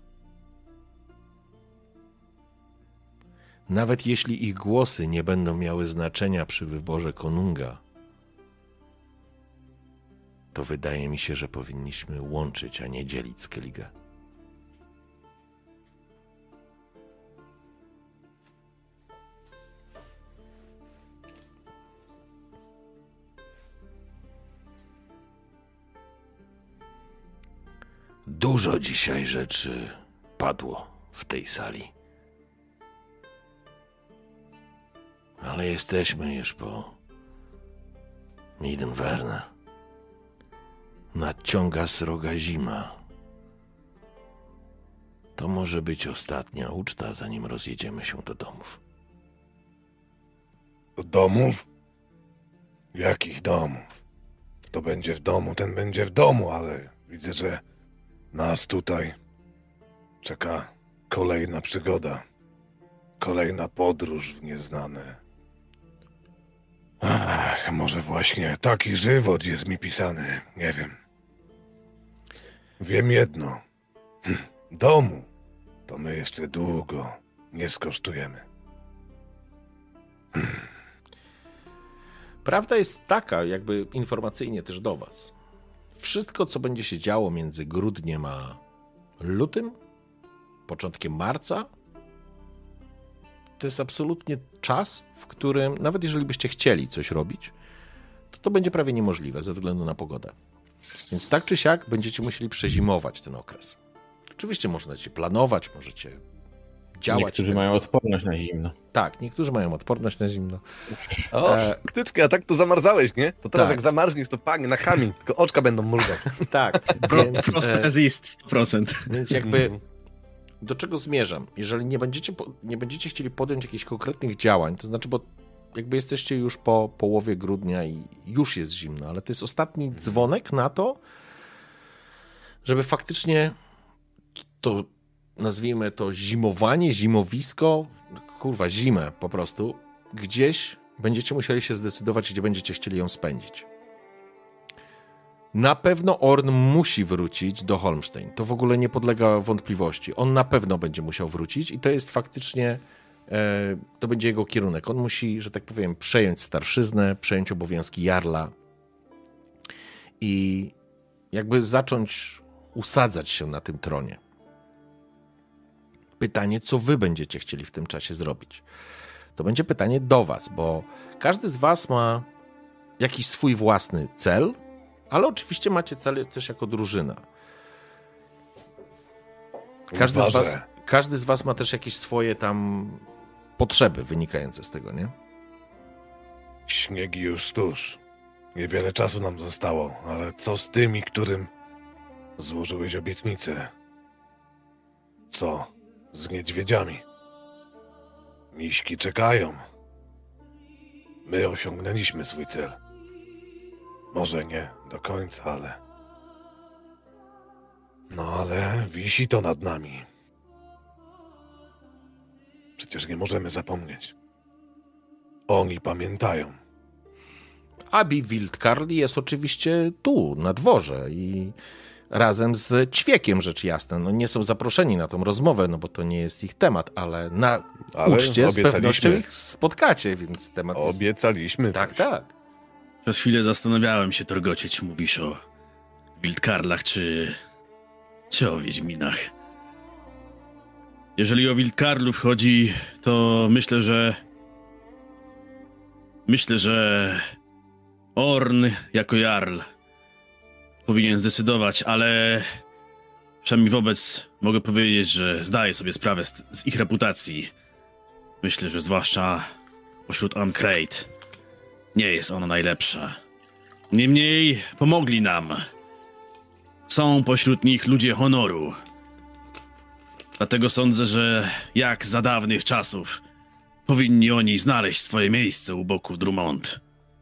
Nawet jeśli ich głosy nie będą miały znaczenia przy wyborze konunga, to wydaje mi się, że powinniśmy łączyć, a nie dzielić Skellige. Dużo dzisiaj rzeczy padło w tej sali. Ale jesteśmy już po Midenwerne. Nadciąga sroga zima. To może być ostatnia uczta, zanim rozjedziemy się do domów.
Do domów? Jakich domów? Kto będzie w domu, ten będzie w domu, ale widzę, że nas tutaj czeka kolejna przygoda. Kolejna podróż w nieznane. Ach, może właśnie taki żywot jest mi pisany, nie wiem. Wiem jedno. Domu to my jeszcze długo nie skosztujemy.
Prawda jest taka, jakby informacyjnie też do was. Wszystko, co będzie się działo między grudniem a lutym, początkiem marca, to jest absolutnie czas, w którym nawet jeżeli byście chcieli coś robić, to będzie prawie niemożliwe ze względu na pogodę. Więc tak czy siak będziecie musieli przezimować ten okres. Oczywiście możecie planować, możecie działać.
Niektórzy mają odporność na zimno.
Tak, niektórzy mają odporność na zimno.
O, ktyczkę, a tak to zamarzałeś, nie? To teraz
Tak.
jak zamarzniesz, to panie, na kamień, tylko oczka będą mrugać.
Tak, więc,
Frost resist 100%.
więc jakby do czego zmierzam? Jeżeli nie będziecie chcieli podjąć jakichś konkretnych działań, to znaczy, bo jakby jesteście już po połowie grudnia i już jest zimno, ale to jest ostatni dzwonek na to, żeby faktycznie to, nazwijmy to zimowanie, zimowisko, kurwa, zimę po prostu, gdzieś będziecie musieli się zdecydować, gdzie będziecie chcieli ją spędzić. Na pewno Orn musi wrócić do Holmstein. To w ogóle nie podlega wątpliwości. On na pewno będzie musiał wrócić i to jest faktycznie to będzie jego kierunek. On musi, że tak powiem, przejąć starszyznę, przejąć obowiązki jarla i jakby zacząć usadzać się na tym tronie. Pytanie, co wy będziecie chcieli w tym czasie zrobić? To będzie pytanie do was, bo każdy z was ma jakiś swój własny cel, ale oczywiście macie cel też jako drużyna. Każdy z was ma też jakieś swoje tam potrzeby wynikające z tego, nie?
Śniegi już tuż. Niewiele czasu nam zostało, ale co z tymi, którym złożyłeś obietnicę? Co z niedźwiedziami? Miśki czekają. My osiągnęliśmy swój cel. Może nie do końca, ale... No ale wisi to nad nami. Przecież nie możemy zapomnieć. Oni pamiętają.
Abi Wildkarl jest oczywiście tu, na dworze i razem z Ćwiekiem, rzecz jasna. No nie są zaproszeni na tą rozmowę, no bo to nie jest ich temat, ale na uczcie z pewnością ich spotkacie, więc temat jest...
Obiecaliśmy
Tak,
coś.
tak.
Przez chwilę zastanawiałem się, Torgocie, czy mówisz o Wildkarlach, czy o Wiedźminach. Jeżeli o Wildkarlów chodzi, to myślę, że Orn jako jarl powinien zdecydować, ale przynajmniej mogę powiedzieć, że zdaję sobie sprawę z ich reputacji. Myślę, że zwłaszcza pośród Ancrate nie jest ona najlepsza. Niemniej pomogli nam. Są pośród nich ludzie honoru. Dlatego sądzę, że jak za dawnych czasów powinni oni znaleźć swoje miejsce u boku Drummond.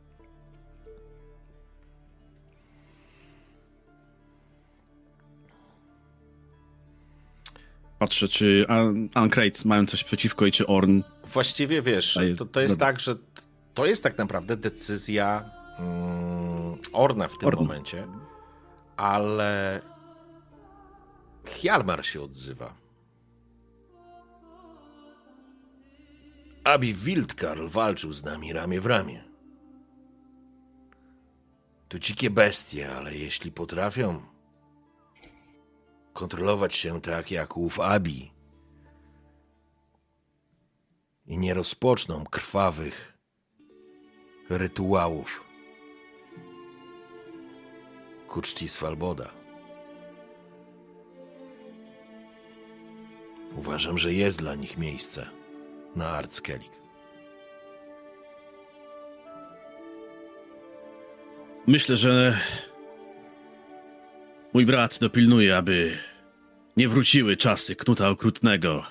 Patrzę, czy Ancrate mają coś przeciwko i czy Orn...
Właściwie wiesz, to jest tak, że to jest tak naprawdę decyzja Orna w tym momencie, ale Hjalmar się odzywa. Abi Wildkarl walczył z nami ramię w ramię. To dzikie bestie, ale jeśli potrafią kontrolować się tak jak ów Abi i nie rozpoczną krwawych rytuałów ku czci Svalboda, uważam, że jest dla nich miejsce na Ardskellig.
Myślę, że mój brat dopilnuje, aby nie wróciły czasy Knuta Okrutnego.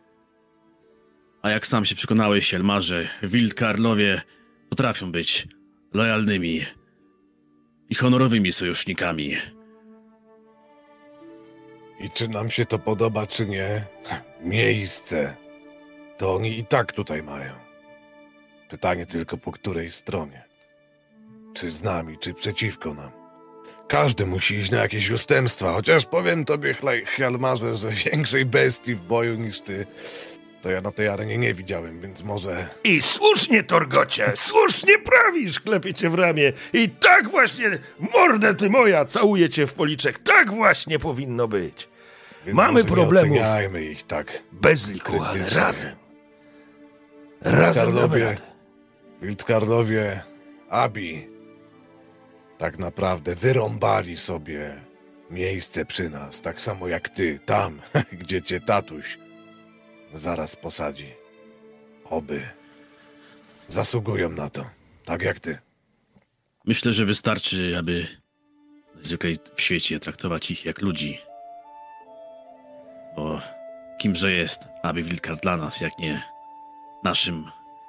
A jak sam się przekonałeś, Hjalmarze, Wildkarlowie potrafią być lojalnymi i honorowymi sojusznikami.
I czy nam się to podoba, czy nie, miejsce to oni i tak tutaj mają. Pytanie tylko, po której stronie. Czy z nami, czy przeciwko nam. Każdy musi iść na jakieś ustępstwa, chociaż powiem tobie, Hjalmarze, że większej bestii w boju niż ty, to ja na tej arenie nie widziałem, więc może...
I słusznie, Torgocie, słusznie prawisz, klepie cię w ramię. I tak właśnie, mordę ty moja, całuję cię w policzek. Tak właśnie powinno być.
Więc
mamy problemów.
Nie oceniajmy ich tak
bez liku, ale
krytycznie.
razem. Razem damy radę.
Wildkarlowie, Abi, tak naprawdę wyrąbali sobie miejsce przy nas, tak samo jak ty, tam, gdzie cię tatuś zaraz posadzi. Oby zasługują na to, tak jak ty.
Myślę, że wystarczy, aby zwykle w świecie traktować ich jak ludzi. Bo kimże jest Abi Wildkarl dla nas, jak nie naszym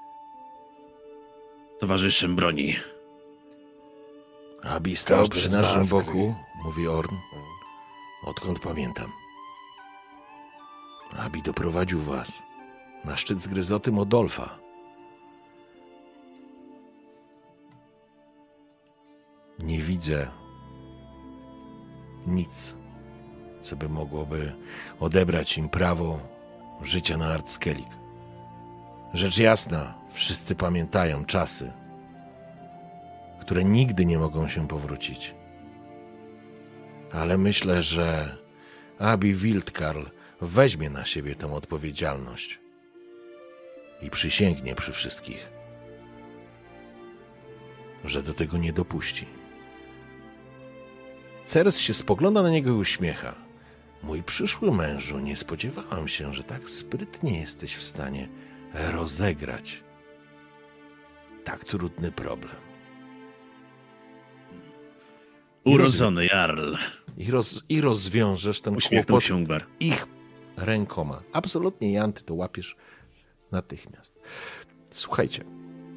towarzyszem broni.
Abi stał
Każdy
przy
z
naszym
nas,
boku, mówi Orn, odkąd pamiętam. Abi doprowadził was na szczyt zgryzoty Modolfa. Nie widzę nic, co by mogłoby odebrać im prawo życia na Ardskellig. Rzecz jasna, wszyscy pamiętają czasy, które nigdy nie mogą się powrócić. Ale myślę, że Abi Wildkarl weźmie na siebie tę odpowiedzialność i przysięgnie przy wszystkich, że do tego nie dopuści. Ceres się spogląda na niego i uśmiecha. Mój przyszły mężu, nie spodziewałam się, że tak sprytnie jesteś w stanie rozegrać tak trudny problem.
Urodzony Jarl.
I rozwiążesz ten
Uśmiechnął
kłopot
się Ungvar.
ich rękoma. Absolutnie, Jan, ty to łapiesz natychmiast. Słuchajcie.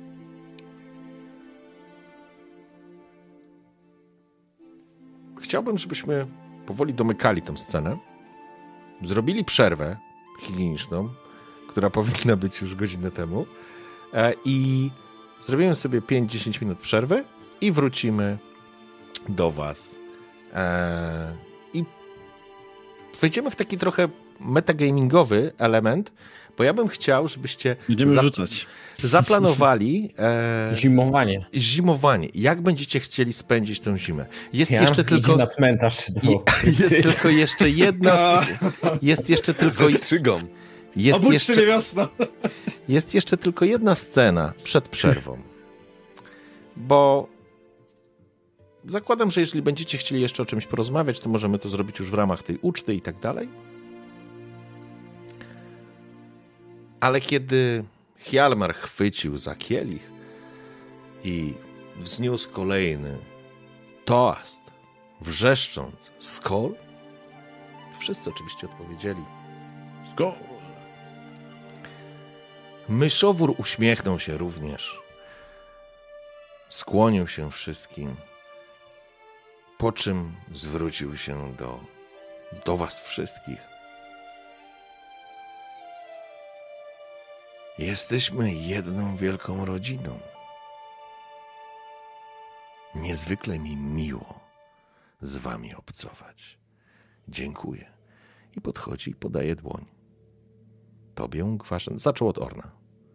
Chciałbym, żebyśmy powoli domykali tę scenę. Zrobili przerwę higieniczną, która powinna być już godzinę temu. I zrobimy sobie 5-10 minut przerwy i wrócimy do was. I wejdziemy w taki trochę metagamingowy element, bo ja bym chciał, żebyście
Będziemy rzucać.
zaplanowali
Zimowanie.
Jak będziecie chcieli spędzić tę zimę? Jest
Ja
jeszcze tylko
na cmentarz.
jest tylko jeszcze jedna jest jeszcze tylko jest jeszcze tylko jedna scena przed przerwą. Bo zakładam, że jeżeli będziecie chcieli jeszcze o czymś porozmawiać, to możemy to zrobić już w ramach tej uczty i tak dalej. Ale kiedy Hjalmar chwycił za kielich i wzniósł kolejny toast, wrzeszcząc skol, wszyscy oczywiście odpowiedzieli
Skol.
Myszowór uśmiechnął się również. Skłonił się wszystkim, po czym zwrócił się do was wszystkich. Jesteśmy jedną wielką rodziną. Niezwykle mi miło z wami obcować. Dziękuję. I podchodzi i podaje dłoń. Tobie, Ungwarze, zaczął od Orna.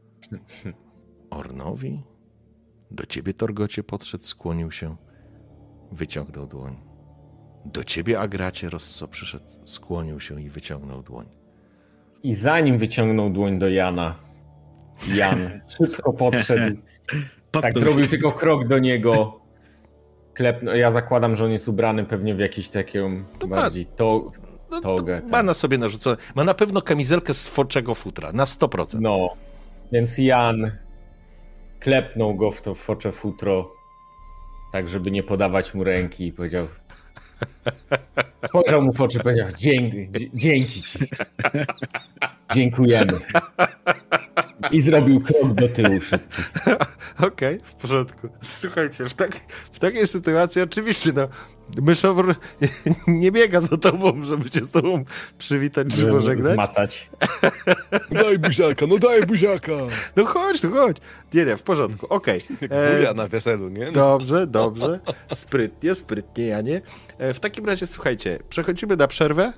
Ornowi? Do ciebie, Torgocie, podszedł, skłonił się, wyciągnął dłoń. Do ciebie, Agracie, Rosso, przyszedł, skłonił się i wyciągnął dłoń.
I zanim wyciągnął dłoń do Jana, Jan szybko podszedł. Tak, zrobił tylko krok do niego. Ja zakładam, że on jest ubrany pewnie w jakieś taką bardziej togę.
Ma na sobie narzucone. Ma na pewno kamizelkę z foczego futra, na 100%.
No, więc Jan klepnął go w to focze futro, tak żeby nie podawać mu ręki i powiedział... Spojrzał mu w oczy i powiedział: dzięki ci. Dziękujemy. I zrobił krok do tyłu szybko.
Okej, w porządku. Słuchajcie, w takiej sytuacji oczywiście, myszowór nie biega za tobą, żeby cię z tobą przywitać czy pożegnać.
Zmacać.
Daj buziaka, no daj buziaka.
No chodź. Nie, w porządku, okej.
Buja na weselu, nie?
Dobrze. Sprytnie, Janie. W takim razie, słuchajcie, przechodzimy na przerwę.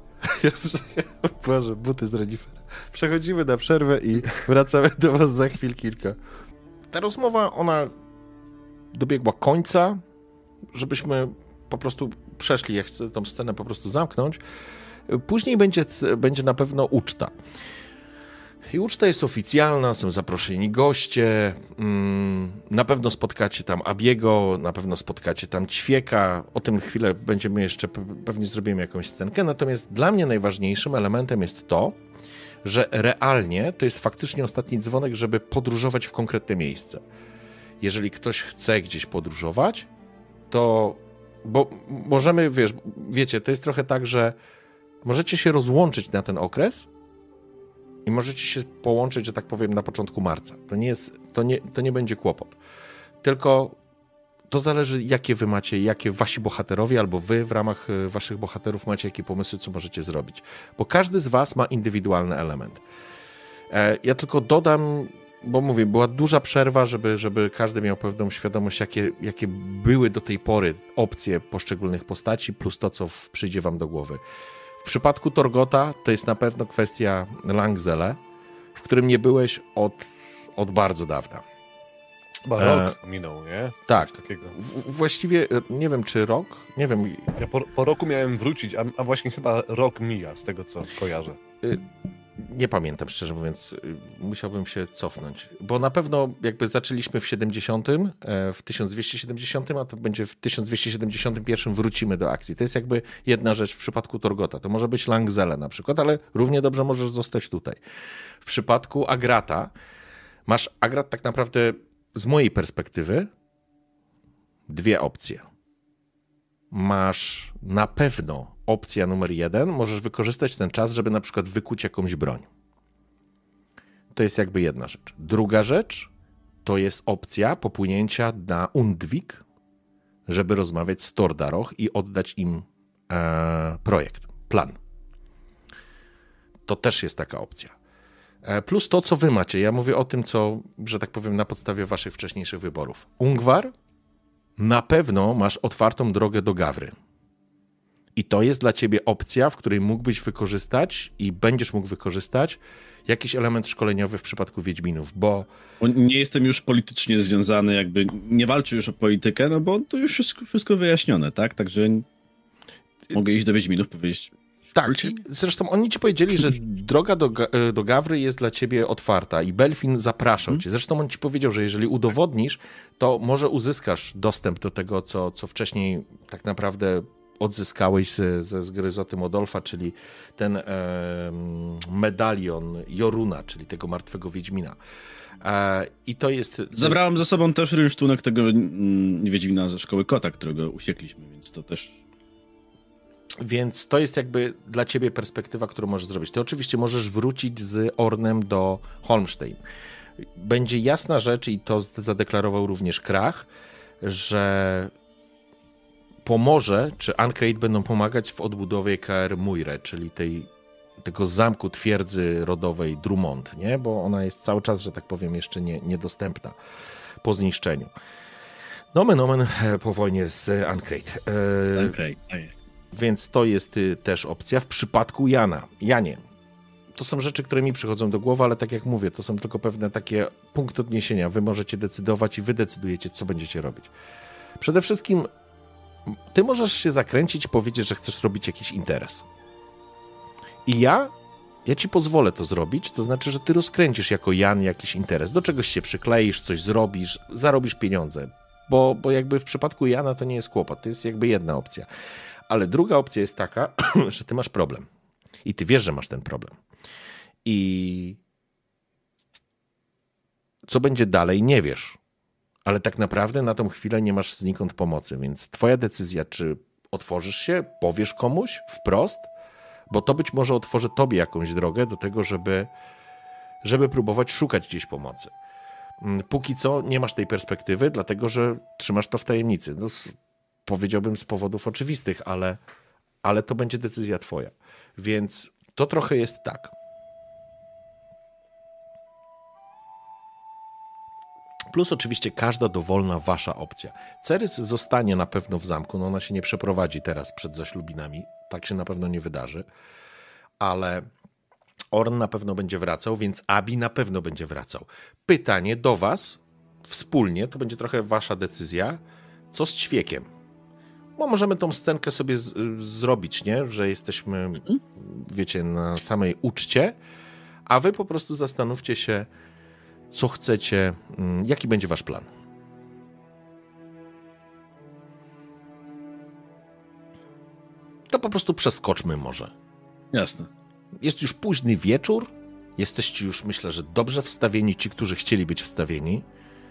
Boże, buty z renifera. Przechodzimy na przerwę i wracamy do was za chwil kilka. Ta rozmowa, ona dobiegła końca, żebyśmy po prostu przeszli, ja chcę tą scenę po prostu zamknąć. Później będzie na pewno uczta. I uczta jest oficjalna, są zaproszeni goście, na pewno spotkacie tam Abiego, na pewno spotkacie tam Ćwieka, o tym chwilę będziemy jeszcze, pewnie zrobimy jakąś scenkę, natomiast dla mnie najważniejszym elementem jest to, że realnie to jest faktycznie ostatni dzwonek, żeby podróżować w konkretne miejsce. Jeżeli ktoś chce gdzieś podróżować, to, bo możemy, wiecie, to jest trochę tak, że możecie się rozłączyć na ten okres i możecie się połączyć, że tak powiem, na początku marca. To nie będzie kłopot. Tylko to zależy, jakie wy macie, jakie wasi bohaterowie albo wy w ramach waszych bohaterów macie, jakie pomysły, co możecie zrobić. Bo każdy z was ma indywidualny element. Ja tylko dodam, bo mówię, była duża przerwa, żeby każdy miał pewną świadomość, jakie były do tej pory opcje poszczególnych postaci, plus to, co przyjdzie wam do głowy. W przypadku Torgota to jest na pewno kwestia Langzele. w którym nie byłeś od bardzo dawna.
Chyba rok minął, nie? Coś
Tak.
takiego.
Właściwie nie wiem, czy rok, nie wiem.
Ja po roku miałem wrócić, a właśnie chyba rok mija z tego, co kojarzę.
Nie pamiętam, szczerze mówiąc, musiałbym się cofnąć, bo na pewno jakby zaczęliśmy w 70, w 1270, a to będzie w 1271 wrócimy do akcji. To jest jakby jedna rzecz w przypadku Torgota. To może być Langzele na przykład, ale równie dobrze możesz zostać tutaj. W przypadku Agrata, masz Agrat tak naprawdę z mojej perspektywy dwie opcje. Masz na pewno opcja numer 1, możesz wykorzystać ten czas, żeby na przykład wykuć jakąś broń. To jest jakby jedna rzecz. Druga rzecz to jest opcja popłynięcia na Undvik, żeby rozmawiać z Tordaroch i oddać im projekt, plan. To też jest taka opcja. Plus to, co wy macie. Ja mówię o tym, co, że tak powiem, na podstawie waszych wcześniejszych wyborów. Ungwar, na pewno masz otwartą drogę do Gawry. I to jest dla ciebie opcja, w której mógłbyś wykorzystać i będziesz mógł wykorzystać jakiś element szkoleniowy w przypadku Wiedźminów, bo...
Nie jestem już politycznie związany, jakby nie walczę już o politykę, no bo to już wszystko wyjaśnione, tak? Także mogę iść do Wiedźminów, powiedzieć...
Tak, zresztą oni ci powiedzieli, że droga do Gawry jest dla ciebie otwarta i Belfin zapraszał cię. Zresztą on ci powiedział, że jeżeli udowodnisz, to może uzyskasz dostęp do tego, co wcześniej tak naprawdę odzyskałeś ze Gryzoty Modolfa, czyli ten medalion Joruna, czyli tego martwego Wiedźmina. I to jest...
Zabrałem ze sobą też rynsztunek tego Wiedźmina ze Szkoły Kota, którego usiekliśmy, więc to też...
Więc to jest jakby dla ciebie perspektywa, którą możesz zrobić. Ty oczywiście możesz wrócić z Ornem do Holmstein. Będzie jasna rzecz, i to zadeklarował również Krach, że pomoże, czy Ancrate będą pomagać w odbudowie Caer Muire, czyli tego zamku twierdzy rodowej Drummond, nie? Bo ona jest cały czas, że tak powiem, jeszcze niedostępna po zniszczeniu. Nomen omen po wojnie z Ancrate. Więc to jest też opcja. W przypadku Janie, to są rzeczy, które mi przychodzą do głowy, ale tak jak mówię, to są tylko pewne takie punkty odniesienia. Wy możecie decydować i wy decydujecie, co będziecie robić. Przede wszystkim ty możesz się zakręcić i powiedzieć, że chcesz robić jakiś interes. I ja ci pozwolę to zrobić, to znaczy, że ty rozkręcisz jako Jan jakiś interes. Do czegoś się przykleisz, coś zrobisz, zarobisz pieniądze. Bo jakby w przypadku Jana to nie jest kłopot, to jest jakby jedna opcja. Ale druga opcja jest taka, że ty masz problem. I ty wiesz, że masz ten problem. I co będzie dalej, nie wiesz. Ale tak naprawdę na tą chwilę nie masz znikąd pomocy. Więc twoja decyzja, czy otworzysz się, powiesz komuś wprost, bo to być może otworzy tobie jakąś drogę do tego, żeby próbować szukać gdzieś pomocy. Póki co nie masz tej perspektywy, dlatego że trzymasz to w tajemnicy. No, powiedziałbym z powodów oczywistych, ale to będzie decyzja twoja. Więc to trochę jest tak. Plus oczywiście każda dowolna wasza opcja. Cerys zostanie na pewno w zamku, no ona się nie przeprowadzi teraz przed zaślubinami, tak się na pewno nie wydarzy, ale Orn na pewno będzie wracał, więc Abi na pewno będzie wracał. Pytanie do was wspólnie, to będzie trochę wasza decyzja, co z Ćwiekiem? Bo możemy tą scenkę sobie zrobić, nie? Że jesteśmy, wiecie, na samej uczcie, a wy po prostu zastanówcie się, co chcecie, jaki będzie wasz plan. To po prostu przeskoczmy może.
Jasne.
Jest już późny wieczór, jesteście już, myślę, że dobrze wstawieni, ci, którzy chcieli być wstawieni.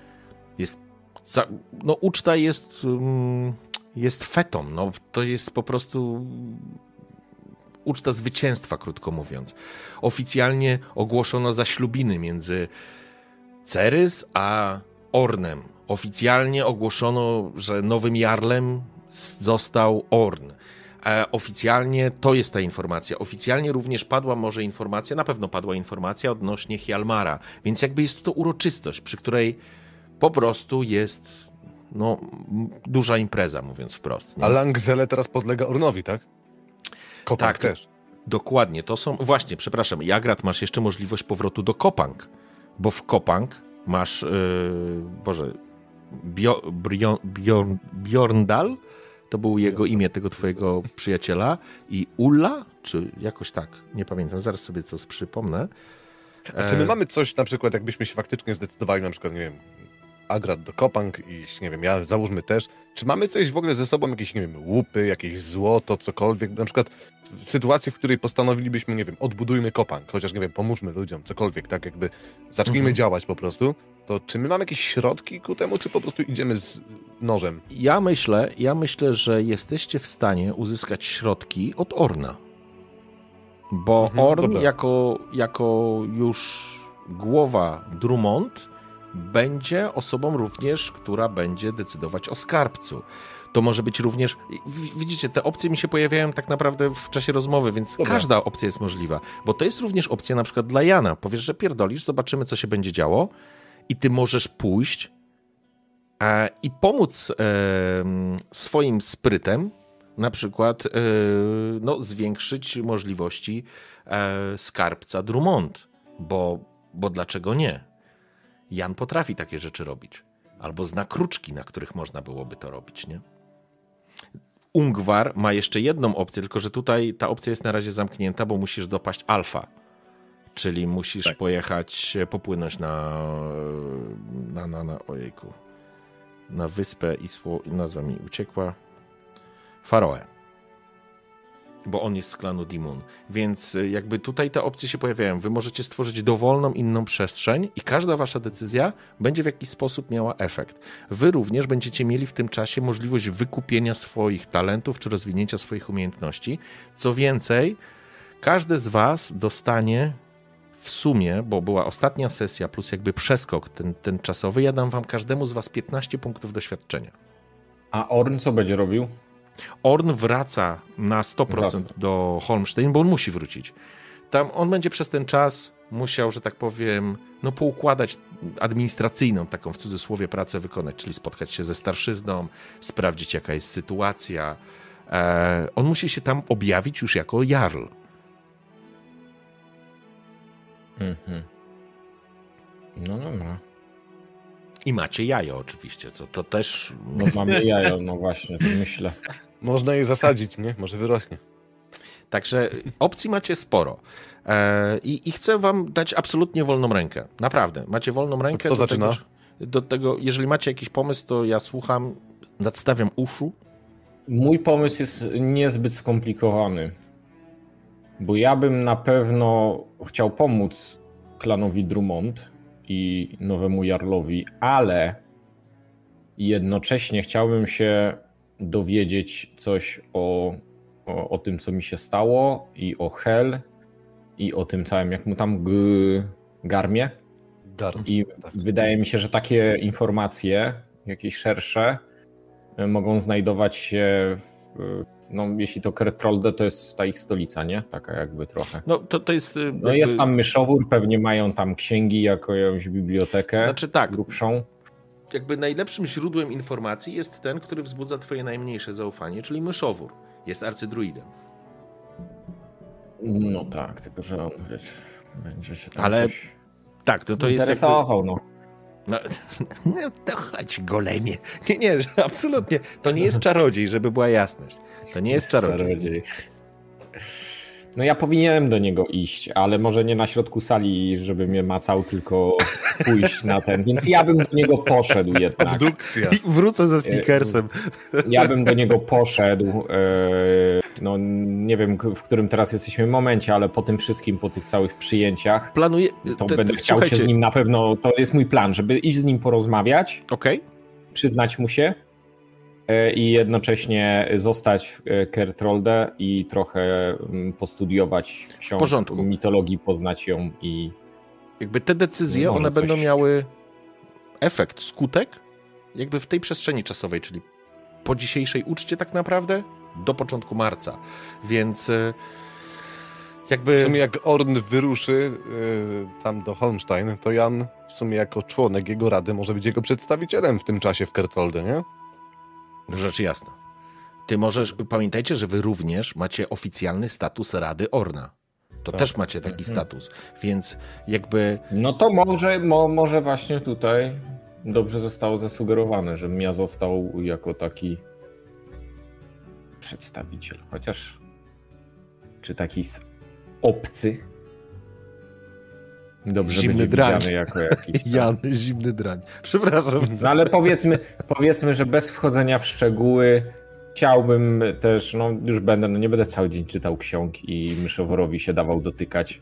Uczta jest fetą, no, to jest po prostu uczta zwycięstwa, krótko mówiąc. Oficjalnie ogłoszono zaślubiny między Cerys a Ornem. Oficjalnie ogłoszono, że nowym jarlem został Orn. Oficjalnie to jest ta informacja. Oficjalnie również padła może informacja, na pewno padła informacja odnośnie Hjalmara, więc jakby jest to uroczystość, przy której po prostu jest duża impreza, mówiąc wprost. Nie?
A Langzele teraz podlega Ornowi, tak? Kopak
tak,
też.
Dokładnie, to są... Właśnie, przepraszam, Jagrat, masz jeszcze możliwość powrotu do Kopang, bo w Kopang masz... Bjorndal, to było jego imię, tego twojego przyjaciela, i Ulla, czy jakoś tak, nie pamiętam, zaraz sobie to przypomnę.
A czy my mamy coś, na przykład, jakbyśmy się faktycznie zdecydowali, na przykład, nie wiem, Agrat do Kopang i, nie wiem, ja załóżmy też, czy mamy coś w ogóle ze sobą, jakieś, nie wiem, łupy, jakieś złoto, cokolwiek, na przykład w sytuacji, w której postanowilibyśmy, nie wiem, odbudujmy Kopang, chociaż, nie wiem, pomóżmy ludziom, cokolwiek, tak jakby zacznijmy działać po prostu, to czy my mamy jakieś środki ku temu, czy po prostu idziemy z nożem?
Ja myślę, że jesteście w stanie uzyskać środki od Orna. Bo Orn jako już głowa Drummond będzie osobą również, która będzie decydować o skarbcu. To może być również... Widzicie, te opcje mi się pojawiają tak naprawdę w czasie rozmowy, więc każda opcja jest możliwa. Bo to jest również opcja na przykład dla Jana. Powiesz, że pierdolisz, zobaczymy, co się będzie działo i ty możesz pójść i pomóc swoim sprytem na przykład zwiększyć możliwości skarbca Drummond, bo dlaczego nie? Jan potrafi takie rzeczy robić. Albo zna kruczki, na których można byłoby to robić, nie? Ungwar ma jeszcze jedną opcję, tylko że tutaj ta opcja jest na razie zamknięta, bo musisz dopaść alfa. Czyli musisz popłynąć na ojejku, na wyspę i nazwa mi uciekła. Faroe. Bo on jest z klanu Dimun. Więc jakby tutaj te opcje się pojawiają. Wy możecie stworzyć dowolną inną przestrzeń i każda wasza decyzja będzie w jakiś sposób miała efekt. Wy również będziecie mieli w tym czasie możliwość wykupienia swoich talentów czy rozwinięcia swoich umiejętności. Co więcej, każdy z was dostanie w sumie, bo była ostatnia sesja plus jakby przeskok ten czasowy, ja dam wam każdemu z was 15 punktów doświadczenia.
A Orn co będzie robił?
Orn wraca na 100% do Holmstein, bo on musi wrócić. Tam on będzie przez ten czas musiał, że tak powiem, poukładać administracyjną, taką w cudzysłowie pracę wykonać, czyli spotkać się ze starszyzną, sprawdzić jaka jest sytuacja. On musi się tam objawić już jako jarl.
No dobra.
I macie jajo oczywiście, co to też...
No mamy jajo, no właśnie, to myślę.
Można je zasadzić, nie? Może wyrośnie.
Także opcji macie sporo. I chcę wam dać absolutnie wolną rękę. Naprawdę. Macie wolną rękę.
Kto zaczyna?
Do tego, jeżeli macie jakiś pomysł, to ja słucham, nadstawiam uszu.
Mój pomysł jest niezbyt skomplikowany. Bo ja bym na pewno chciał pomóc klanowi Drummond i nowemu Jarlowi, ale jednocześnie chciałbym się dowiedzieć coś o tym, co mi się stało, i o Hel, i o tym całym, jak mu tam Garmie. I wydaje mi się, że takie informacje, jakieś szersze, mogą znajdować się jeśli to Kertrolde, to jest ta ich stolica, nie? Taka jakby trochę.
To jest...
jest tam myszowór, pewnie mają tam księgi, jakąś bibliotekę.
Znaczy tak.
Grubszą.
Jakby najlepszym źródłem informacji jest ten, który wzbudza twoje najmniejsze zaufanie, czyli myszowór. Jest arcydruidem.
No tak, tylko że on, wiesz, będzie się tam
ale
coś
tak, to jest
interesował,
jakby... to chodź, golemie. Nie, absolutnie. To nie jest czarodziej, żeby była jasność. To nie jest czarodziej.
No ja powinienem do niego iść, ale może nie na środku sali, żeby mnie macał, tylko pójść na ten. Więc ja bym do niego poszedł jednak.
Abdukcja.
I wrócę ze stickersem.
Ja bym do niego poszedł. Nie wiem, w którym teraz jesteśmy momencie, ale po tym wszystkim, po tych całych przyjęciach,
planuję,
to będę chciał się z nim na pewno, to jest mój plan, żeby iść z nim porozmawiać, przyznać mu się i jednocześnie zostać w Kertrolde i trochę postudiować książkę mitologii, poznać ją i...
Jakby te decyzje, one będą miały efekt, skutek jakby w tej przestrzeni czasowej, czyli po dzisiejszej uczcie tak naprawdę do początku marca, więc jakby...
W sumie jak Orn wyruszy tam do Holmstein, to Jan w sumie jako członek jego rady może być jego przedstawicielem w tym czasie w Kertrolde, nie?
Rzecz jasna. Ty możesz, pamiętajcie, że wy również macie oficjalny status Rady Orna. To też macie taki status, więc jakby...
No to może właśnie tutaj dobrze zostało zasugerowane, żebym ja został jako taki przedstawiciel, chociaż czy taki obcy? Dobrze
Zimny
będzie
drań.
widziany jako jakiś...
Jan, zimny drań. Przepraszam.
No ale powiedzmy, że bez wchodzenia w szczegóły chciałbym też, no już nie będę cały dzień czytał ksiąg i myszoworowi się dawał dotykać.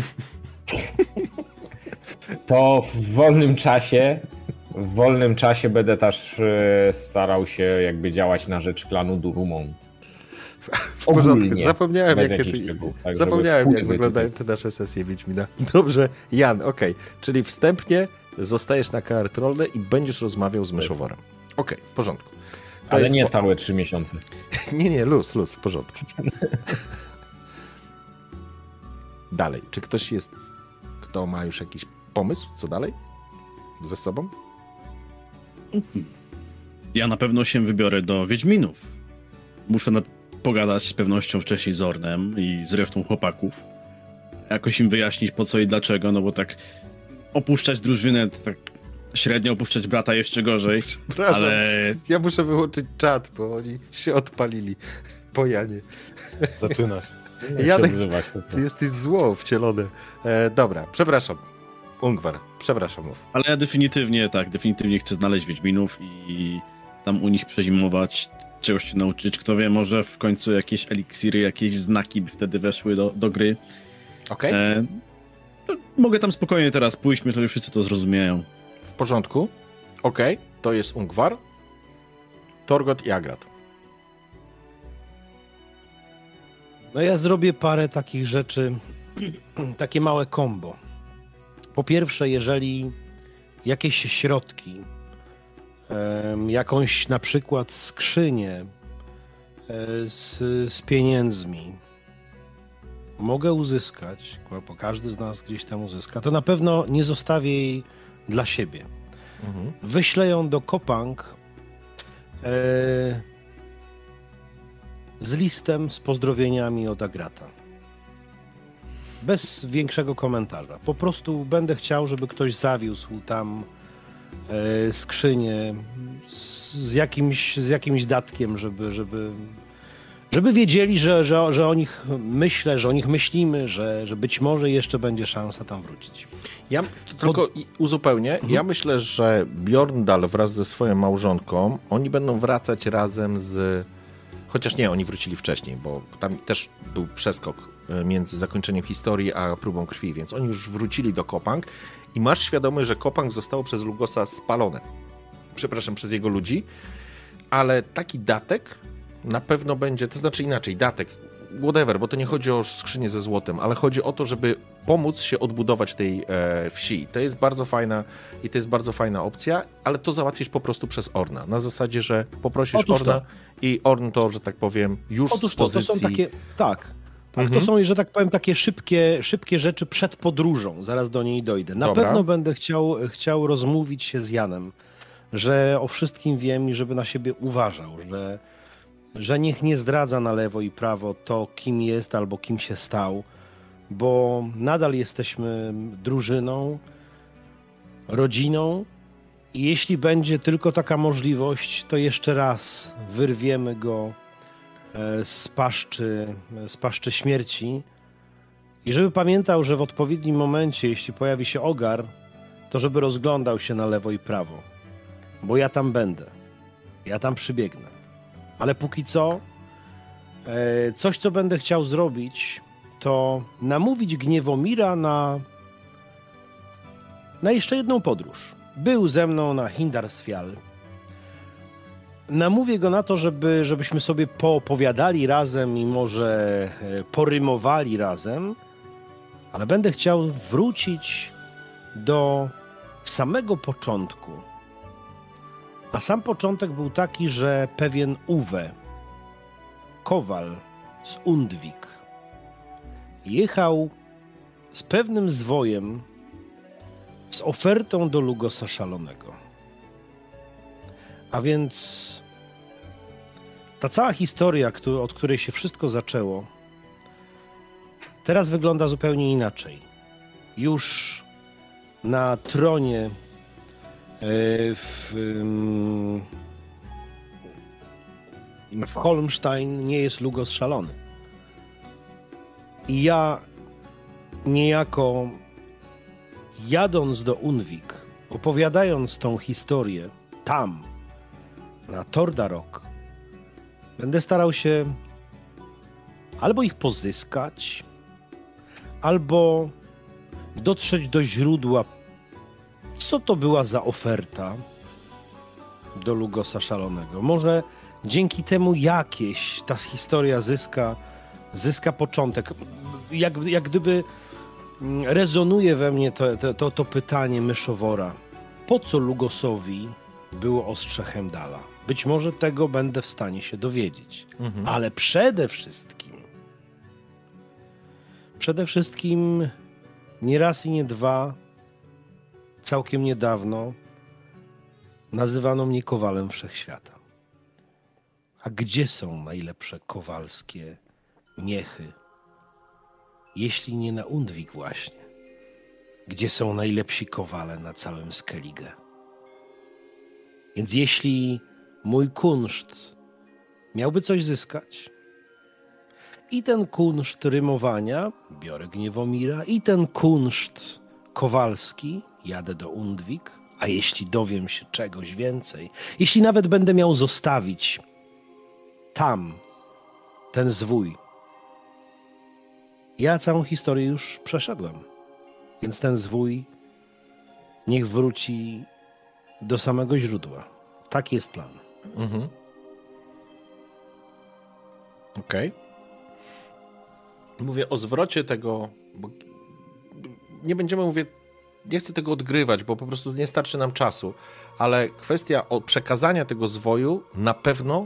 To w wolnym czasie będę też starał się jakby działać na rzecz klanu Durumont.
W porządku,
Ogólnie,
zapomniałem,
bez
jakie
jakichś szczegółów, tak,
zapomniałem
żeby
jak
wpływy
wyglądają te nasze sesje Wiedźmina. Dobrze, Jan, okej. Czyli wstępnie zostajesz na KR Trollne i będziesz rozmawiał z myszoworem. Okej, w porządku. To
Ale
jest
nie całe 3 miesiące.
Nie, luz, w porządku. Dalej, czy ktoś jest, kto ma już jakiś pomysł, co dalej ze sobą?
Ja na pewno się wybiorę do Wiedźminów. Muszę pogadać z pewnością wcześniej z Ornem i z resztą chłopaków. Jakoś im wyjaśnić po co i dlaczego, no bo tak opuszczać drużynę, tak średnio opuszczać brata jeszcze gorzej.
Przepraszam,
ale
ja muszę wyłączyć czat, bo oni się odpalili po Janie.
Zaczynasz.
Janek, ty jesteś zło wcielone. Dobra, przepraszam. Ungwar, przepraszam. Mów.
Ale ja definitywnie chcę znaleźć Wiedźminów i tam u nich przezimować, czegoś się nauczyć. Kto wie, może w końcu jakieś eliksiry, jakieś znaki by wtedy weszły do gry.
Okej,
Mogę tam spokojnie teraz pójść, myślę, że wszyscy to zrozumieją.
w porządku. Okej, to jest Ungwar, Torgot i Agrat.
No ja zrobię parę takich rzeczy, takie małe combo. Po pierwsze, jeżeli jakieś środki, jakąś na przykład skrzynię z pieniędzmi mogę uzyskać, bo każdy z nas gdzieś tam uzyska, to na pewno nie zostawię jej dla siebie. Wyślę ją do Kopang z listem z pozdrowieniami od Agrata. Bez większego komentarza. Po prostu będę chciał, żeby ktoś zawiózł tam skrzynię z jakimś datkiem, żeby wiedzieli, że o nich myślę, że o nich myślimy, że być może jeszcze będzie szansa tam wrócić.
Ja tylko uzupełnię. Ja myślę, że Bjorndal wraz ze swoją małżonką, oni będą wracać razem z... Chociaż nie, oni wrócili wcześniej, bo tam też był przeskok między zakończeniem historii a próbą krwi, więc oni już wrócili do Kopang i masz świadomość, że Kopang zostało przez Lugosa spalone. Przepraszam, przez jego ludzi, ale taki datek na pewno będzie, to znaczy inaczej, datek, whatever, bo to nie chodzi o skrzynię ze złotem, ale chodzi o to, żeby pomóc się odbudować tej wsi. To jest bardzo fajna i to jest bardzo fajna opcja, ale to załatwisz po prostu przez Orna. Na zasadzie, że poprosisz Orna i Orn to, że tak powiem, już z pozycji...
To są takie, tak, to są, że tak powiem, takie szybkie rzeczy przed podróżą. Zaraz do niej dojdę. Na pewno będę chciał rozmówić się z Janem, że o wszystkim wiem i żeby na siebie uważał, że niech nie zdradza na lewo i prawo to, kim jest albo kim się stał, bo nadal jesteśmy drużyną, rodziną i jeśli będzie tylko taka możliwość, to jeszcze raz wyrwiemy go z paszczy śmierci i żeby pamiętał, że w odpowiednim momencie, jeśli pojawi się ogar, to żeby rozglądał się na lewo i prawo, bo ja tam będę, ja tam przybiegnę. Ale póki co, coś co będę chciał zrobić, to namówić Gniewomira na jeszcze jedną podróż. Był ze mną na Hindarsfjall. Namówię go na to, żebyśmy sobie poopowiadali razem i może porymowali razem, ale będę chciał wrócić do samego początku. A sam początek był taki, że pewien Uwe, kowal z Undvik, jechał z pewnym zwojem z ofertą do Lugosa Szalonego. A więc Ta cała historia, od której się wszystko zaczęło, teraz wygląda zupełnie inaczej. Już na tronie w Holmstein nie jest Lugos szalony. I ja niejako jadąc do Unwik, opowiadając tą historię tam, na Tordarok, będę starał się albo ich pozyskać, albo dotrzeć do źródła, co to była za oferta do Lugosa Szalonego. Może dzięki temu jakieś ta historia zyska początek. Jak gdyby rezonuje we mnie to pytanie myszowora. Po co Lugosowi było ostrze Heimdalla? Być może tego będę w stanie się dowiedzieć. Ale przede wszystkim nie raz i nie dwa, całkiem niedawno nazywano mnie Kowalem Wszechświata. A gdzie są najlepsze kowalskie miechy? Jeśli nie na Undwik właśnie. Gdzie są najlepsi kowale na całym Skellige? Więc jeśli mój kunszt miałby coś zyskać, i ten kunszt rymowania, biorę Gniewomira, i ten kunszt kowalski, jadę do Undwik, a jeśli dowiem się czegoś więcej, jeśli nawet będę miał zostawić tam ten zwój, ja całą historię już przeszedłem, więc ten zwój niech wróci do samego źródła. Taki jest plan.
Okej. Mówię o zwrocie tego, bo nie będziemy, nie chcę tego odgrywać, bo po prostu nie starczy nam czasu, ale kwestia przekazania tego zwoju na pewno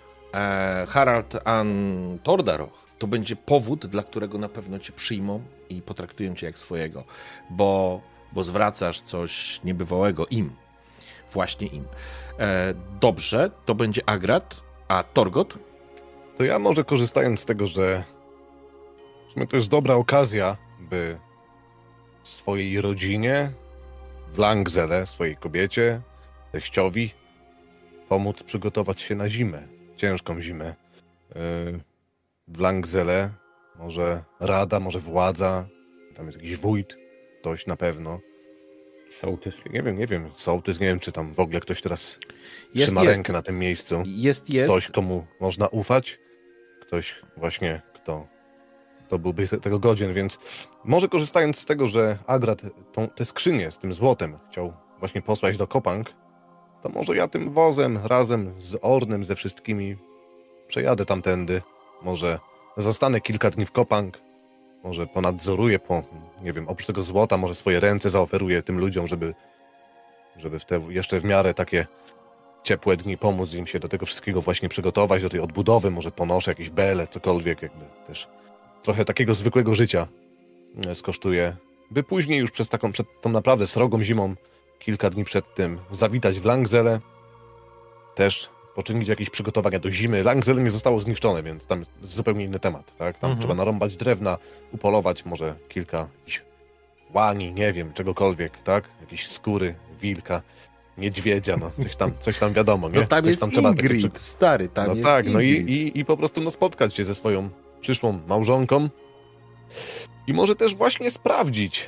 Harald an Tordarok to będzie powód, dla którego na pewno cię przyjmą i potraktują cię jak swojego, bo zwracasz coś niebywałego im. Właśnie im. Dobrze, to będzie Agrat, a Torgot?
To ja może korzystając z tego, że w sumie to jest dobra okazja, by swojej rodzinie, w Langzele, swojej kobiecie, teściowi, pomóc przygotować się na zimę, ciężką zimę. W Langzele może rada, może władza, tam jest jakiś wójt, ktoś na pewno.
Sołtys.
Nie wiem, sołtys, nie wiem, czy tam w ogóle ktoś teraz trzyma rękę na tym miejscu.
Jest.
Ktoś, komu można ufać, ktoś właśnie, kto byłby tego godzien, więc może korzystając z tego, że Agrat tę skrzynię z tym złotem chciał właśnie posłać do Kopang, to może ja tym wozem razem z Ornem, ze wszystkimi przejadę tamtędy. Może zostanę kilka dni w Kopang, może ponadzoruję, nie wiem, oprócz tego złota, może swoje ręce zaoferuję tym ludziom, żeby w te jeszcze w miarę takie ciepłe dni pomóc im się do tego wszystkiego właśnie przygotować, do tej odbudowy, może ponoszę jakieś bele, cokolwiek, jakby też trochę takiego zwykłego życia skosztuję, by później już przed tą naprawdę srogą zimą, kilka dni przed tym, zawitać w Langzele, też poczynić jakieś przygotowania do zimy. Langzele nie zostało zniszczone, więc tam jest zupełnie inny temat, tak? Tam trzeba narąbać drewna, upolować może kilka łani, nie wiem, czegokolwiek, tak? Jakieś skóry, wilka, niedźwiedzia, no coś tam wiadomo, nie?
No tam
coś
jest
tam trzeba
Ingrid, stary, tam
no
jest
tak,
Ingrid.
No i po prostu spotkać się ze swoją przyszłą małżonką i może też właśnie sprawdzić,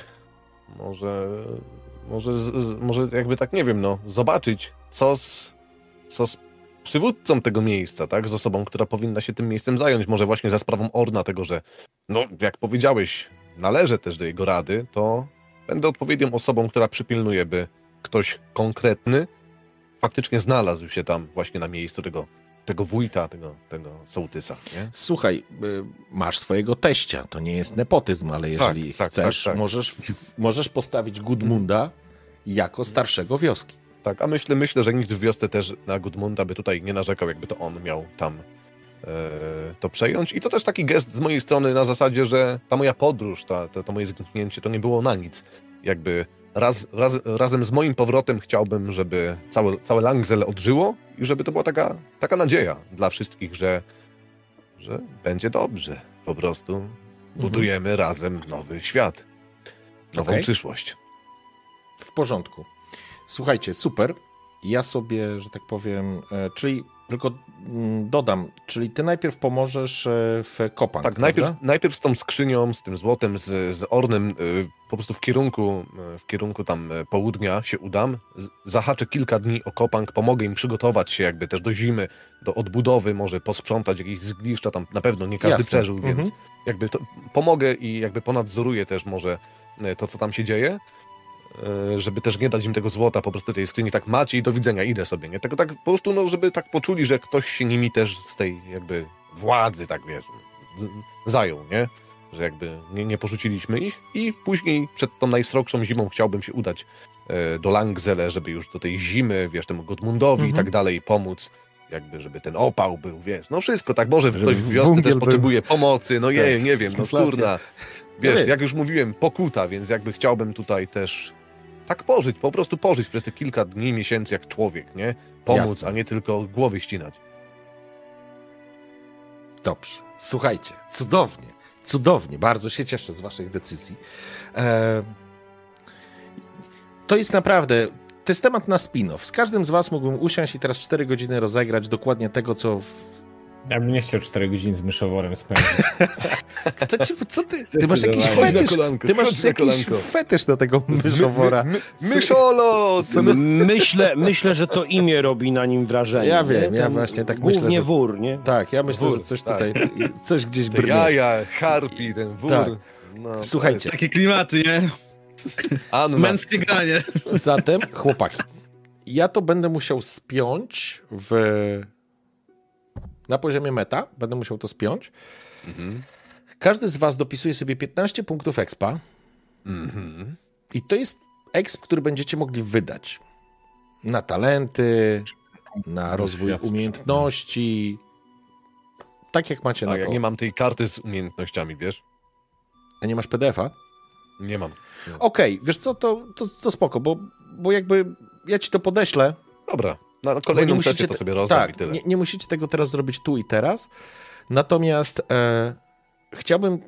może jakby tak, nie wiem, no, zobaczyć, co z przywódcą tego miejsca, tak, z osobą, która powinna się tym miejscem zająć, może właśnie za sprawą Orna tego, że, no, jak powiedziałeś, należę też do jego rady, to będę odpowiednią osobą, która przypilnuje, by ktoś konkretny faktycznie znalazł się tam właśnie na miejscu tego wójta, tego sołtysa, nie?
Słuchaj, masz swojego teścia, to nie jest nepotyzm, ale jeżeli chcesz,
tak.
Możesz postawić Gudmunda jako starszego wioski.
Tak, a myślę, że nikt w wiosce też na Gudmunda by tutaj nie narzekał, jakby to on miał tam to przejąć. I to też taki gest z mojej strony na zasadzie, że ta moja podróż, to moje zniknięcie, to nie było na nic. Jakby razem z moim powrotem chciałbym, żeby całe Langzele odżyło i żeby to była taka nadzieja dla wszystkich, że będzie dobrze. Po prostu budujemy razem nowy świat, nową przyszłość.
W porządku. Słuchajcie, super. Ja sobie, że tak powiem, czyli tylko dodam, czyli ty najpierw pomożesz w kopalni.
Tak, najpierw z tą skrzynią, z tym złotem, z Ornem, po prostu w kierunku tam południa się udam. Zahaczę kilka dni o Kopang, pomogę im przygotować się jakby też do zimy, do odbudowy, może posprzątać jakieś zgliszcza, tam na pewno nie każdy przeżył, więc jakby to pomogę i jakby ponadzoruję też może to, co tam się dzieje, żeby też nie dać im tego złota, po prostu tej skrzyni, tak macie i do widzenia, idę sobie, nie? Tego tak po prostu, no, żeby tak poczuli, że ktoś się nimi też z tej jakby władzy, tak wiesz, zajął, nie? Że jakby nie porzuciliśmy ich i później przed tą najsrogszą zimą chciałbym się udać do Langzele, żeby już do tej zimy, wiesz, temu Godmundowi i tak dalej pomóc, jakby, żeby ten opał był, wiesz, no wszystko, tak, może ktoś w wiosce też potrzebuje pomocy, no nie wiem, no kurna, wiesz, jak już mówiłem, pokuta, więc jakby chciałbym tutaj też tak pożyć, po prostu pożyć przez te kilka dni, miesięcy jak człowiek, nie? Pomóc, a nie tylko głowy ścinać.
Dobrze. Słuchajcie, cudownie, bardzo się cieszę z waszych decyzji. To jest naprawdę, to jest temat na spin-off. Z każdym z was mógłbym usiąść i teraz 4 godziny rozegrać dokładnie tego, co...
Ja bym nie chciał 4 godziny z myszoworem spędzić.
Co ty? Ty masz jakiś fetysz. Ty masz jakiś fetysz do tego myszowora.
Myszolo!
Myślę, że to imię robi na nim wrażenie.
Ja wiem, ja właśnie tak myślę,
głównie
że...
wór, nie?
Tak, ja myślę, że coś tutaj, coś gdzieś brnie.
Jaja, harpi, ten wór.
Tak.
No,
słuchajcie.
Takie klimaty, nie?
Anna.
Męskie granie.
Zatem, chłopaki, ja to będę musiał spiąć na poziomie meta, będę musiał to spiąć. Każdy z was dopisuje sobie 15 punktów expa i to jest exp, który będziecie mogli wydać na talenty, na rozwój umiejętności, tak jak macie na to.
Ja nie mam tej karty z umiejętnościami, wiesz?
A nie masz PDF-a?
Nie mam.
Okej, wiesz co, to spoko, bo jakby ja ci to podeślę.
Dobra, na kolejną sesję to sobie rozdam i tyle.
Nie musicie tego teraz zrobić tu i teraz, natomiast chciałbym,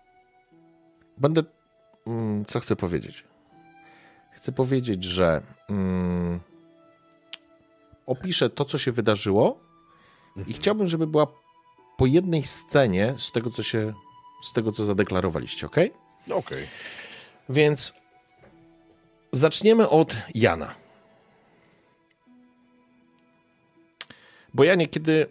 co chcę powiedzieć? Chcę powiedzieć, że opiszę to, co się wydarzyło i chciałbym, żeby była po jednej scenie z tego, co zadeklarowaliście, okej?
Okej.
Więc zaczniemy od Jana. Bo ja niekiedy...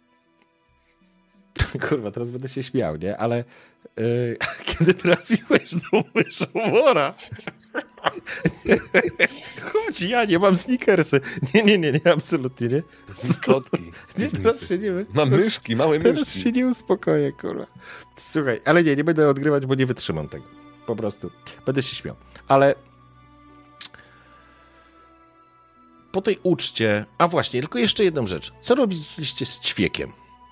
Kurwa, teraz będę się śmiał, nie? Ale kiedy trafiłeś do myszowora... Chodź, ja nie mam sneakersy. Nie, absolutnie nie.
Kotki.
Nie, teraz się nie...
Mam myszki, małe myszki.
Teraz się nie uspokoję, kurwa. Słuchaj, ale nie będę odgrywać, bo nie wytrzymam tego. Po prostu. Będę się śmiał. Ale po tej uczcie... A właśnie, tylko jeszcze jedną rzecz. Co robiliście z ćwiekiem?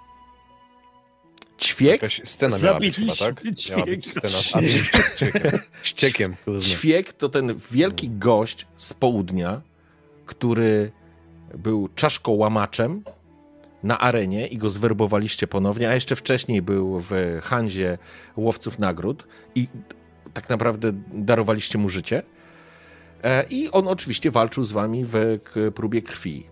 Ćwiek?
Jakaś scena miała być chyba, tak? Miała być scena z ściekiem.
Ćwiek to ten wielki gość z południa, który był czaszkołamaczem na arenie i go zwerbowaliście ponownie, a jeszcze wcześniej był w handzie łowców nagród i tak naprawdę darowaliście mu życie. I on oczywiście walczył z wami w próbie krwi.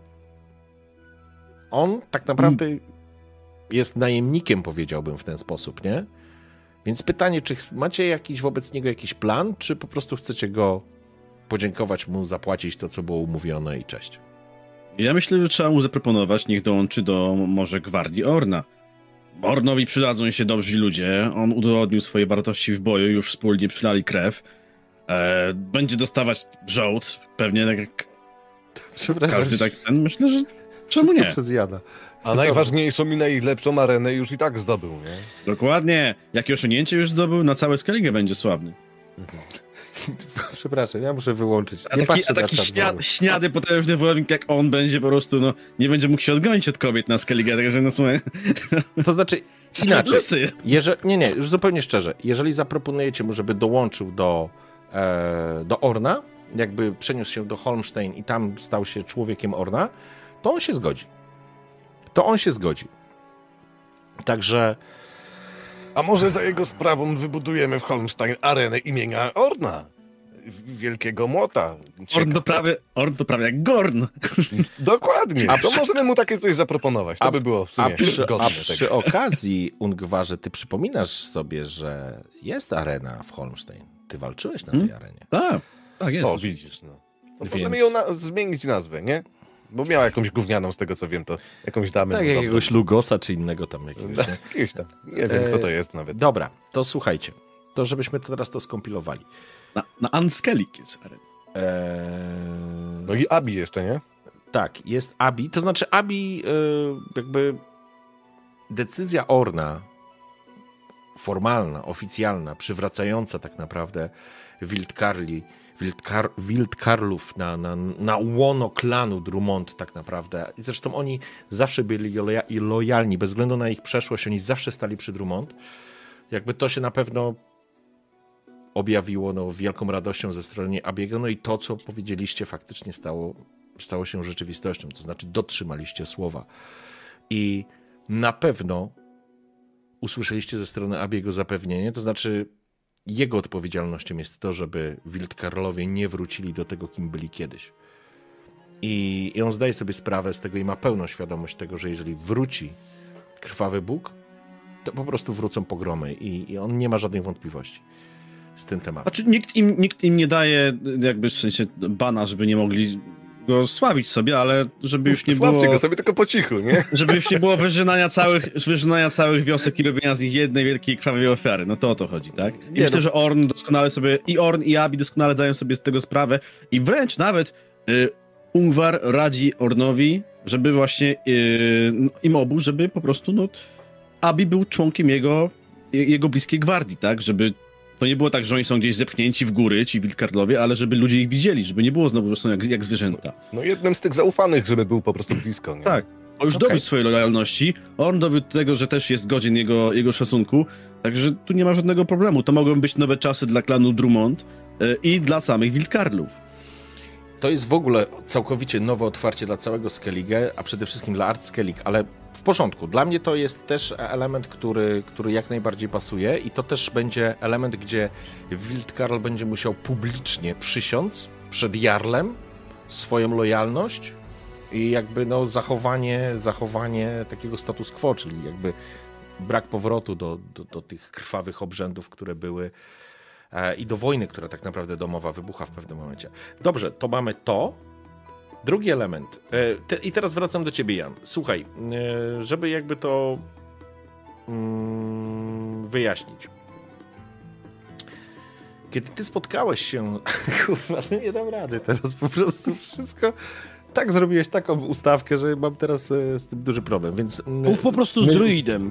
On tak naprawdę jest najemnikiem, powiedziałbym w ten sposób, nie? Więc pytanie, czy macie wobec niego jakiś plan, czy po prostu chcecie go podziękować mu, zapłacić to, co było umówione i cześć?
Ja myślę, że trzeba mu zaproponować, niech dołączy do może gwardii Orna. Ornowi przydadzą się dobrzy ludzie, on udowodnił swoje wartości w boju, już wspólnie przylali krew. Będzie dostawać żołd, pewnie tak jak każdy tak ten. Myślę, że czemu nie?
Przez Jana.
A najważniejszą i najlepszą arenę już i tak zdobył, nie?
Dokładnie. Jakie osiągnięcie już zdobył, na całe Skellige będzie sławny.
Przepraszam, ja muszę wyłączyć.
A taki śniady potężny wojownik jak on będzie po prostu, nie będzie mógł się odgonić od kobiet na Skellige, także słuchaj.
To znaczy inaczej. Już zupełnie szczerze. Jeżeli zaproponujecie mu, żeby dołączył do Orna, jakby przeniósł się do Holmstein i tam stał się człowiekiem Orna, to on się zgodzi. Także...
A może za jego sprawą wybudujemy w Holmstein arenę imienia Orna? Wielkiego młota.
Orn to prawie jak Gorn.
Dokładnie. To możemy mu takie coś zaproponować. To by było w sumie godne
przy okazji, Ungwarze, ty przypominasz sobie, że jest arena w Holmstein. Ty walczyłeś na tej arenie.
Tak jest.
O, widzisz, no. To możemy ją zmienić nazwę, nie? Bo miała jakąś gównianą, z tego co wiem, to jakąś damę.
Tak, jakiegoś Lugosa czy innego tam jakiegoś. Nie?
Jakiegoś tam. Nie wiem, kto to jest nawet.
Dobra, to słuchajcie. To żebyśmy teraz to skompilowali.
Na Anskelik jest arena.
No i Abi jeszcze, nie?
Tak, jest Abi. To znaczy Abi, jakby decyzja Orna, formalna, oficjalna, przywracająca tak naprawdę Wildkarlów na łono klanu Drummond tak naprawdę. I zresztą oni zawsze byli lojalni, bez względu na ich przeszłość, oni zawsze stali przy Drummond. Jakby to się na pewno objawiło wielką radością ze strony Abiego, no i to, co powiedzieliście, faktycznie stało się rzeczywistością, to znaczy dotrzymaliście słowa. I na pewno usłyszeliście ze strony Abiego zapewnienie, to znaczy jego odpowiedzialnością jest to, żeby Wildkarlowie nie wrócili do tego, kim byli kiedyś. I on zdaje sobie sprawę z tego i ma pełną świadomość tego, że jeżeli wróci Krwawy Bóg, to po prostu wrócą pogromy i on nie ma żadnej wątpliwości z tym tematem.
Znaczy, nikt im nie daje jakby w sensie bana, żeby nie mogli go sławić sobie, ale żeby już nie było...
Sławcie go sobie tylko po cichu, nie?
Żeby już nie było wyżynania całych wiosek i robienia z nich jednej wielkiej krwawej ofiary. No to o to chodzi, tak? I myślę, że Orn doskonale sobie, i Orn i Abi doskonale zdają sobie z tego sprawę i wręcz nawet Ungvar radzi Ornowi, żeby właśnie im obu, żeby po prostu Abi był członkiem jego bliskiej gwardii, tak? Żeby to nie było tak, że oni są gdzieś zepchnięci w góry, ci Wildkarlowie, ale żeby ludzie ich widzieli, żeby nie było znowu, że są jak zwierzęta.
No jednym z tych zaufanych, żeby był po prostu blisko, nie?
Tak. On już dowiódł swojej lojalności, on dowiódł tego, że też jest godzien jego szacunku, także tu nie ma żadnego problemu. To mogą być nowe czasy dla klanu Drummond i dla samych Wildkarlów.
To jest w ogóle całkowicie nowe otwarcie dla całego Skellige, a przede wszystkim dla Art Skellig, ale w porządku. Dla mnie to jest też element, który jak najbardziej pasuje i to też będzie element, gdzie Wildkarl będzie musiał publicznie przysiąc przed Jarlem swoją lojalność i jakby zachowanie takiego status quo, czyli jakby brak powrotu do tych krwawych obrzędów, które były i do wojny, która tak naprawdę domowa wybucha w pewnym momencie. Dobrze, to mamy to. Drugi element. I teraz wracam do ciebie, Jan. Słuchaj, żeby jakby to wyjaśnić. Kiedy ty spotkałeś się... Kurwa, nie dam rady teraz. Po prostu wszystko... Tak zrobiłeś taką ustawkę, że mam teraz z tym duży problem, więc...
Mów po prostu z druidem.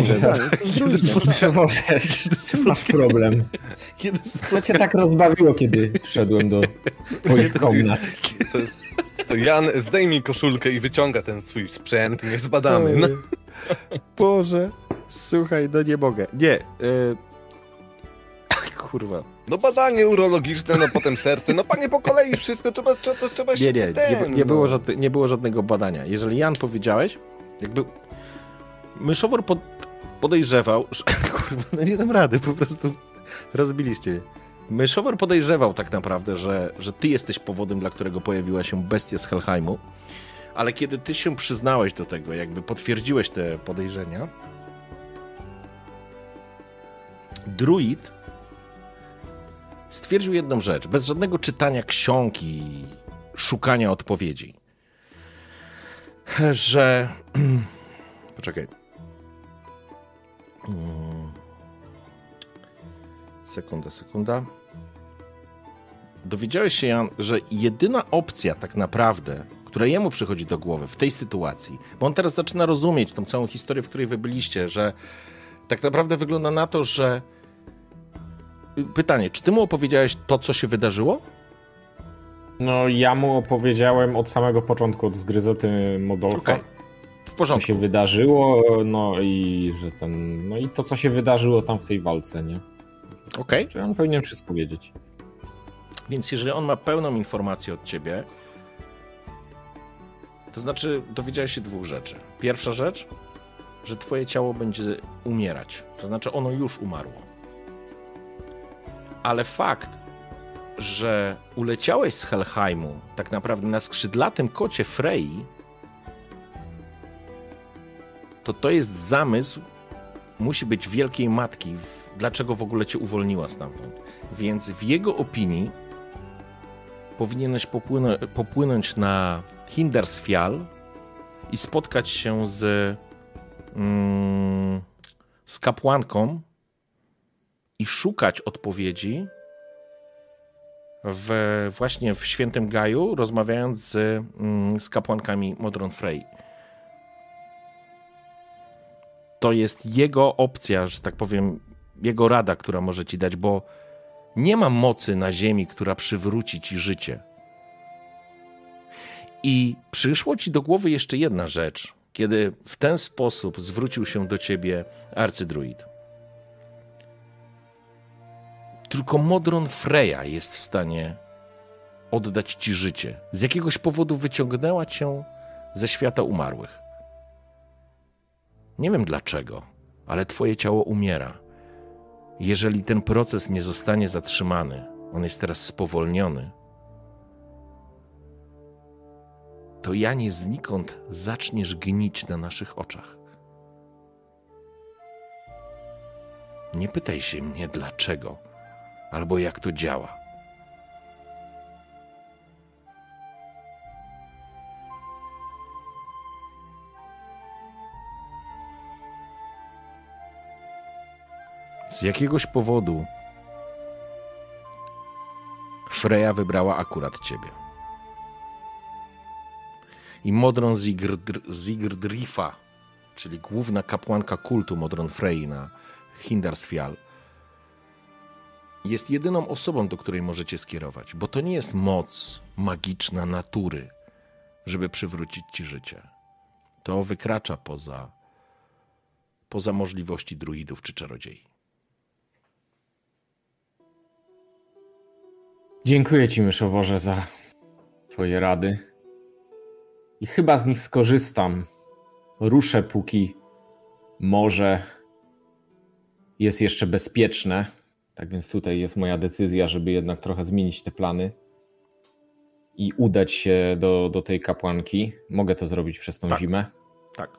Masz problem. Co cię tak rozbawiło, kiedy wszedłem do twoich komnat?
To Jan, zdejmij koszulkę i wyciąga ten swój sprzęt, niech zbadamy. No.
Boże, słuchaj, no nie mogę. Nie. Kurwa.
No badanie urologiczne, no potem serce, no panie po kolei wszystko, trzeba się...
Nie było żadnego badania. Jeżeli Jan powiedziałeś, jakby myszowór podejrzewał, że... Kurwa, no nie dam rady, po prostu rozbiliście mnie. Myszowór podejrzewał tak naprawdę, że ty jesteś powodem, dla którego pojawiła się bestia z Helheimu, ale kiedy ty się przyznałeś do tego, jakby potwierdziłeś te podejrzenia, druid stwierdził jedną rzecz, bez żadnego czytania ksiąg i szukania odpowiedzi, że... Poczekaj. Sekunda. Dowiedziałeś się, Jan, że jedyna opcja tak naprawdę, która jemu przychodzi do głowy w tej sytuacji, bo on teraz zaczyna rozumieć tą całą historię, w której wy byliście, że tak naprawdę wygląda na to, że pytanie, czy ty mu opowiedziałeś to, co się wydarzyło?
No, ja mu opowiedziałem od samego początku, od zgryzoty Modolfa.
Okay. W porządku.
Co się wydarzyło, no i że no i to, co się wydarzyło tam w tej walce, nie?
Okej.
Czyli on powinien wszystko wiedzieć.
Więc jeżeli on ma pełną informację od ciebie, to znaczy dowiedziałeś się 2 rzeczy. Pierwsza rzecz, że twoje ciało będzie umierać. To znaczy ono już umarło. Ale fakt, że uleciałeś z Helheimu tak naprawdę na skrzydlatym kocie Frey, to jest zamysł, musi być wielkiej matki, dlaczego w ogóle cię uwolniła stamtąd. Więc w jego opinii powinieneś popłynąć na Hindarsfjall i spotkać się z kapłanką i szukać odpowiedzi właśnie w Świętym Gaju, rozmawiając z kapłankami Modron Frey. To jest jego opcja, że tak powiem, jego rada, która może ci dać, bo nie ma mocy na ziemi, która przywróci ci życie. I przyszło ci do głowy jeszcze jedna rzecz, kiedy w ten sposób zwrócił się do ciebie arcydruid. Tylko Modron Freya jest w stanie oddać ci życie. Z jakiegoś powodu wyciągnęła cię ze świata umarłych. Nie wiem dlaczego, ale twoje ciało umiera. Jeżeli ten proces nie zostanie zatrzymany, on jest teraz spowolniony, to Janie znikąd zaczniesz gnić na naszych oczach. Nie pytaj się mnie dlaczego, albo jak to działa. Z jakiegoś powodu Freya wybrała akurat ciebie. I Modron Zigrdrifa, czyli główna kapłanka kultu Modron Frey na Hindarsfjall, jest jedyną osobą, do której możecie skierować, bo to nie jest moc magiczna natury, żeby przywrócić ci życie. To wykracza poza możliwości druidów czy czarodziei.
Dziękuję ci, myszoworze, za twoje rady. I chyba z nich skorzystam. Ruszę, póki morze jest jeszcze bezpieczne. Tak więc tutaj jest moja decyzja, żeby jednak trochę zmienić te plany i udać się do tej kapłanki. Mogę to zrobić przez tą zimę.
Tak.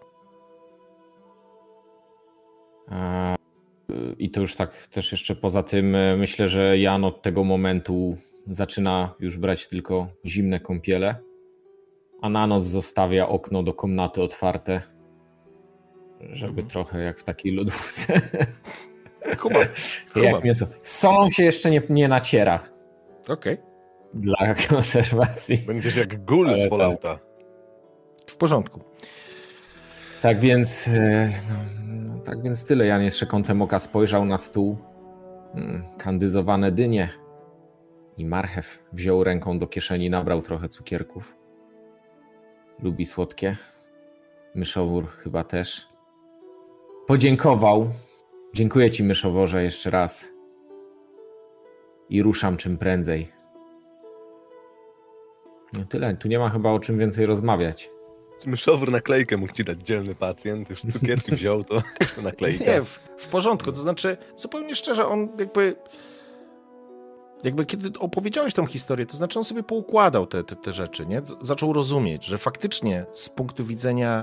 I to już tak też jeszcze poza tym myślę, że Jan od tego momentu zaczyna już brać tylko zimne kąpiele, a na noc zostawia okno do komnaty otwarte, żeby trochę jak w takiej lodówce.
Kumam.
Z solą się jeszcze nie naciera.
Okej.
Dla konserwacji.
Będziesz jak gul z Fallouta.
W porządku.
Tak więc tyle. Jan jeszcze kątem oka spojrzał na stół. Kandyzowane dynie i marchew. Wziął ręką do kieszeni, nabrał trochę cukierków. Lubi słodkie. Myszowór chyba też. Podziękował. Dziękuję ci, myszoworze, jeszcze raz. I ruszam czym prędzej. No tyle. Tu nie ma chyba o czym więcej rozmawiać.
Myszowór naklejkę mógł ci dać dzielny pacjent. Już cukierki wziął, to naklejkę.
Nie, w porządku. To znaczy, zupełnie szczerze, on jakby kiedy opowiedziałeś tą historię, to znaczy on sobie poukładał te rzeczy, nie? Zaczął rozumieć, że faktycznie z punktu widzenia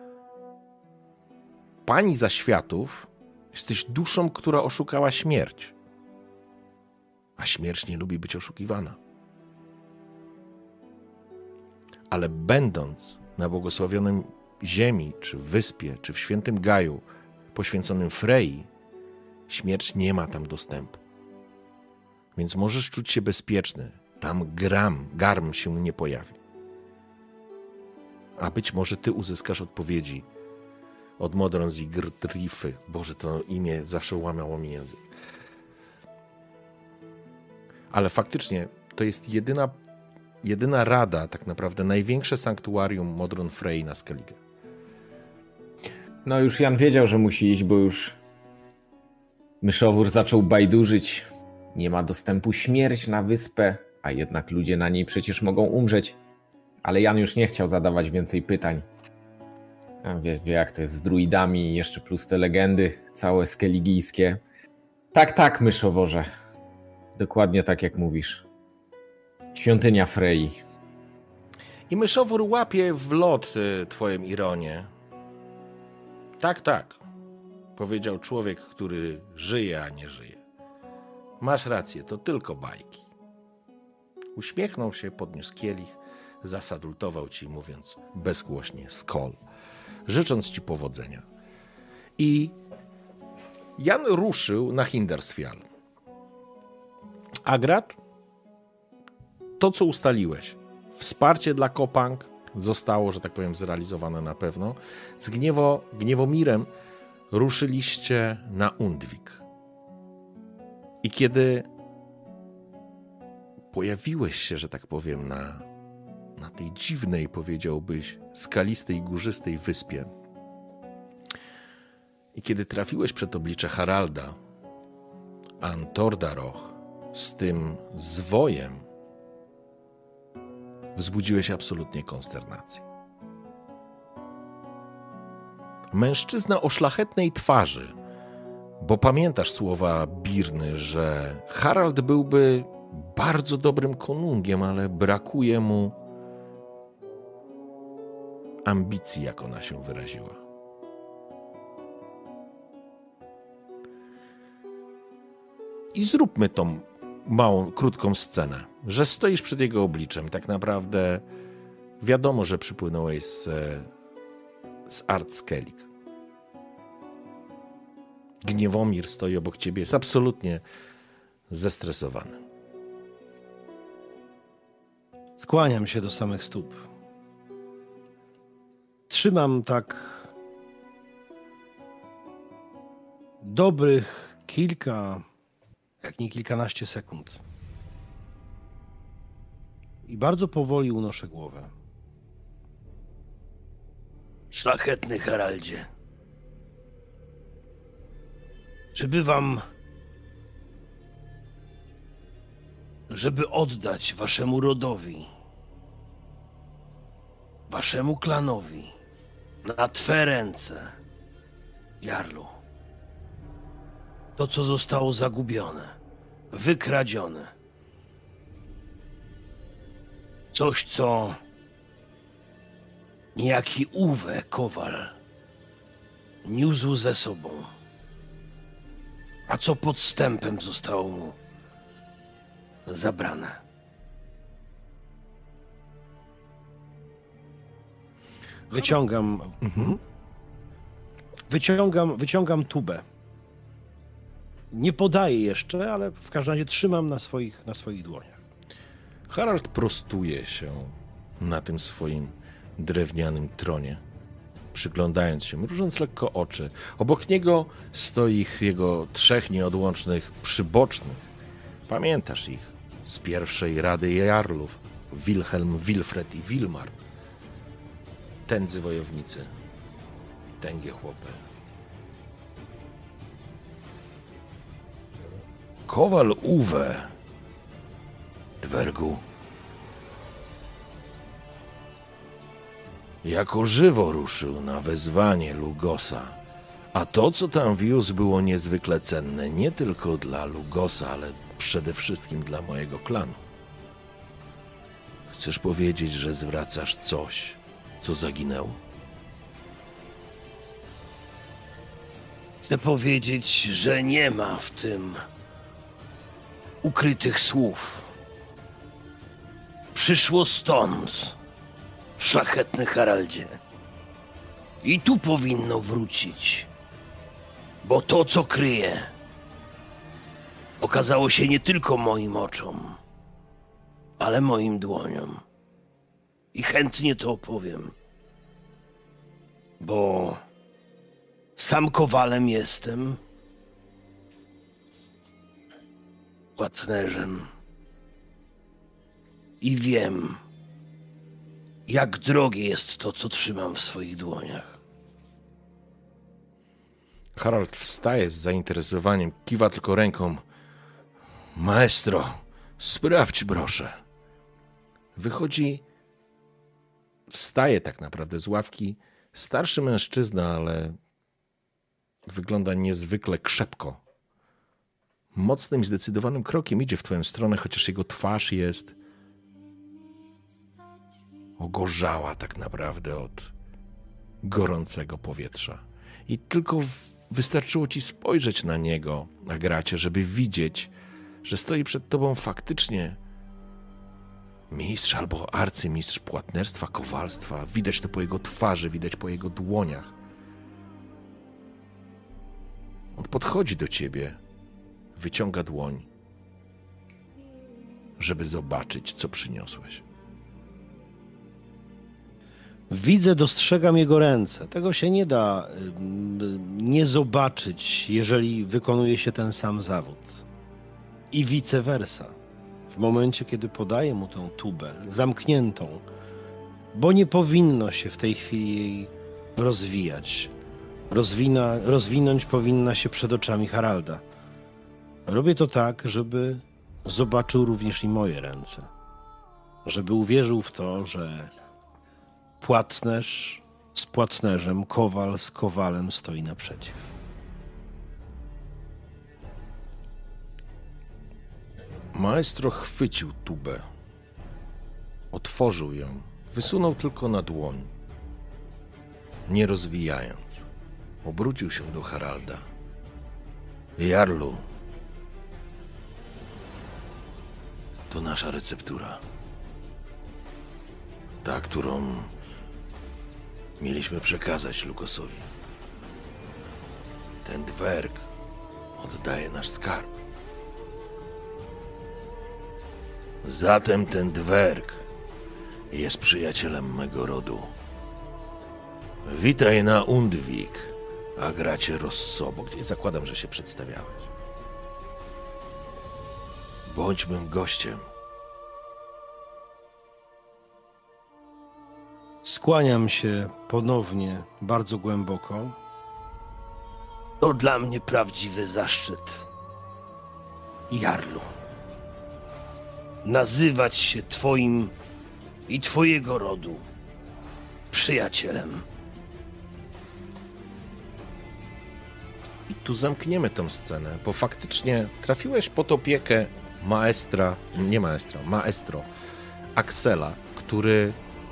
pani zaświatów jesteś duszą, która oszukała śmierć. A śmierć nie lubi być oszukiwana. Ale będąc na błogosławionym ziemi, czy wyspie, czy w Świętym Gaju poświęconym Frei, śmierć nie ma tam dostępu. Więc możesz czuć się bezpieczny. Tam garm się nie pojawi. A być może ty uzyskasz odpowiedzi od Modron Zigrdrify. Boże, to imię zawsze łamało mi język. Ale faktycznie to jest jedyna rada, tak naprawdę największe sanktuarium Modron Frey na Skellige.
No już Jan wiedział, że musi iść, bo już myszowór zaczął bajdurzyć Nie ma dostępu śmierć na wyspę, a jednak ludzie na niej przecież mogą umrzeć. Ale Jan już nie chciał zadawać więcej pytań. Wie jak to jest z druidami, jeszcze plus te legendy, całe skeligijskie. Tak, myszoworze. Dokładnie tak jak mówisz. Świątynia Frey.
I myszowór łapie w lot twoją ironię. Tak, powiedział człowiek, który żyje, a nie żyje. Masz rację, to tylko bajki. Uśmiechnął się, podniósł kielich, zasadultował ci, mówiąc bezgłośnie skol, życząc ci powodzenia. I Jan ruszył na Hindarsfjall. Agrat, to co ustaliłeś, wsparcie dla Kopang zostało, że tak powiem, zrealizowane na pewno. Z Gniewomirem ruszyliście na Undwik. I kiedy pojawiłeś się, że tak powiem, na tej dziwnej, powiedziałbyś, skalistej, górzystej wyspie i kiedy trafiłeś przed oblicze Haralda, Antordaroch z tym zwojem, wzbudziłeś absolutnie konsternację. Mężczyzna o szlachetnej twarzy, bo pamiętasz słowa Birny, że Harald byłby bardzo dobrym konungiem, ale brakuje mu ambicji, jak ona się wyraziła. I zróbmy tą małą, krótką scenę, że stoisz przed jego obliczem. Tak naprawdę wiadomo, że przypłynąłeś z Ardskellig. Gniewomir stoi obok ciebie, jest absolutnie zestresowany.
Skłaniam się do samych stóp. Trzymam tak dobrych kilka, jak nie kilkanaście sekund. I bardzo powoli unoszę głowę.
Szlachetny Haraldzie.
Przybywam, żeby oddać waszemu rodowi, waszemu klanowi, na twe ręce, Jarlu, to, co zostało zagubione, wykradzione. Coś, co niejaki Uwe Kowal niósł ze sobą, a co podstępem zostało mu zabrane. Wyciągam tubę. Nie podaję jeszcze, ale w każdym razie trzymam na swoich dłoniach.
Harald prostuje się na tym swoim drewnianym tronie, przyglądając się, mrużąc lekko oczy. Obok niego stoi jego trzech nieodłącznych przybocznych. Pamiętasz ich z pierwszej Rady Jarlów. Wilhelm, Wilfred i Wilmar. Tędzy wojownicy. Tęgie chłopy. Kowal Uwe, Dwergu. Jako żywo ruszył na wezwanie Lugosa, a to, co tam wiózł, było niezwykle cenne nie tylko dla Lugosa, ale przede wszystkim dla mojego klanu. Chcesz powiedzieć, że zwracasz coś, co zaginęło?
Chcę powiedzieć, że nie ma w tym ukrytych słów. Przyszło stąd, szlachetny Haraldzie. I tu powinno wrócić. Bo to, co kryje, okazało się nie tylko moim oczom, ale moim dłoniom. I chętnie to opowiem. Bo sam kowalem jestem, płatnerzem. I wiem, jak drogie jest to, co trzymam w swoich dłoniach.
Harald wstaje z zainteresowaniem, kiwa tylko ręką.
Maestro, sprawdź proszę. Wychodzi, wstaje tak naprawdę z ławki starszy mężczyzna, ale wygląda niezwykle krzepko. Mocnym i zdecydowanym krokiem idzie w twoją stronę, chociaż jego twarz jest ogorzała tak naprawdę od gorącego powietrza. I tylko wystarczyło ci spojrzeć na niego, na Gracie, żeby widzieć, że stoi przed tobą faktycznie mistrz albo arcymistrz płatnerstwa, kowalstwa. Widać to po jego twarzy, widać po jego dłoniach. On podchodzi do ciebie, wyciąga dłoń, żeby zobaczyć, co przyniosłeś.
Widzę, dostrzegam jego ręce. Tego się nie da nie zobaczyć, jeżeli wykonuje się ten sam zawód. I vice versa. W momencie, kiedy podaję mu tą tubę zamkniętą, bo nie powinno się w tej chwili jej rozwijać. Rozwinąć powinna się przed oczami Haralda. Robię to tak, żeby zobaczył również i moje ręce. Żeby uwierzył w to, że płatnerz z płatnerzem, kowal z kowalem stoi naprzeciw.
Maestro chwycił tubę, otworzył ją, wysunął tylko na dłoń, nie rozwijając. Obrócił się do Haralda. Jarlu, to nasza receptura. Ta, którą mieliśmy przekazać Lukosowi. Ten dwerg oddaje nasz skarb. Zatem ten dwerg jest przyjacielem mego rodu. Witaj na Undvik, a Gracie Rosso, bo gdzieś zakładam, że się przedstawiałeś. Bądź mym gościem.
Skłaniam się ponownie bardzo głęboko. To dla mnie prawdziwy zaszczyt. Jarlu. Nazywać się twoim i twojego rodu przyjacielem.
I tu zamkniemy tę scenę, bo faktycznie trafiłeś pod opiekę maestro Axela, który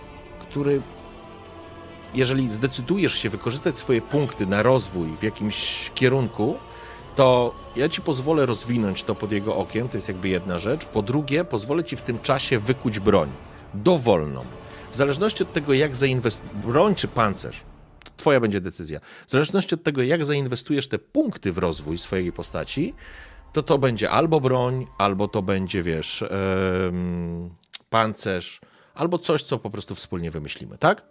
jeżeli zdecydujesz się wykorzystać swoje punkty na rozwój w jakimś kierunku, to ja ci pozwolę rozwinąć to pod jego okiem, to jest jakby jedna rzecz. Po drugie, pozwolę ci w tym czasie wykuć broń, dowolną. W zależności od tego, jak broń czy pancerz, to twoja będzie decyzja. W zależności od tego, jak zainwestujesz te punkty w rozwój swojej postaci, to będzie albo broń, albo to będzie, wiesz, pancerz, albo coś, co po prostu wspólnie wymyślimy, tak?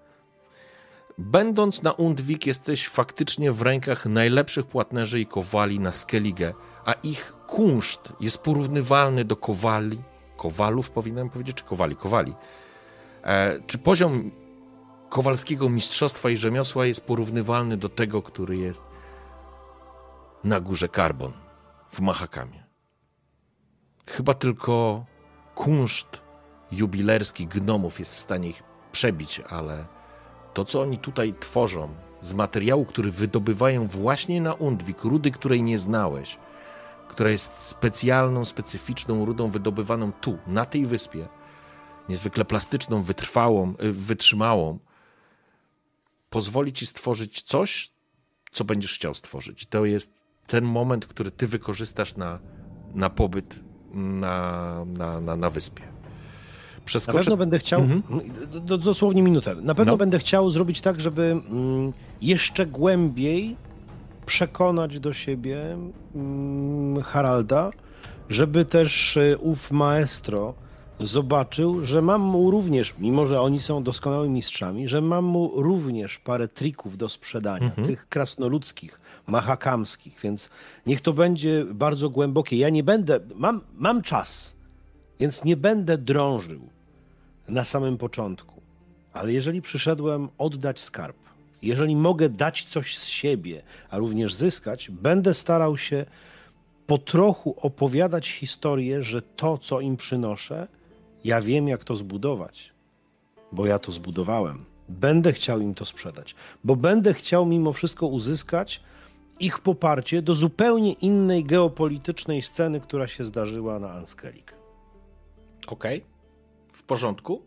Będąc na Undvik, jesteś faktycznie w rękach najlepszych płatnerzy i kowali na Skellige, a ich kunszt jest porównywalny do kowalów powinienem powiedzieć, czy kowali. Czy poziom kowalskiego mistrzostwa i rzemiosła jest porównywalny do tego, który jest na górze Karbon w Mahakamie. Chyba tylko kunszt jubilerski gnomów jest w stanie ich przebić, ale to, co oni tutaj tworzą z materiału, który wydobywają właśnie na Undvik, rudy, której nie znałeś, która jest specjalną, specyficzną rudą wydobywaną tu, na tej wyspie, niezwykle plastyczną, wytrzymałą, pozwoli ci stworzyć coś, co będziesz chciał stworzyć. To jest ten moment, który ty wykorzystasz na pobyt na wyspie.
Na pewno będę chciał, dosłownie minutę, na pewno będę chciał zrobić tak, żeby jeszcze głębiej przekonać do siebie Haralda, żeby też ów maestro zobaczył, że mam mu również, mimo że oni są doskonałymi mistrzami, że mam mu również parę trików do sprzedania, tych krasnoludzkich, mahakamskich, więc niech to będzie bardzo głębokie. Ja nie będę, mam czas, więc nie będę drążył na samym początku. Ale jeżeli przyszedłem oddać skarb, jeżeli mogę dać coś z siebie, a również zyskać, będę starał się po trochu opowiadać historię, że to, co im przynoszę, ja wiem, jak to zbudować, bo ja to zbudowałem. Będę chciał im to sprzedać, bo będę chciał mimo wszystko uzyskać ich poparcie do zupełnie innej geopolitycznej sceny, która się zdarzyła na Anskelik.
Okej, w porządku.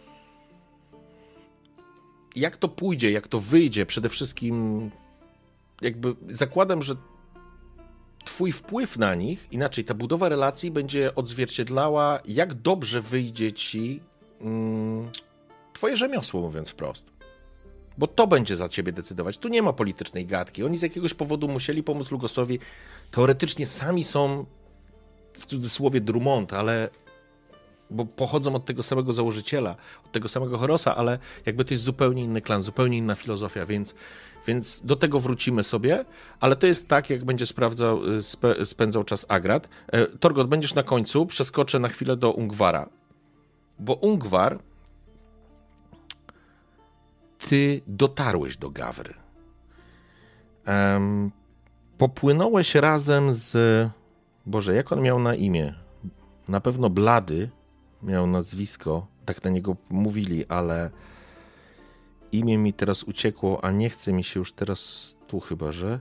Jak to pójdzie, jak to wyjdzie, przede wszystkim jakby zakładam, że twój wpływ na nich, inaczej ta budowa relacji będzie odzwierciedlała, jak dobrze wyjdzie ci twoje rzemiosło, mówiąc wprost. Bo to będzie za ciebie decydować. Tu nie ma politycznej gadki. Oni z jakiegoś powodu musieli pomóc Lugosowi. Teoretycznie sami są, w cudzysłowie, Drummond, ale bo pochodzą od tego samego założyciela, od tego samego Horosa, ale jakby to jest zupełnie inny klan, zupełnie inna filozofia, więc do tego wrócimy sobie, ale to jest tak, jak będzie spędzał czas Agrad. Torgot, będziesz na końcu, przeskoczę na chwilę do Ungwara, bo Ungwar, ty dotarłeś do Gawry. Popłynąłeś razem z... Boże, jak on miał na imię? Na pewno Blady miał nazwisko, tak na niego mówili, ale imię mi teraz uciekło, a nie chce mi się już teraz tu chyba, że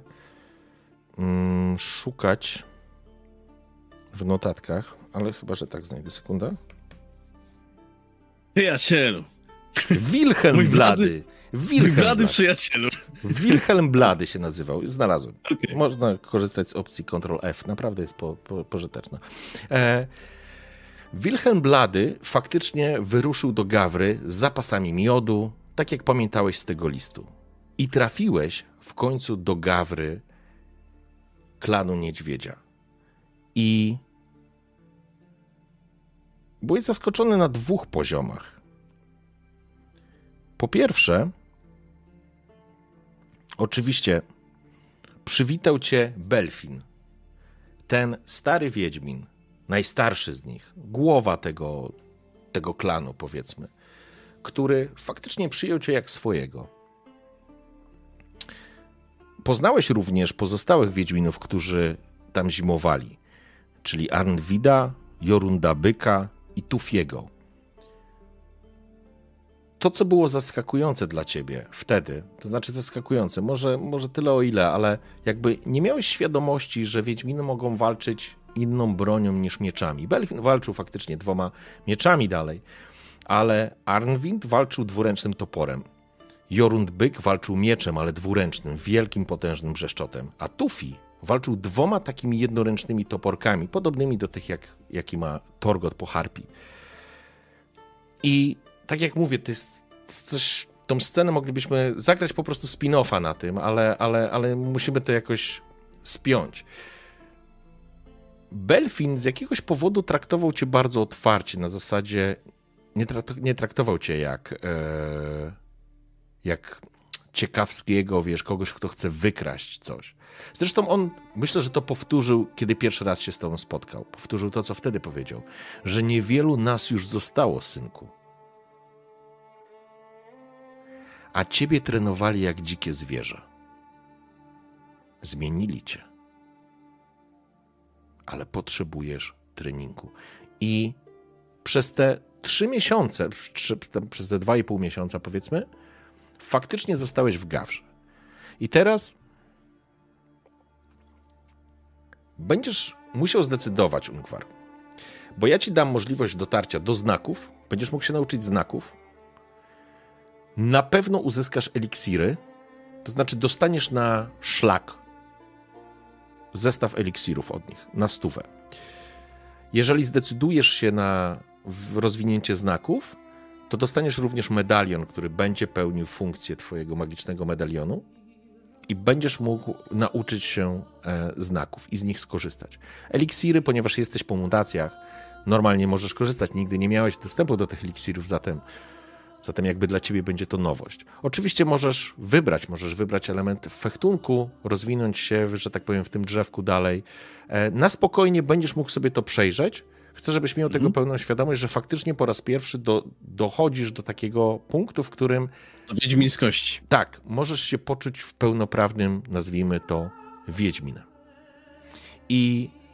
szukać w notatkach, ale chyba, że tak znajdę. Sekunda.
Przyjacielu.
Wilhelm Blady.
Wilhelm Blady, przyjacielu.
Wilhelm Blady się nazywał. Znalazłem.
Okay.
Można korzystać z opcji Ctrl+F. Naprawdę jest pożyteczna. Wilhelm Blady faktycznie wyruszył do Gawry z zapasami miodu, tak jak pamiętałeś z tego listu. I trafiłeś w końcu do Gawry klanu Niedźwiedzia. I byłeś zaskoczony na 2 poziomach. Po pierwsze, oczywiście przywitał cię Belfin, ten stary wiedźmin, najstarszy z nich, głowa tego klanu, powiedzmy, który faktycznie przyjął cię jak swojego. Poznałeś również pozostałych wiedźminów, którzy tam zimowali, czyli Arnwida, Jorunda Byka i Tufiego. To, co było zaskakujące dla ciebie wtedy, to znaczy zaskakujące, może tyle o ile, ale jakby nie miałeś świadomości, że wiedźminy mogą walczyć inną bronią niż mieczami. Belfin walczył faktycznie 2 mieczami dalej, ale Arnwind walczył 2-ręcznym toporem. Jorund Byk walczył mieczem, ale 2-ręcznym, wielkim, potężnym brzeszczotem. A Tufi walczył 2 takimi jednoręcznymi toporkami, podobnymi do tych, jaki ma Torgot po harpii. I tak jak mówię, to jest coś... Tą scenę moglibyśmy zagrać po prostu spin-offa na tym, ale musimy to jakoś spiąć. Belfin z jakiegoś powodu traktował cię bardzo otwarcie, na zasadzie nie traktował cię jak ciekawskiego, wiesz, kogoś, kto chce wykraść coś. Zresztą on, myślę, że to powtórzył, kiedy pierwszy raz się z tobą spotkał. Powtórzył to, co wtedy powiedział, że niewielu nas już zostało, synku. A ciebie trenowali jak dzikie zwierzę. Zmienili cię. Ale potrzebujesz treningu. I przez te 3 miesiące, przez te 2,5 miesiąca, powiedzmy, faktycznie zostałeś w Gawrze. I teraz będziesz musiał zdecydować, Ungwar, bo ja ci dam możliwość dotarcia do znaków, będziesz mógł się nauczyć znaków, na pewno uzyskasz eliksiry, to znaczy dostaniesz na szlak zestaw eliksirów od nich, na 100. Jeżeli zdecydujesz się na rozwinięcie znaków, to dostaniesz również medalion, który będzie pełnił funkcję twojego magicznego medalionu i będziesz mógł nauczyć się znaków i z nich skorzystać. Eliksiry, ponieważ jesteś po mutacjach, normalnie możesz korzystać, nigdy nie miałeś dostępu do tych eliksirów, zatem jakby dla ciebie będzie to nowość. Oczywiście możesz wybrać element w fechtunku, rozwinąć się, że tak powiem, w tym drzewku dalej. Na spokojnie będziesz mógł sobie to przejrzeć. Chcę, żebyś miał tego pełną świadomość, że faktycznie po raz pierwszy dochodzisz do takiego punktu, w którym...
Do wiedźmińskości.
Tak, możesz się poczuć w pełnoprawnym, nazwijmy to, wiedźminem. I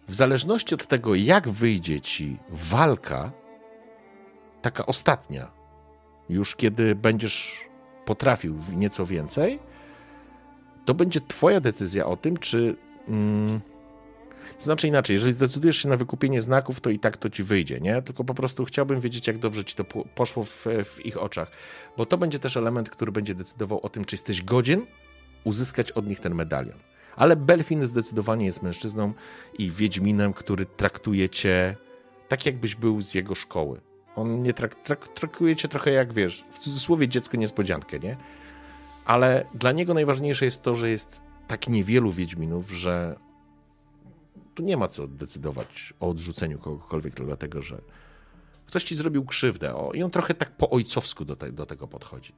w zależności od tego, jak wyjdzie ci walka, taka ostatnia, już kiedy będziesz potrafił nieco więcej, to będzie twoja decyzja o tym, czy... To znaczy inaczej, jeżeli zdecydujesz się na wykupienie znaków, to i tak to ci wyjdzie, nie? Tylko po prostu chciałbym wiedzieć, jak dobrze ci to poszło w ich oczach, bo to będzie też element, który będzie decydował o tym, czy jesteś godzien uzyskać od nich ten medalion. Ale Belfin zdecydowanie jest mężczyzną i wiedźminem, który traktuje cię tak, jakbyś był z jego szkoły. On nie traktuje cię trochę jak, wiesz, w cudzysłowie dziecko niespodziankę, nie? Ale dla niego najważniejsze jest to, że jest tak niewielu wiedźminów, że tu nie ma co decydować o odrzuceniu kogokolwiek, tylko dlatego, że ktoś ci zrobił krzywdę. I on trochę tak po ojcowsku do tego podchodzi.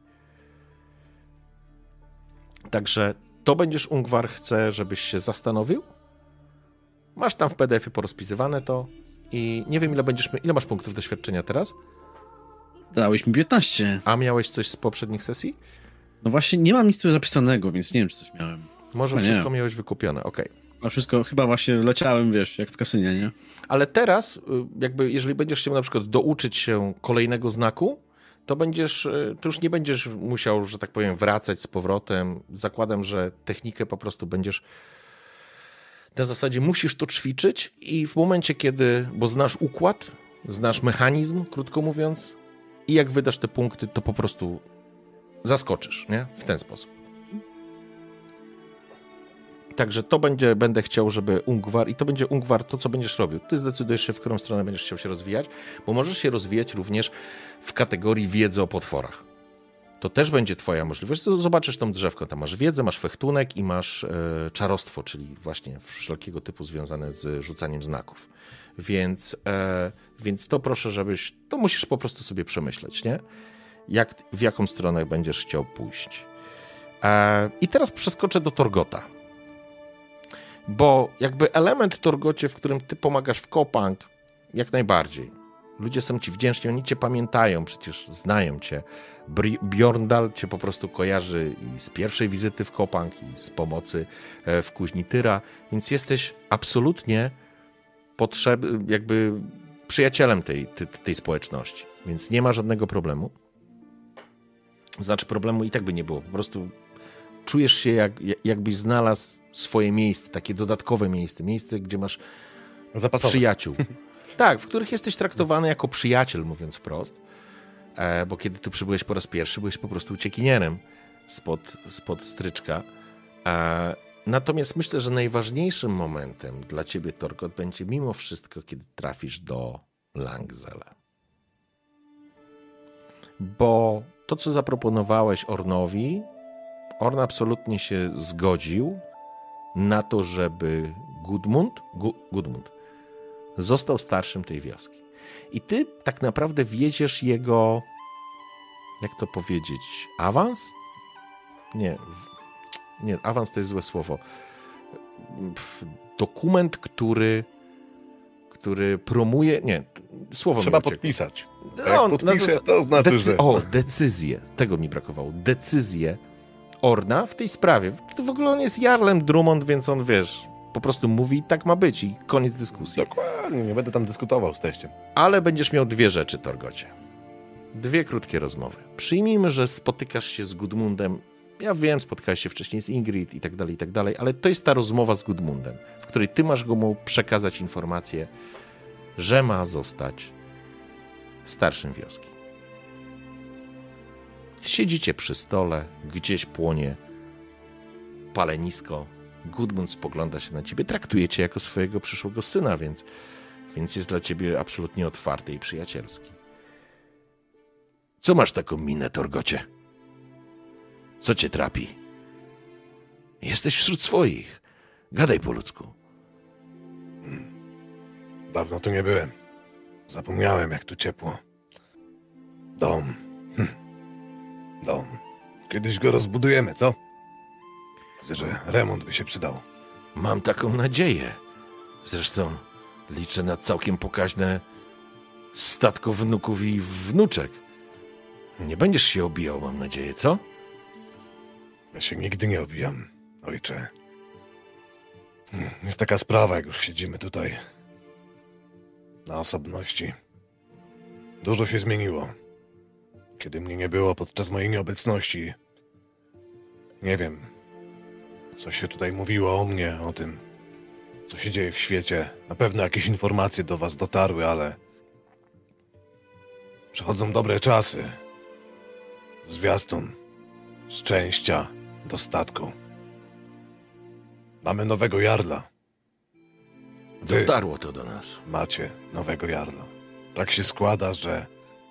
Także to będziesz, Ungwar, chcę, żebyś się zastanowił. Masz tam w PDF-ie porozpisywane to i nie wiem, ile masz punktów doświadczenia teraz?
Dałeś mi 15.
A miałeś coś z poprzednich sesji?
No właśnie, nie mam nic tu zapisanego, więc nie wiem, czy coś miałem.
Może wszystko miałeś wykupione, okej.
A wszystko, chyba właśnie leciałem, wiesz, jak w kasynie, nie?
Ale teraz, jakby, jeżeli będziesz chciał na przykład douczyć się kolejnego znaku, to już nie będziesz musiał, że tak powiem, wracać z powrotem. Zakładam, że technikę po prostu będziesz na zasadzie musisz to ćwiczyć i w momencie, bo znasz układ, znasz mechanizm, krótko mówiąc, i jak wydasz te punkty, to po prostu zaskoczysz, nie? W ten sposób. Także to będę chciał, żeby Ungwar, i to będzie Ungwar to, co będziesz robił. Ty zdecydujesz się, w którą stronę będziesz chciał się rozwijać, bo możesz się rozwijać również w kategorii wiedzy o potworach. To też będzie twoja możliwość. Zobaczysz tą drzewkę, tam masz wiedzę, masz fechtunek i masz czarostwo, czyli właśnie wszelkiego typu związane z rzucaniem znaków. Więc to proszę, to musisz po prostu sobie przemyśleć, nie? W jaką stronę będziesz chciał pójść. I teraz przeskoczę do Torgota. Bo jakby element Torgocie, w którym ty pomagasz w Kopang, jak najbardziej. Ludzie są ci wdzięczni, oni cię pamiętają, przecież znają cię. Bjorndal cię po prostu kojarzy i z pierwszej wizyty w Kopang, i z pomocy w Kuźni Tyra, więc jesteś absolutnie jakby przyjacielem tej społeczności, więc nie ma żadnego problemu. Znaczy problemu i tak by nie było, po prostu czujesz się jakbyś znalazł swoje miejsce, takie dodatkowe miejsce, gdzie masz
zapasowe
przyjaciół. Tak, w których jesteś traktowany jako przyjaciel, mówiąc wprost, bo kiedy tu przybyłeś po raz pierwszy, byłeś po prostu uciekinierem spod stryczka. Natomiast myślę, że najważniejszym momentem dla ciebie, Torgot, będzie mimo wszystko, kiedy trafisz do Langzele. Bo to, co zaproponowałeś Ornowi, Orn absolutnie się zgodził na to, żeby Gudmund został starszym tej wioski. I ty tak naprawdę wiedziesz jego, jak to powiedzieć, awans? Nie, awans to jest złe słowo. Dokument, który promuje, słowo
trzeba
mi uciekło.
podpisać. Jak podpiszę, to znaczy, że...
Decyzję, tego mi brakowało. Decyzję Orna w tej sprawie. W ogóle on jest Jarlem Drummond, więc on, wiesz, po prostu mówi i tak ma być i koniec dyskusji.
Dokładnie, nie będę tam dyskutował z teściem. Ale
będziesz miał 2 rzeczy, Torgocie. 2 krótkie rozmowy. Przyjmijmy, że spotykasz się z Gudmundem. Ja wiem, spotkałeś się wcześniej z Ingrid i tak dalej, ale to jest ta rozmowa z Gudmundem, w której ty masz mu przekazać informację, że ma zostać starszym wioski. Siedzicie przy stole, gdzieś płonie palenisko. Gudmund spogląda się na ciebie, traktuje cię jako swojego przyszłego syna, więc jest dla ciebie absolutnie otwarty i przyjacielski. Co masz taką minę, Torgocie? Co cię trapi? Jesteś wśród swoich. Gadaj po ludzku.
Dawno tu nie byłem. Zapomniałem, jak tu ciepło. Dom. Dom. Kiedyś go rozbudujemy, co? Widzę, że remont by się przydał.
Mam taką nadzieję. Zresztą liczę na całkiem pokaźne statko wnuków i wnuczek. Nie będziesz się obijał, mam nadzieję, co?
Ja się nigdy nie obijam, ojcze. Jest taka sprawa, jak już siedzimy tutaj na osobności. Dużo się zmieniło. Kiedy mnie nie było podczas mojej nieobecności, nie wiem, co się tutaj mówiło o mnie, o tym, co się dzieje w świecie. Na pewno jakieś informacje do was dotarły, ale przychodzą dobre czasy. Zwiastun, szczęścia, dostatku. Mamy nowego jarla. Wy
Dotarło to do nas.
macie nowego jarla. Tak się składa, że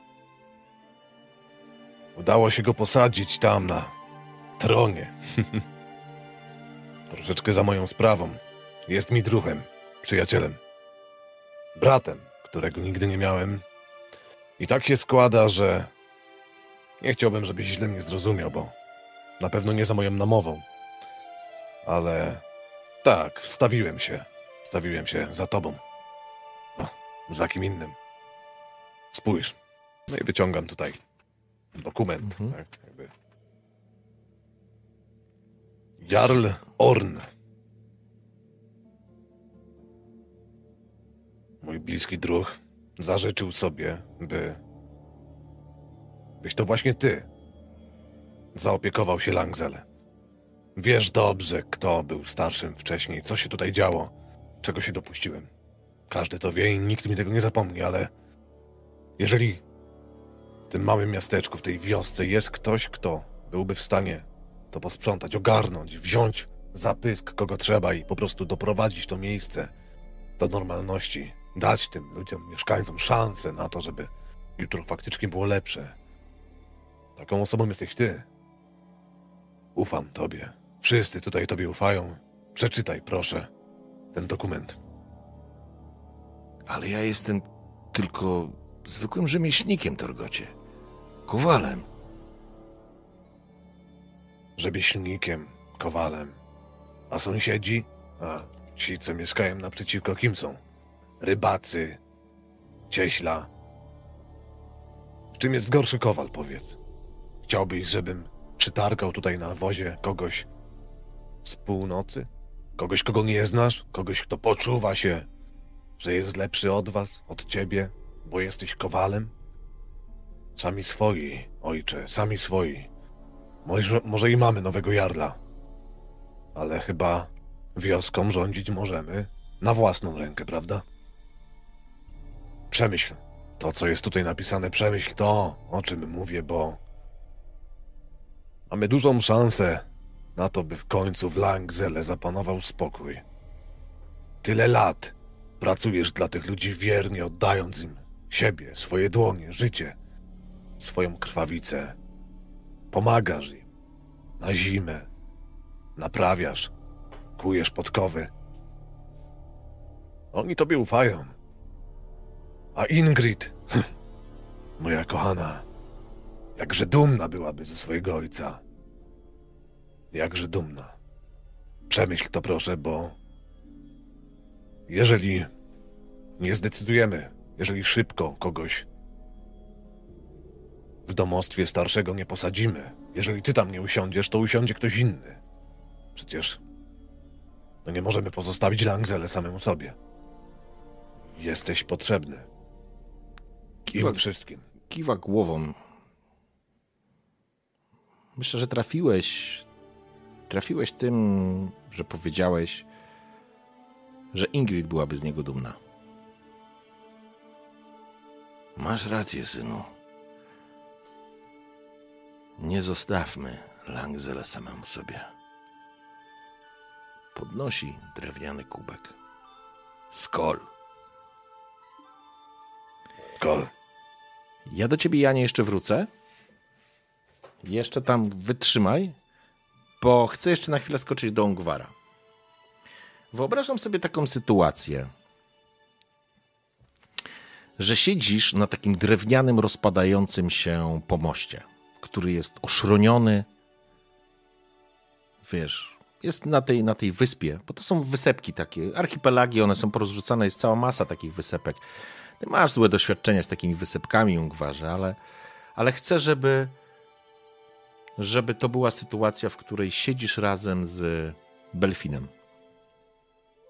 udało się go posadzić tam na tronie. Troszeczkę za moją sprawą. Jest mi druhem, przyjacielem, bratem, którego nigdy nie miałem. I tak się składa, że nie chciałbym, żebyś źle mnie zrozumiał, bo na pewno nie za moją namową. Ale tak, wstawiłem się za tobą. No, za kim innym. Spójrz. No i wyciągam tutaj dokument. Tak, jakby. Jarl Orn. Mój bliski druh zażyczył sobie, byś to właśnie ty zaopiekował się Langzele. Wiesz dobrze, kto był starszym wcześniej, co się tutaj działo, czego się dopuściłem. Każdy to wie i nikt mi tego nie zapomni, ale jeżeli w tym małym miasteczku, w tej wiosce jest ktoś, kto byłby w stanie to posprzątać, ogarnąć, wziąć za pysk kogo trzeba i po prostu doprowadzić to miejsce do normalności, dać tym ludziom, mieszkańcom szansę na to, żeby jutro faktycznie było lepsze. Taką osobą jesteś ty. Ufam tobie. Wszyscy tutaj tobie ufają. Przeczytaj, proszę, ten dokument.
Ale ja jestem tylko zwykłym rzemieślnikiem, Torgocie. Kowalem.
Rzemieślnikiem, kowalem. A sąsiedzi? A ci, co mieszkają naprzeciwko, kim są? Rybacy, cieśla. W czym jest gorszy kowal, powiedz? Chciałbyś, żebym przytargał tutaj na wozie kogoś z północy? Kogoś, kogo nie znasz? Kogoś, kto poczuwa się, że jest lepszy od was, od ciebie, bo jesteś kowalem? Sami swoi, ojcze, sami swoi. Może i mamy nowego jarla, ale chyba wioską rządzić możemy na własną rękę, prawda? Przemyśl to, co jest tutaj napisane, przemyśl to, o czym mówię, bo mamy dużą szansę na to, by w końcu w Langzele zapanował spokój. Tyle lat pracujesz dla tych ludzi wiernie, oddając im siebie, swoje dłonie, życie, swoją krwawicę. Pomagasz im na zimę, naprawiasz, kujesz podkowy. Oni tobie ufają. A Ingrid, moja kochana, jakże dumna byłaby ze swojego ojca. Jakże dumna. Przemyśl to, proszę, bo jeżeli nie zdecydujemy, jeżeli szybko kogoś w domostwie starszego nie posadzimy, jeżeli ty tam nie usiądziesz, to usiądzie ktoś inny. Przecież no nie możemy pozostawić Langzele samemu sobie. Jesteś potrzebny. Im wszystkim.
Kiwa głową. Myślę, że trafiłeś tym, że powiedziałeś, że Ingrid byłaby z niego dumna.
Masz rację, synu. Nie zostawmy Langzele samemu sobie. Podnosi drewniany kubek. Skol.
Skol.
Ja do ciebie, Janie, jeszcze wrócę. Jeszcze tam wytrzymaj, bo chcę jeszcze na chwilę skoczyć do Ungwara. Wyobrażam sobie taką sytuację, że siedzisz na takim drewnianym, rozpadającym się pomoście, który jest oszroniony. Wiesz, jest na tej wyspie, bo to są wysepki takie, archipelagi, one są porozrzucane, jest cała masa takich wysepek. Ty masz złe doświadczenia z takimi wysepkami, Ungwarze, ale chcę, żeby to była sytuacja, w której siedzisz razem z Belfinem.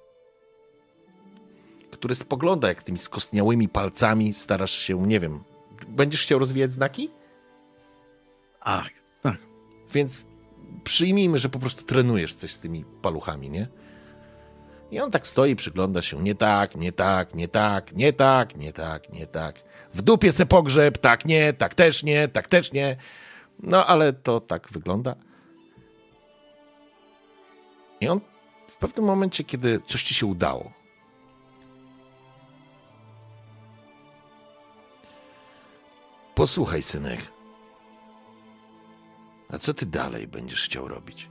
który spogląda, jak tymi skostniałymi palcami starasz się, nie wiem, będziesz chciał rozwijać znaki?
Ach, tak.
Więc przyjmijmy, że po prostu trenujesz coś z tymi paluchami, nie? I on tak stoi, przygląda się. Nie tak, nie tak, nie tak, nie tak, nie tak, nie tak. W dupie se pogrzeb, tak nie, tak też nie, tak też nie. No ale to tak wygląda. I on w pewnym momencie, kiedy coś ci się udało, posłuchaj, synek, a co ty dalej będziesz chciał robić?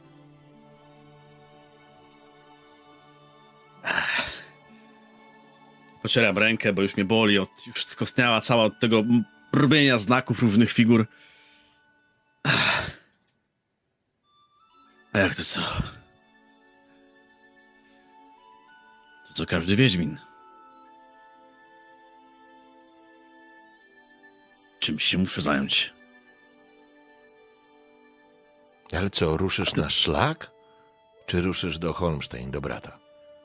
Pocieram rękę, bo już mnie boli, już skostniała cała od tego robienia znaków różnych figur. A jak to co? To co każdy wiedźmin. Czymś się muszę zająć.
Ale co, ruszysz na szlak? Czy ruszysz do Holmstein, do brata?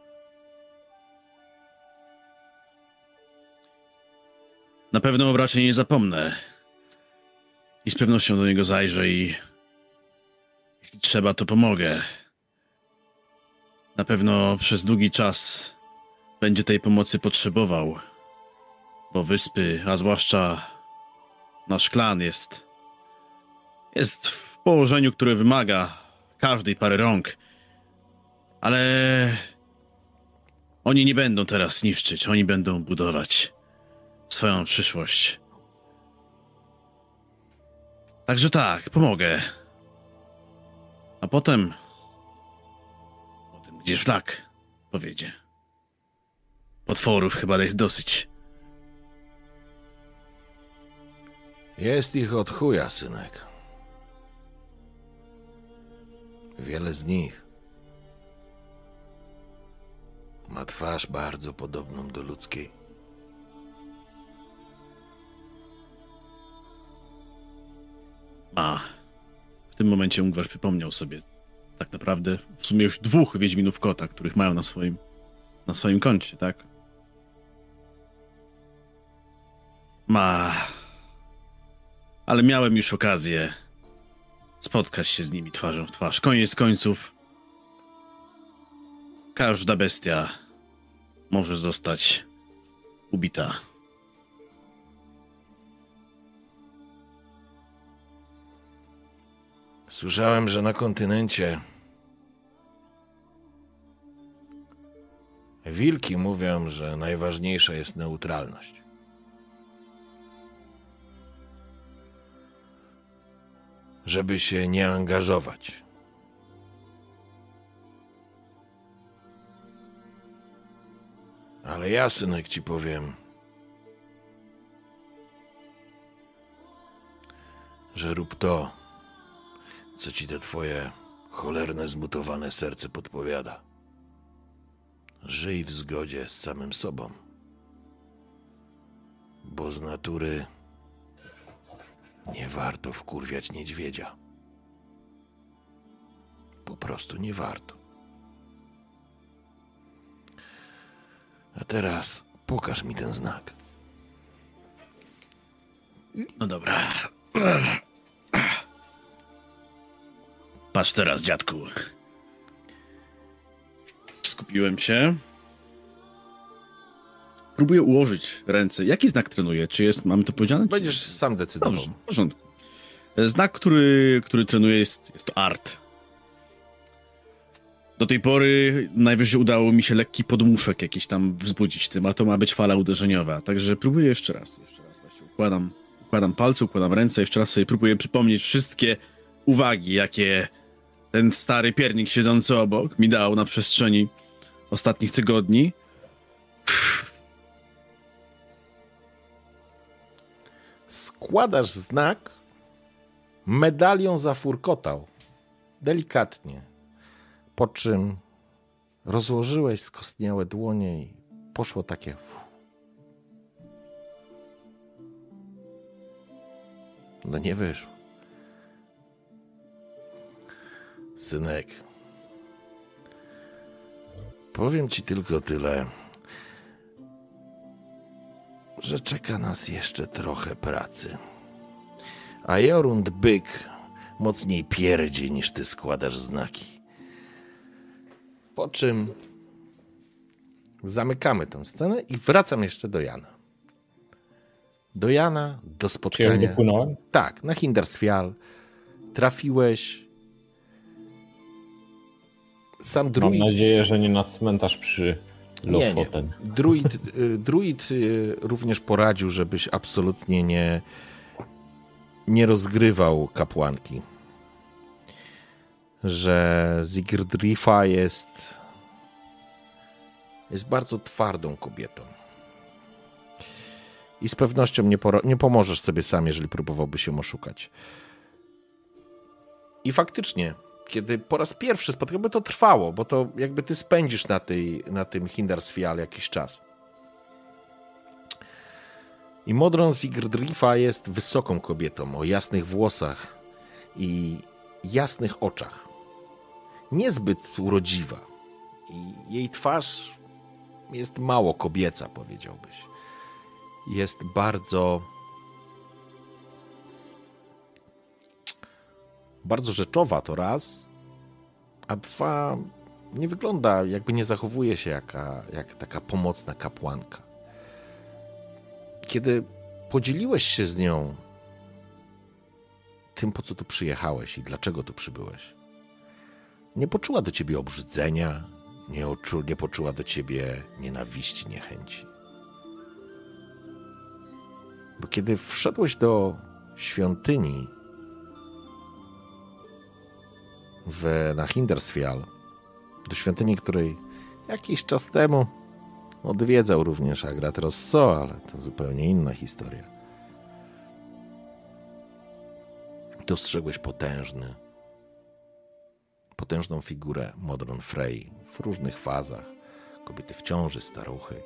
Na pewno o bracie nie zapomnę. I z pewnością do niego zajrzę i jeśli trzeba, to pomogę. Na pewno przez długi czas będzie tej pomocy potrzebował, bo wyspy, a zwłaszcza nasz klan jest w położeniu, które wymaga każdej pary rąk. Ale oni nie będą teraz niszczyć, oni będą budować swoją przyszłość. Także tak, pomogę. A potem gdzie szlak powiedzie. Potworów chyba jest dosyć.
Jest ich od chuja, synek. Wiele z nich ma twarz bardzo podobną do ludzkiej.
W tym momencie Ungwer przypomniał sobie tak naprawdę w sumie już 2 Wiedźminów Kota, których mają na swoim koncie, tak? Ale miałem już okazję spotkać się z nimi twarzą w twarz. Koniec końców każda bestia może zostać ubita.
Słyszałem, że na kontynencie wilki mówią, że najważniejsza jest neutralność. Żeby się nie angażować. Ale ja, synek, ci powiem, że rób to, co ci te twoje cholerne, zmutowane serce podpowiada. Żyj w zgodzie z samym sobą. Bo z natury nie warto wkurwiać niedźwiedzia. Po prostu nie warto. A teraz pokaż mi ten znak.
No dobra. Patrz teraz, dziadku. Skupiłem się. Próbuję ułożyć ręce. Jaki znak trenuję? Czy mam to powiedziane?
Będziesz sam decydował.
Dobrze, w porządku. Znak, który trenuję, jest to art. Do tej pory najwyżej udało mi się lekki podmuszek jakiś tam wzbudzić tym, a to ma być fala uderzeniowa. Także próbuję jeszcze raz właśnie układam palce, układam ręce, jeszcze raz sobie próbuję przypomnieć wszystkie uwagi, jakie ten stary piernik siedzący obok mi dał na przestrzeni ostatnich tygodni.
Składasz znak, medalion zafurkotał. Delikatnie. Po czym rozłożyłeś skostniałe dłonie i poszło takie... No nie wyszło. Synek, powiem ci tylko tyle,
że czeka nas jeszcze trochę pracy. A Jorund byk mocniej pierdzi, niż ty składasz znaki. Po czym zamykamy tę scenę i wracam jeszcze do Jana. Do Jana, do
Czy
spotkania.
ja dopłynąłem?
Tak, na Hindarsfjall. Trafiłeś. Sam
Mam
druid...
nadzieję, że nie na cmentarz przy
Nie.
Lofoten.
Druid również poradził, żebyś absolutnie nie rozgrywał kapłanki. Że Zigrdrifa jest bardzo twardą kobietą. I z pewnością nie pomożesz sobie sam, jeżeli próbowałbyś ją oszukać. I faktycznie, kiedy po raz pierwszy spotkamy, to trwało, bo to jakby ty spędzisz na tym Hindarsfjall jakiś czas. I Modron Zigrdrifa jest wysoką kobietą, o jasnych włosach i jasnych oczach. Niezbyt urodziwa. I jej twarz jest mało kobieca, powiedziałbyś. Jest bardzo rzeczowa, to raz, a dwa, nie wygląda, jakby nie zachowuje się jak taka pomocna kapłanka. Kiedy podzieliłeś się z nią tym, po co tu przyjechałeś i dlaczego tu przybyłeś, nie poczuła do ciebie obrzydzenia, nie poczuła do ciebie nienawiści, niechęci. Bo kiedy wszedłeś do świątyni na Hindarsfjall, do świątyni, której jakiś czas temu odwiedzał również Agrat Rosso, ale to zupełnie inna historia. Dostrzegłeś potężną figurę Modron Frey w różnych fazach, kobiety w ciąży, staruchy,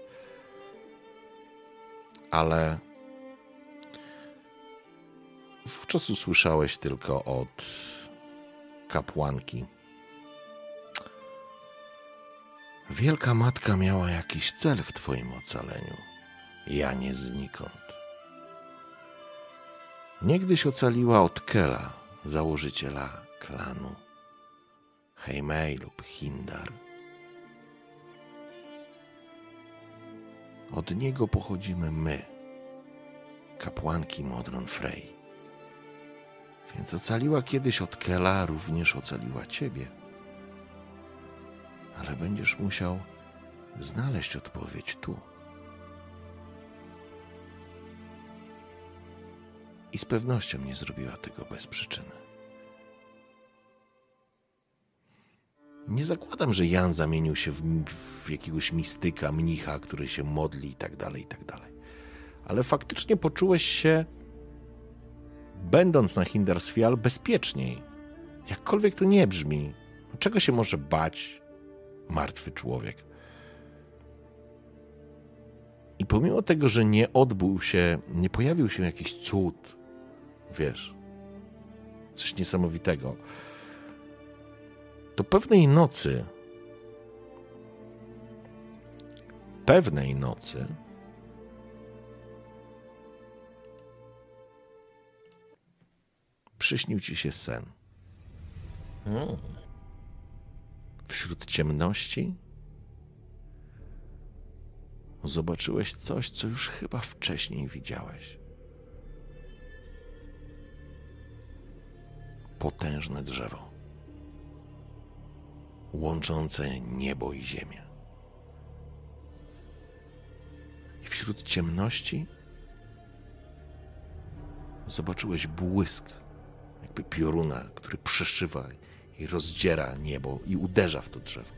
ale wówczas usłyszałeś tylko od kapłanki: Wielka Matka miała jakiś cel w twoim ocaleniu, ja nie znikąd. Niegdyś ocaliła Otkela, założyciela klanu Heimei lub Hindar. Od niego pochodzimy my, kapłanki Modron Frey. Więc ocaliła kiedyś Otkela, również ocaliła ciebie. Ale będziesz musiał znaleźć odpowiedź tu. I z pewnością nie zrobiła tego bez przyczyny. Nie zakładam, że Jan zamienił się w jakiegoś mistyka, mnicha, który się modli i tak dalej, i tak dalej. Ale faktycznie poczułeś się, będąc na Hindarsfjall, bezpieczniej. Jakkolwiek to nie brzmi. Czego się może bać martwy człowiek? I pomimo tego, że nie pojawił się jakiś cud, wiesz, coś niesamowitego, to pewnej nocy przyśnił ci się sen. Wśród ciemności zobaczyłeś coś, co już chyba wcześniej widziałeś. Potężne drzewo, łączące niebo i ziemię. I wśród ciemności zobaczyłeś błysk, jakby pioruna, który przeszywa i rozdziera niebo i uderza w to drzewo.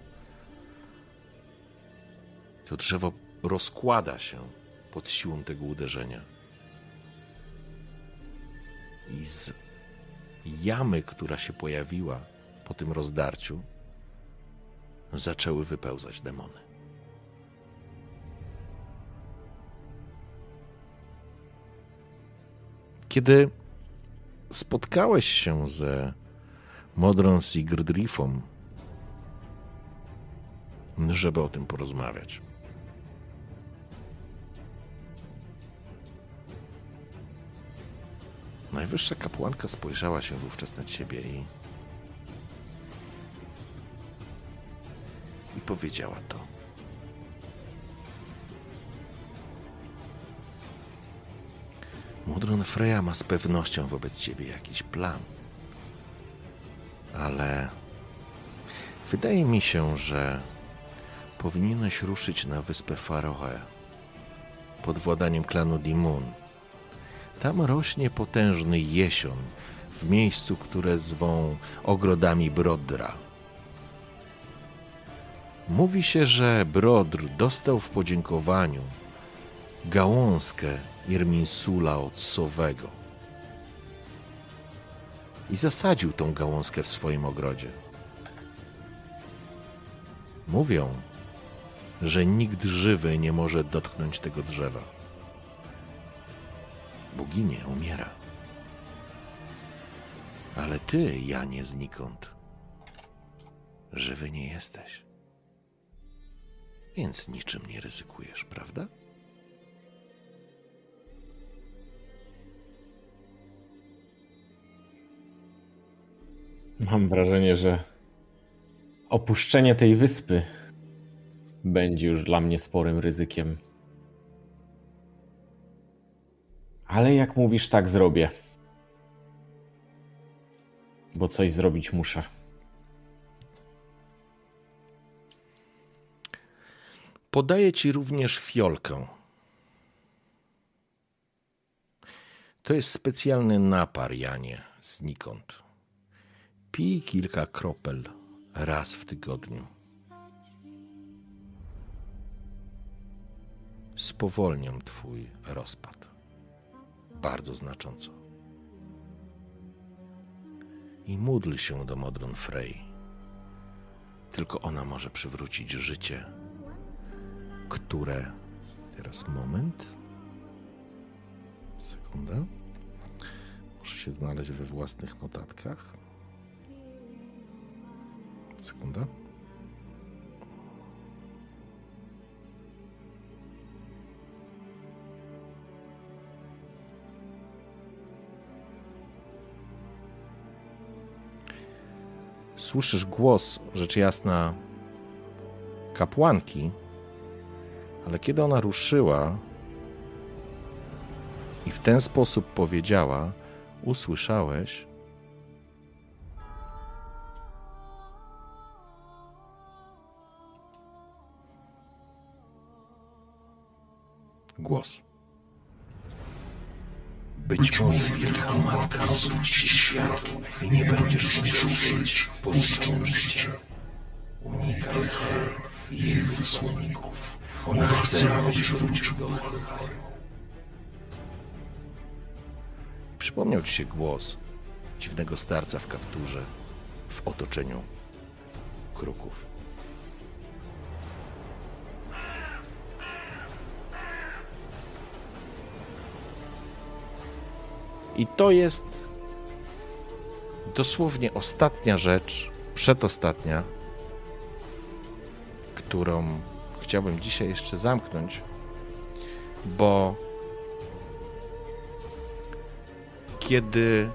To drzewo rozkłada się pod siłą tego uderzenia. I z jamy, która się pojawiła po tym rozdarciu, zaczęły wypełzać demony. Kiedy spotkałeś się ze Modron Zigrdrifą, żeby o tym porozmawiać,
Najwyższa kapłanka spojrzała się wówczas na ciebie i powiedziała to. Modron Freya ma z pewnością wobec ciebie jakiś plan. Ale wydaje mi się, że powinieneś ruszyć na wyspę Faroe pod władaniem klanu Dimun. Tam rośnie potężny jesion w miejscu, które zwą ogrodami Brodra. Mówi się, że Brodr dostał w podziękowaniu gałązkę Irminsula Odsowego i zasadził tą gałązkę w swoim ogrodzie. Mówią, że nikt żywy nie może dotknąć tego drzewa. Bogini umiera. Ale ty, Janie, znikąd żywy nie jesteś. Więc niczym nie ryzykujesz, prawda?
Mam wrażenie, że opuszczenie tej wyspy będzie już dla mnie sporym ryzykiem. Ale jak mówisz, tak zrobię. Bo coś zrobić muszę.
Podaję ci również fiolkę. To jest specjalny napar, Janie, znikąd. Pij kilka kropel raz w tygodniu. Spowolnią twój rozpad. Bardzo znacząco. I módl się do Modron Frey. Tylko ona może przywrócić życie, które... Teraz moment. Sekunda. Muszę się znaleźć we własnych notatkach. Sekunda. Słyszysz głos, rzecz jasna, kapłanki, ale kiedy ona ruszyła i w ten sposób powiedziała, usłyszałeś, głos.
Być może Wielka Matka zwróci ci światło i nie będziesz musiał żyć pożyczonym życiem. Unikaj Hel i jej wysłanników. Ona chce, abyś wrócił do Helheim.
Przypomniał ci się głos dziwnego starca w kapturze w otoczeniu kruków. I to jest dosłownie ostatnia rzecz, przedostatnia, którą chciałbym dzisiaj jeszcze zamknąć, bo kiedy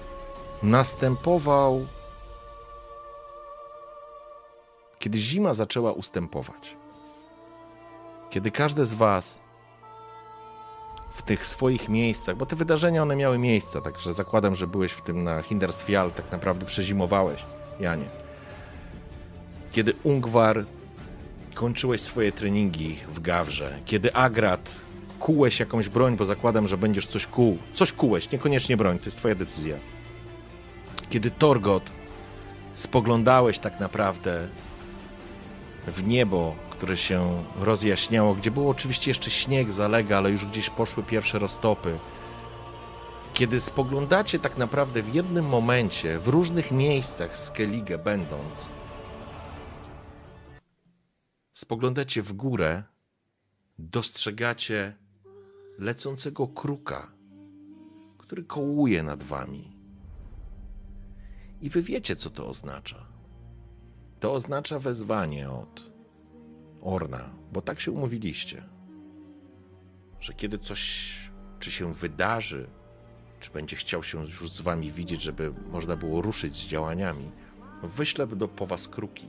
kiedy zima zaczęła ustępować, kiedy każde z was w tych swoich miejscach, bo te wydarzenia, one miały miejsca, także zakładam, że byłeś w tym na Hindarsfjall, tak naprawdę przezimowałeś, Janie. Kiedy Ungvar kończyłeś swoje treningi w Gawrze, kiedy Agrat kułeś jakąś broń, bo zakładam, że będziesz coś kuł. Coś kułeś, niekoniecznie broń, to jest twoja decyzja. Kiedy Torgot spoglądałeś tak naprawdę w niebo, które się rozjaśniało, gdzie było oczywiście jeszcze śnieg, zalega, ale już gdzieś poszły pierwsze roztopy. Kiedy spoglądacie tak naprawdę w jednym momencie, w różnych miejscach Skellige będąc, spoglądacie w górę, dostrzegacie lecącego kruka, który kołuje nad wami. I wy wiecie, co to oznacza. To oznacza wezwanie od Orna, bo tak się umówiliście, że kiedy coś, czy się wydarzy, czy będzie chciał się już z wami widzieć, żeby można było ruszyć z działaniami, wyślę po was kruki.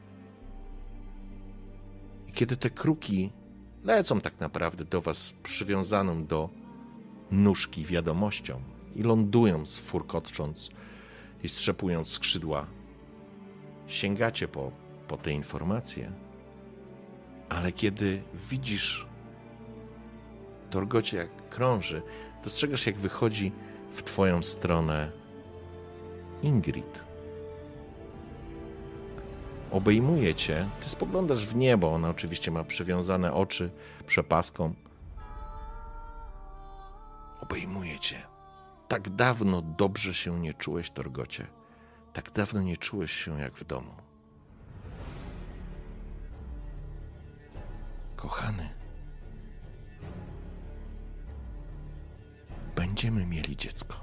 I kiedy te kruki lecą tak naprawdę do was przywiązaną do nóżki wiadomością i lądują, sfurkotcząc i strzepując skrzydła, sięgacie po te informacje, ale kiedy widzisz Torgocie, jak krąży, dostrzegasz, jak wychodzi w twoją stronę Ingrid. Obejmuje cię, ty spoglądasz w niebo, ona oczywiście ma przywiązane oczy przepaską. Obejmuje cię. Tak dawno dobrze się nie czułeś, Torgocie. Tak dawno nie czułeś się jak w domu. Kochany, będziemy mieli dziecko.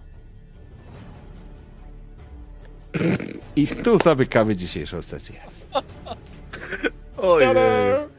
I tu zamykamy dzisiejszą sesję.
Ojej.